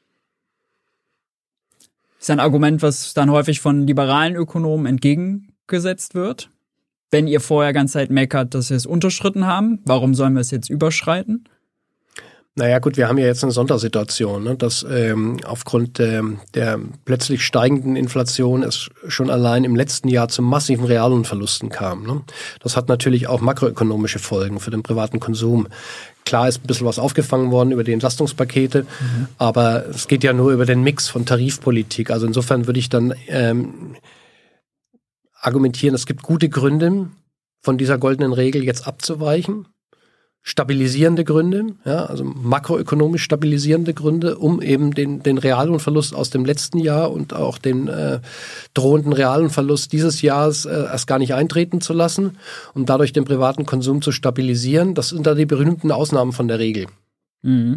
Ist ein Argument, was dann häufig von liberalen Ökonomen entgegengesetzt wird. Wenn ihr vorher ganz Zeit meckert, dass wir es unterschritten haben, warum sollen wir es jetzt überschreiten? Naja gut, wir haben ja jetzt eine Sondersituation, ne, dass ähm, aufgrund ähm, der plötzlich steigenden Inflation es schon allein im letzten Jahr zu massiven Reallohnverlusten kam. Ne. Das hat natürlich auch makroökonomische Folgen für den privaten Konsum. Klar ist ein bisschen was aufgefangen worden über die Entlastungspakete, mhm. aber es geht ja nur über den Mix von Tarifpolitik. Also insofern würde ich dann ähm, argumentieren, es gibt gute Gründe, von dieser goldenen Regel jetzt abzuweichen. Stabilisierende Gründe, ja, also makroökonomisch stabilisierende Gründe, um eben den, den Reallohnverlust aus dem letzten Jahr und auch den äh, drohenden Reallohnverlust dieses Jahres äh, erst gar nicht eintreten zu lassen und dadurch den privaten Konsum zu stabilisieren. Das sind da die berühmten Ausnahmen von der Regel. Mhm.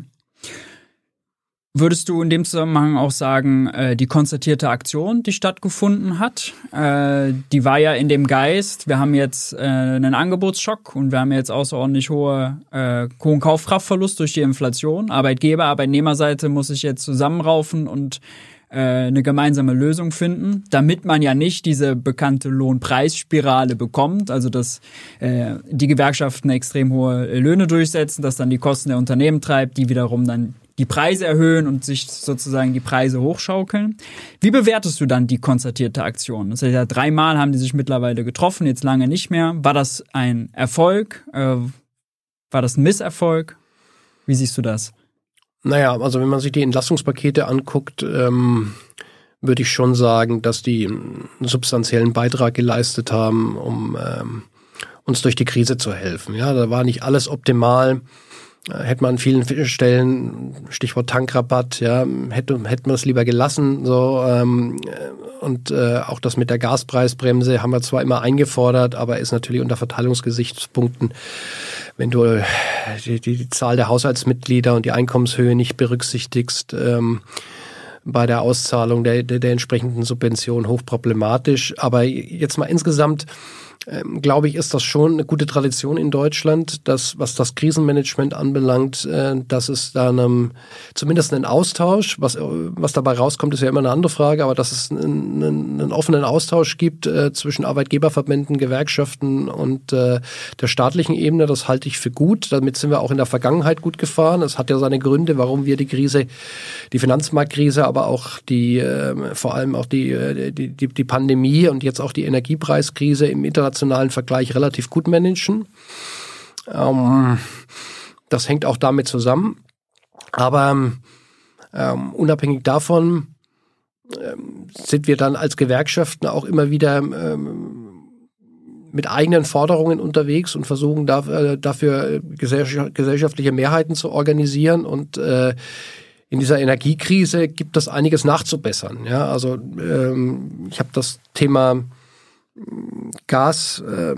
Würdest du in dem Zusammenhang auch sagen, äh, die konstatierte Aktion, die stattgefunden hat, äh, die war ja in dem Geist, wir haben jetzt äh, einen Angebotsschock und wir haben jetzt außerordentlich hohe, äh, hohen Kaufkraftverlust durch die Inflation. Arbeitgeber, Arbeitnehmerseite muss sich jetzt zusammenraufen und äh, eine gemeinsame Lösung finden, damit man ja nicht diese bekannte Lohnpreisspirale bekommt, also dass äh, die Gewerkschaften extrem hohe Löhne durchsetzen, das dann die Kosten der Unternehmen treibt, die wiederum dann die Preise erhöhen und sich sozusagen die Preise hochschaukeln. Wie bewertest du dann die konstatierte Aktion? Das heißt, ja, dreimal haben die sich mittlerweile getroffen, jetzt lange nicht mehr. War das ein Erfolg? Äh, war das ein Misserfolg? Wie siehst du das? Naja, also wenn man sich die Entlastungspakete anguckt, ähm, würde ich schon sagen, dass die einen substanziellen Beitrag geleistet haben, um ähm, uns durch die Krise zu helfen. Ja, da war nicht alles optimal. Hätte man an vielen Stellen, Stichwort Tankrabatt, ja, hätte, hätten wir es lieber gelassen, so, ähm, und äh, auch das mit der Gaspreisbremse haben wir zwar immer eingefordert, aber ist natürlich unter Verteilungsgesichtspunkten, wenn du die, die, die Zahl der Haushaltsmitglieder und die Einkommenshöhe nicht berücksichtigst, ähm, bei der Auszahlung der, der, der entsprechenden Subvention hochproblematisch. Aber jetzt mal insgesamt ähm, glaube ich, ist das schon eine gute Tradition in Deutschland, dass, was das Krisenmanagement anbelangt, äh, dass es dann ähm, zumindest einen Austausch, was, was dabei rauskommt, ist ja immer eine andere Frage, aber dass es einen, einen, einen offenen Austausch gibt äh, zwischen Arbeitgeberverbänden, Gewerkschaften und äh, der staatlichen Ebene. Das halte ich für gut. Damit sind wir auch in der Vergangenheit gut gefahren. Es hat ja seine Gründe, warum wir die Krise, die Finanzmarktkrise, aber auch die, äh, vor allem auch die, die, die, die Pandemie und jetzt auch die Energiepreiskrise im internationalen Vergleich relativ gut managen. Ähm, das hängt auch damit zusammen. Aber ähm, unabhängig davon ähm, sind wir dann als Gewerkschaften auch immer wieder ähm, mit eigenen Forderungen unterwegs und versuchen da, äh, dafür gesellschaftliche Mehrheiten zu organisieren. Und äh, in dieser Energiekrise gibt es einiges nachzubessern. Ja, also ähm, ich habe das Thema Gasdeckel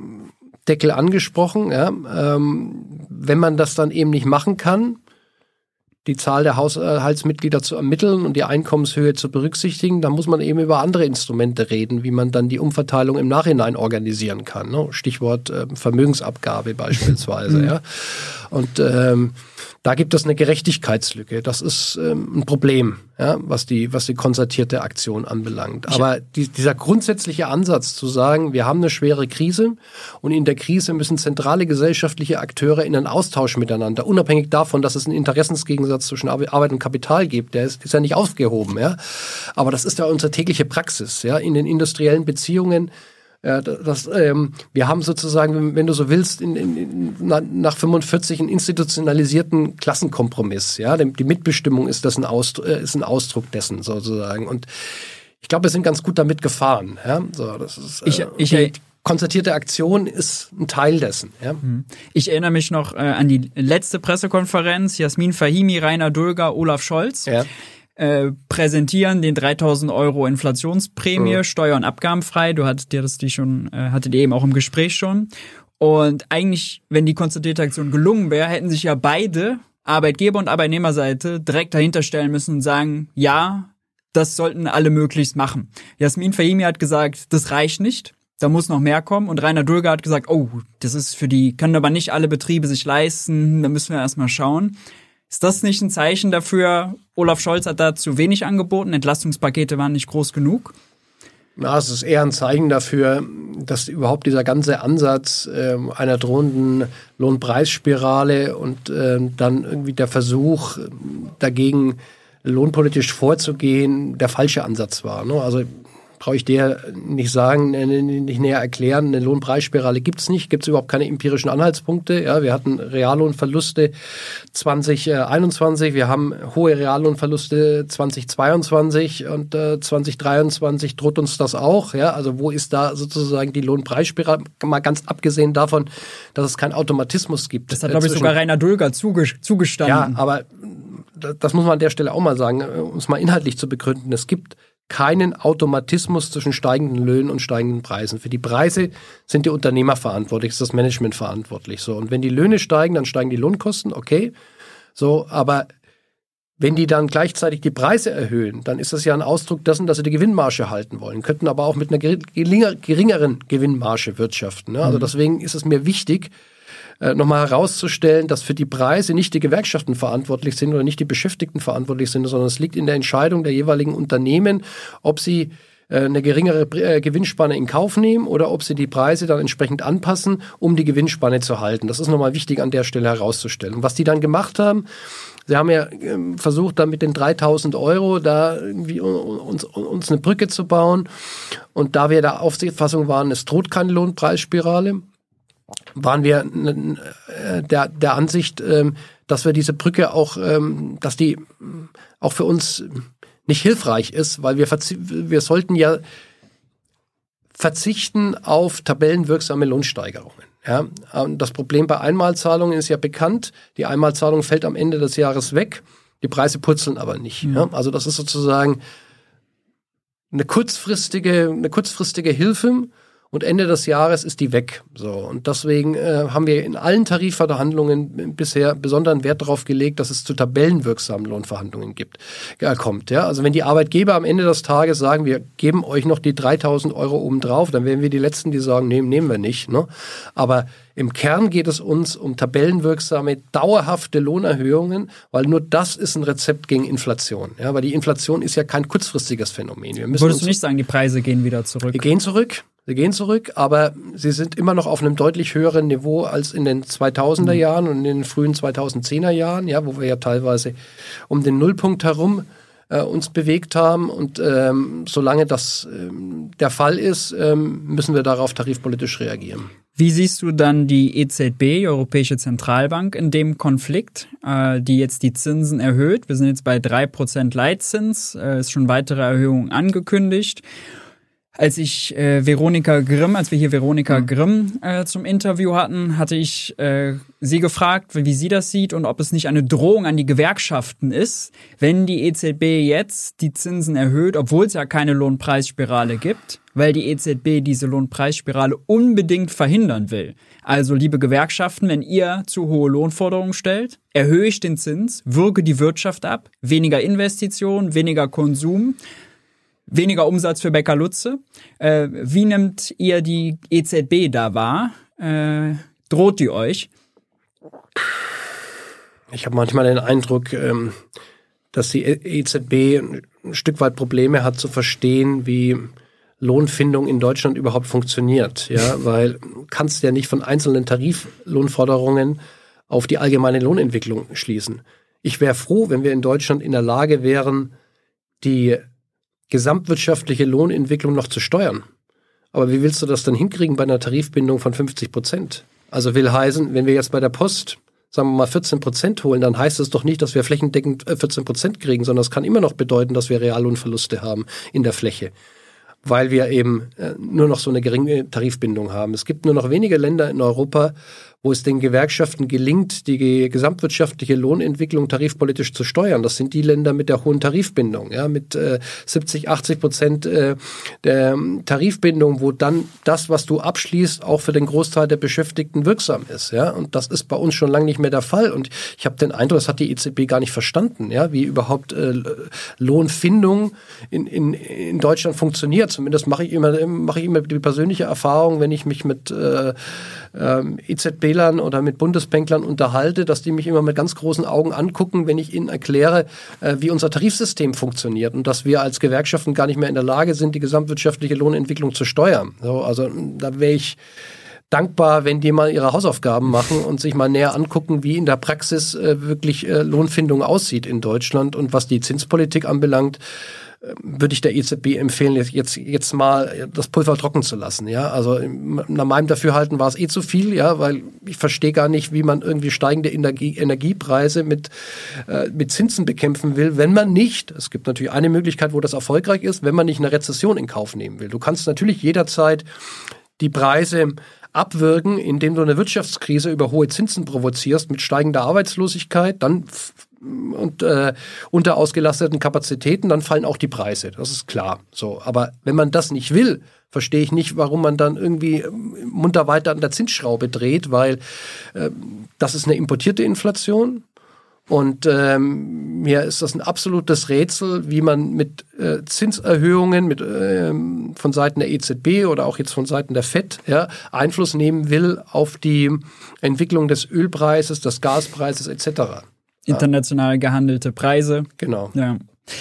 ähm, angesprochen. Ja. Ähm, wenn man das dann eben nicht machen kann, die Zahl der Haushaltsmitglieder zu ermitteln und die Einkommenshöhe zu berücksichtigen, dann muss man eben über andere Instrumente reden, wie man dann die Umverteilung im Nachhinein organisieren kann. Ne? Stichwort äh, Vermögensabgabe beispielsweise. Ja. Und ähm, da gibt es eine Gerechtigkeitslücke. Das ist ähm, ein Problem, ja, was die, was die konzertierte Aktion anbelangt. Aber die, dieser grundsätzliche Ansatz zu sagen, wir haben eine schwere Krise und in der Krise müssen zentrale gesellschaftliche Akteure in einen Austausch miteinander, unabhängig davon, dass es einen Interessensgegensatz zwischen Arbeit und Kapital gibt, der ist, ist ja nicht aufgehoben, ja. Aber das ist ja unsere tägliche Praxis, ja, in den industriellen Beziehungen. Ja, das, ähm, wir haben sozusagen, wenn du so willst, in, in, in, nach fünfundvierzig einen institutionalisierten Klassenkompromiss. Ja, die Mitbestimmung ist das ein Ausdruck, äh, ist ein Ausdruck dessen sozusagen. Und ich glaube, wir sind ganz gut damit gefahren. Ja, so, das ist, äh, ich, ich, die konzertierte Aktion ist ein Teil dessen. Ja. Ich erinnere mich noch äh, an die letzte Pressekonferenz. Jasmin Fahimi, Rainer Dulger, Olaf Scholz. Ja. Äh, präsentieren den dreitausend Euro Inflationsprämie, mhm. steuer- und abgabenfrei. Du hattest dir das die schon, äh, hattet ihr eben auch im Gespräch schon. Und eigentlich, wenn die konzertierte Aktion gelungen wäre, hätten sich ja beide, Arbeitgeber- und Arbeitnehmerseite, direkt dahinter stellen müssen und sagen, ja, das sollten alle möglichst machen. Jasmin Fahimi hat gesagt, das reicht nicht. Da muss noch mehr kommen. Und Rainer Dulger hat gesagt, oh, das ist für die, können aber nicht alle Betriebe sich leisten. Da müssen wir erstmal schauen. Ist das nicht ein Zeichen dafür, Olaf Scholz hat da zu wenig angeboten, Entlastungspakete waren nicht groß genug? Ja, es ist eher ein Zeichen dafür, dass überhaupt dieser ganze Ansatz äh, einer drohenden Lohnpreisspirale und äh, dann irgendwie der Versuch, dagegen lohnpolitisch vorzugehen, der falsche Ansatz war. Ne? Also brauche ich dir nicht sagen, nicht näher erklären, eine Lohnpreisspirale gibt's nicht, gibt's überhaupt keine empirischen Anhaltspunkte. Ja, wir hatten Reallohnverluste zwanzig einundzwanzig, wir haben hohe Reallohnverluste zwanzig zweiundzwanzig und äh, zwanzig dreiundzwanzig droht uns das auch. Ja, also wo ist da sozusagen die Lohnpreisspirale? Mal ganz abgesehen davon, dass es keinen Automatismus gibt. Das hat, glaube ich, sogar Rainer Dulger zugestanden. Ja, aber das muss man an der Stelle auch mal sagen, um es mal inhaltlich zu begründen. Es gibt keinen Automatismus zwischen steigenden Löhnen und steigenden Preisen. Für die Preise sind die Unternehmer verantwortlich, ist das Management verantwortlich. So, und wenn die Löhne steigen, dann steigen die Lohnkosten, okay. So, aber wenn die dann gleichzeitig die Preise erhöhen, dann ist das ja ein Ausdruck dessen, dass sie die Gewinnmarge halten wollen, könnten aber auch mit einer geringeren Gewinnmarge wirtschaften. Ne? Also deswegen ist es mir wichtig, nochmal herauszustellen, dass für die Preise nicht die Gewerkschaften verantwortlich sind oder nicht die Beschäftigten verantwortlich sind, sondern es liegt in der Entscheidung der jeweiligen Unternehmen, ob sie eine geringere Gewinnspanne in Kauf nehmen oder ob sie die Preise dann entsprechend anpassen, um die Gewinnspanne zu halten. Das ist nochmal wichtig an der Stelle herauszustellen. Und was die dann gemacht haben, sie haben ja versucht, dann mit den dreitausend Euro da irgendwie uns, uns eine Brücke zu bauen. Und da wir der Auffassung waren, es droht keine Lohnpreisspirale, waren wir der, der Ansicht, dass wir diese Brücke auch, dass die auch für uns nicht hilfreich ist, weil wir, wir sollten ja verzichten auf tabellenwirksame Lohnsteigerungen. Ja, das Problem bei Einmalzahlungen ist ja bekannt. Die Einmalzahlung fällt am Ende des Jahres weg. Die Preise purzeln aber nicht. Mhm. Ja, also das ist sozusagen eine kurzfristige, eine kurzfristige Hilfe. und Ende des Jahres ist die weg. So, und deswegen äh, haben wir in allen Tarifverhandlungen bisher besonderen Wert darauf gelegt, dass es zu tabellenwirksamen Lohnverhandlungen gibt, äh, kommt. Ja? Also wenn die Arbeitgeber am Ende des Tages sagen, wir geben euch noch die dreitausend Euro obendrauf, dann wären wir die Letzten, die sagen, nee, nehmen wir nicht. Ne? Aber im Kern geht es uns um tabellenwirksame, dauerhafte Lohnerhöhungen, weil nur das ist ein Rezept gegen Inflation. Ja, weil die Inflation ist ja kein kurzfristiges Phänomen. Wir müssen Würdest du nicht sagen, die Preise gehen wieder zurück? Wir gehen zurück. Sie gehen zurück, aber sie sind immer noch auf einem deutlich höheren Niveau als in den zweitausender Jahren und in den frühen zweitausendzehner Jahren, ja, wo wir ja teilweise um den Nullpunkt herum äh, uns bewegt haben. Und ähm, solange das ähm, der Fall ist, ähm, müssen wir darauf tarifpolitisch reagieren. Wie siehst du dann die E Z B, die Europäische Zentralbank, in dem Konflikt, äh, die jetzt die Zinsen erhöht? Wir sind jetzt bei drei Prozent Leitzins, äh, ist schon weitere Erhöhungen angekündigt. Als ich äh, Veronika Grimm, als wir hier Veronika Grimm äh, zum Interview hatten, hatte ich äh, sie gefragt, wie sie das sieht und ob es nicht eine Drohung an die Gewerkschaften ist, wenn die E Z B jetzt die Zinsen erhöht, obwohl es ja keine Lohnpreisspirale gibt, weil die E Z B diese Lohnpreisspirale unbedingt verhindern will. Also, liebe Gewerkschaften, wenn ihr zu hohe Lohnforderungen stellt, erhöhe ich den Zins, würge die Wirtschaft ab, weniger Investitionen, weniger Konsum, weniger Umsatz für Bäcker Lutze. Äh, wie nimmt ihr die E Z B da wahr? Äh, droht die euch? Ich habe manchmal den Eindruck, ähm, dass die E Z B ein Stück weit Probleme hat zu verstehen, wie Lohnfindung in Deutschland überhaupt funktioniert. Ja, weil du kannst ja nicht von einzelnen Tariflohnforderungen auf die allgemeine Lohnentwicklung schließen. Ich wäre froh, wenn wir in Deutschland in der Lage wären, die gesamtwirtschaftliche Lohnentwicklung noch zu steuern. Aber wie willst du das dann hinkriegen bei einer Tarifbindung von fünfzig Prozent? Also will heißen, wenn wir jetzt bei der Post, sagen wir mal, vierzehn Prozent holen, dann heißt das doch nicht, dass wir flächendeckend vierzehn Prozent kriegen, sondern das kann immer noch bedeuten, dass wir Reallohnverluste haben in der Fläche, weil wir eben äh, nur noch so eine geringe Tarifbindung haben. Es gibt nur noch wenige Länder in Europa, wo es den Gewerkschaften gelingt, die gesamtwirtschaftliche Lohnentwicklung tarifpolitisch zu steuern. Das sind die Länder mit der hohen Tarifbindung, ja, mit äh, siebzig, achtzig Prozent äh, der Tarifbindung, wo dann das, was du abschließt, auch für den Großteil der Beschäftigten wirksam ist, ja. Und das ist bei uns schon lange nicht mehr der Fall. Und ich habe den Eindruck, das hat die E Z B gar nicht verstanden, ja, wie überhaupt äh, Lohnfindung in, in, in Deutschland funktioniert. Zumindest mache ich immer mache ich immer die persönliche Erfahrung, wenn ich mich mit äh, äh, E Z B oder mit Bundesbanklern unterhalte, dass die mich immer mit ganz großen Augen angucken, wenn ich ihnen erkläre, äh, wie unser Tarifsystem funktioniert und dass wir als Gewerkschaften gar nicht mehr in der Lage sind, die gesamtwirtschaftliche Lohnentwicklung zu steuern. So, also da wäre ich dankbar, wenn die mal ihre Hausaufgaben machen und sich mal näher angucken, wie in der Praxis äh, wirklich äh, Lohnfindung aussieht in Deutschland. Und was die Zinspolitik anbelangt, würde ich der E Z B empfehlen, jetzt jetzt mal das Pulver trocken zu lassen. Ja, also nach meinem Dafürhalten war es eh zu viel, ja, weil ich verstehe gar nicht, wie man irgendwie steigende Energie, Energiepreise mit äh, mit Zinsen bekämpfen will, wenn man nicht, es gibt natürlich eine Möglichkeit, wo das erfolgreich ist, wenn man nicht eine Rezession in Kauf nehmen will. Du kannst natürlich jederzeit die Preise abwirken, indem du eine Wirtschaftskrise über hohe Zinsen provozierst mit steigender Arbeitslosigkeit, dann und äh, unter ausgelasteten Kapazitäten, dann fallen auch die Preise. Das ist klar. So, aber wenn man das nicht will, verstehe ich nicht, warum man dann irgendwie munter weiter an der Zinsschraube dreht, weil äh, das ist eine importierte Inflation. Und ähm, mir ist das ein absolutes Rätsel, wie man mit äh, Zinserhöhungen mit, äh, von Seiten der E Z B oder auch jetzt von Seiten der Fed ja, Einfluss nehmen will auf die Entwicklung des Ölpreises, des Gaspreises et cetera. International gehandelte Preise. Genau. Ja.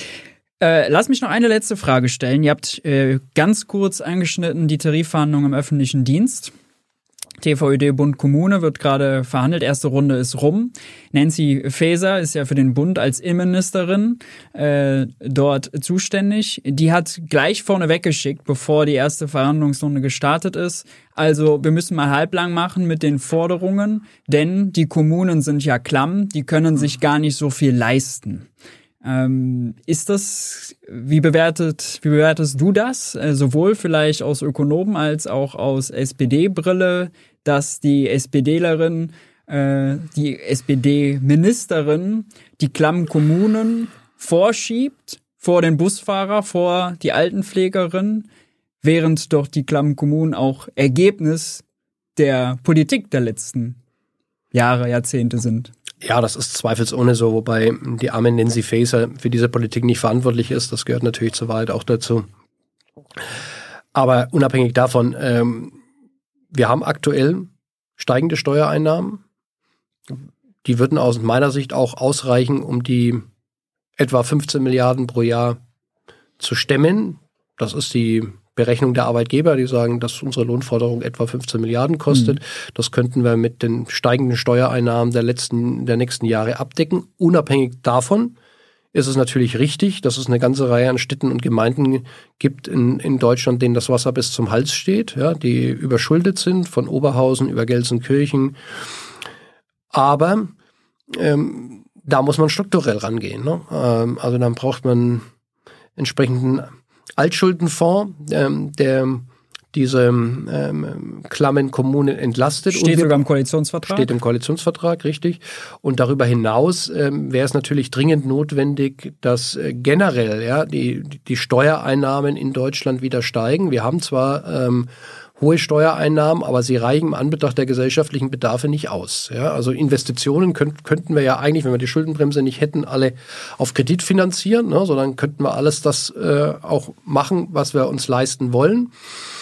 Äh, lass mich noch eine letzte Frage stellen. Ihr habt äh, ganz kurz angeschnitten die Tarifverhandlungen im öffentlichen Dienst. T V Ö D Bund Kommune wird gerade verhandelt. Erste Runde ist rum. Nancy Faeser ist ja für den Bund als Innenministerin äh, dort zuständig. Die hat gleich vorne weggeschickt, bevor die erste Verhandlungsrunde gestartet ist. Also wir müssen mal halblang machen mit den Forderungen, denn die Kommunen sind ja klamm, die können sich gar nicht so viel leisten. Ähm, ist das, wie bewertet, wie bewertest du das? Äh, sowohl vielleicht aus Ökonomen als auch aus S P D-Brille, dass die SPDlerin, äh, die S P D-Ministerin die klammen Kommunen vorschiebt, vor den Busfahrer, vor die Altenpflegerin. während doch die klammen Kommunen auch Ergebnis der Politik der letzten Jahre, Jahrzehnte sind. Ja, das ist zweifelsohne so, wobei die arme Nancy Faeser für diese Politik nicht verantwortlich ist. Das gehört natürlich zur Wahrheit auch dazu. Aber unabhängig davon, ähm, wir haben aktuell steigende Steuereinnahmen. Die würden aus meiner Sicht auch ausreichen, um die etwa fünfzehn Milliarden pro Jahr zu stemmen. Das ist die Berechnung der Arbeitgeber, die sagen, dass unsere Lohnforderung etwa fünfzehn Milliarden kostet. Mhm. Das könnten wir mit den steigenden Steuereinnahmen der letzten, der nächsten Jahre abdecken. Unabhängig davon ist es natürlich richtig, dass es eine ganze Reihe an Städten und Gemeinden gibt in, in Deutschland, denen das Wasser bis zum Hals steht, ja, die überschuldet sind, von Oberhausen über Gelsenkirchen. Aber ähm, da muss man strukturell rangehen. Ne? Ähm, also dann braucht man entsprechenden Altschuldenfonds, ähm, der diese ähm, klammen Kommunen entlastet. Steht und sogar im Koalitionsvertrag? Steht im Koalitionsvertrag, richtig. Und darüber hinaus ähm, wäre es natürlich dringend notwendig, dass äh, generell ja die, die Steuereinnahmen in Deutschland wieder steigen. Wir haben zwar ähm, hohe Steuereinnahmen, aber sie reichen im Anbetracht der gesellschaftlichen Bedarfe nicht aus. Ja, also Investitionen könnt, könnten wir ja eigentlich, wenn wir die Schuldenbremse nicht hätten, alle auf Kredit finanzieren, ne, sondern könnten wir alles das äh, auch machen, was wir uns leisten wollen.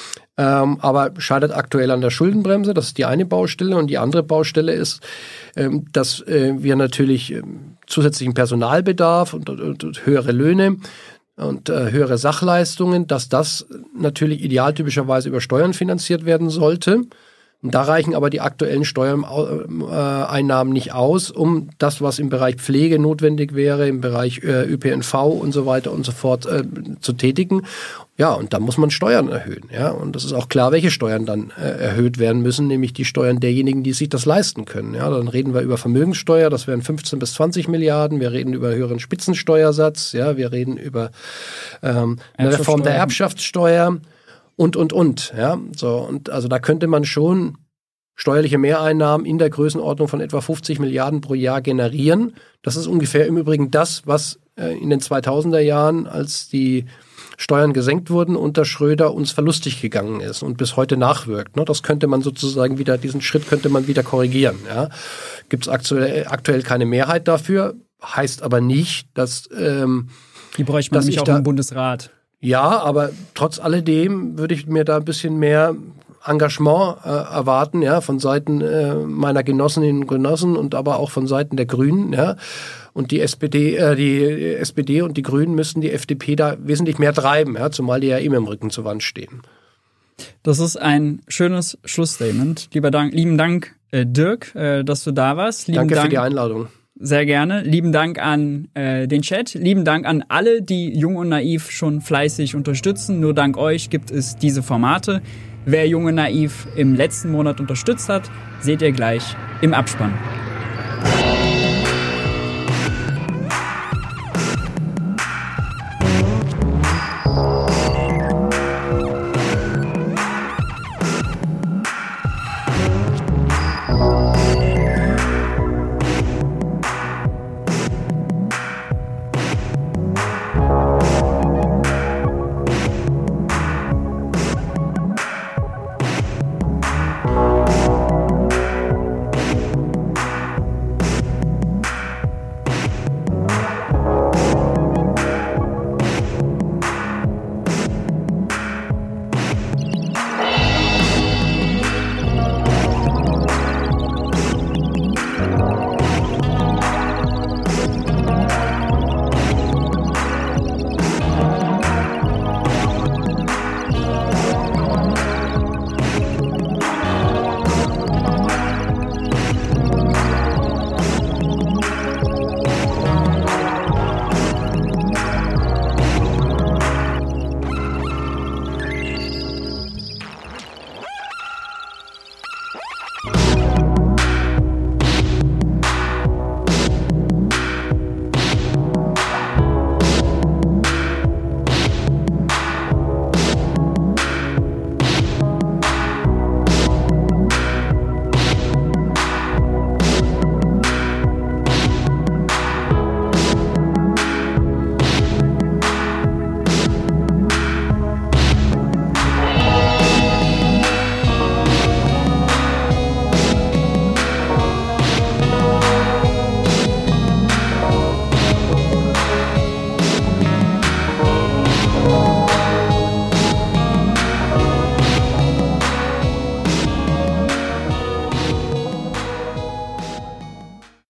Ähm, aber scheitert aktuell an der Schuldenbremse, das ist die eine Baustelle. Und die andere Baustelle ist, ähm, dass äh, wir natürlich ähm, zusätzlichen Personalbedarf und, und, und höhere Löhne und äh, höhere Sachleistungen, dass das natürlich idealtypischerweise über Steuern finanziert werden sollte. Und da reichen aber die aktuellen Steuereinnahmen nicht aus, um das, was im Bereich Pflege notwendig wäre, im Bereich äh, Ö P N V und so weiter und so fort äh, zu tätigen. Ja, und da muss man Steuern erhöhen. Ja, und das ist auch klar, welche Steuern dann äh, erhöht werden müssen, nämlich die Steuern derjenigen, die sich das leisten können. Ja, dann reden wir über Vermögenssteuer, das wären fünfzehn bis zwanzig Milliarden. Wir reden über höheren Spitzensteuersatz. Ja, wir reden über ähm, eine Reform der Erbschaftssteuer. Und, und, und, ja, so, und also da könnte man schon steuerliche Mehreinnahmen in der Größenordnung von etwa fünfzig Milliarden pro Jahr generieren. Das ist ungefähr im Übrigen das, was äh, in den zweitausender Jahren, als die Steuern gesenkt wurden, unter Schröder uns verlustig gegangen ist und bis heute nachwirkt. Ne? Das könnte man sozusagen wieder, diesen Schritt könnte man wieder korrigieren. Ja? Gibt es aktuell, aktuell keine Mehrheit dafür, heißt aber nicht, dass ähm, die bräuchte man nämlich auch im Bundesrat. Ja, aber trotz alledem würde ich mir da ein bisschen mehr Engagement äh, erwarten, ja, von Seiten äh, meiner Genossinnen und Genossen und aber auch von Seiten der Grünen, ja. Und die S P D, äh, die S P D und die Grünen müssten die F D P da wesentlich mehr treiben, ja, zumal die ja immer im Rücken zur Wand stehen. Das ist ein schönes Schlussstatement. Lieber Dank, lieben Dank, äh, Dirk, äh, dass du da warst. Lieben Danke Dank. für die Einladung. Sehr gerne. Lieben Dank an äh, den Chat. Lieben Dank an alle, die Jung und Naiv schon fleißig unterstützen. Nur dank euch gibt es diese Formate. Wer Jung und Naiv im letzten Monat unterstützt hat, seht ihr gleich im Abspann.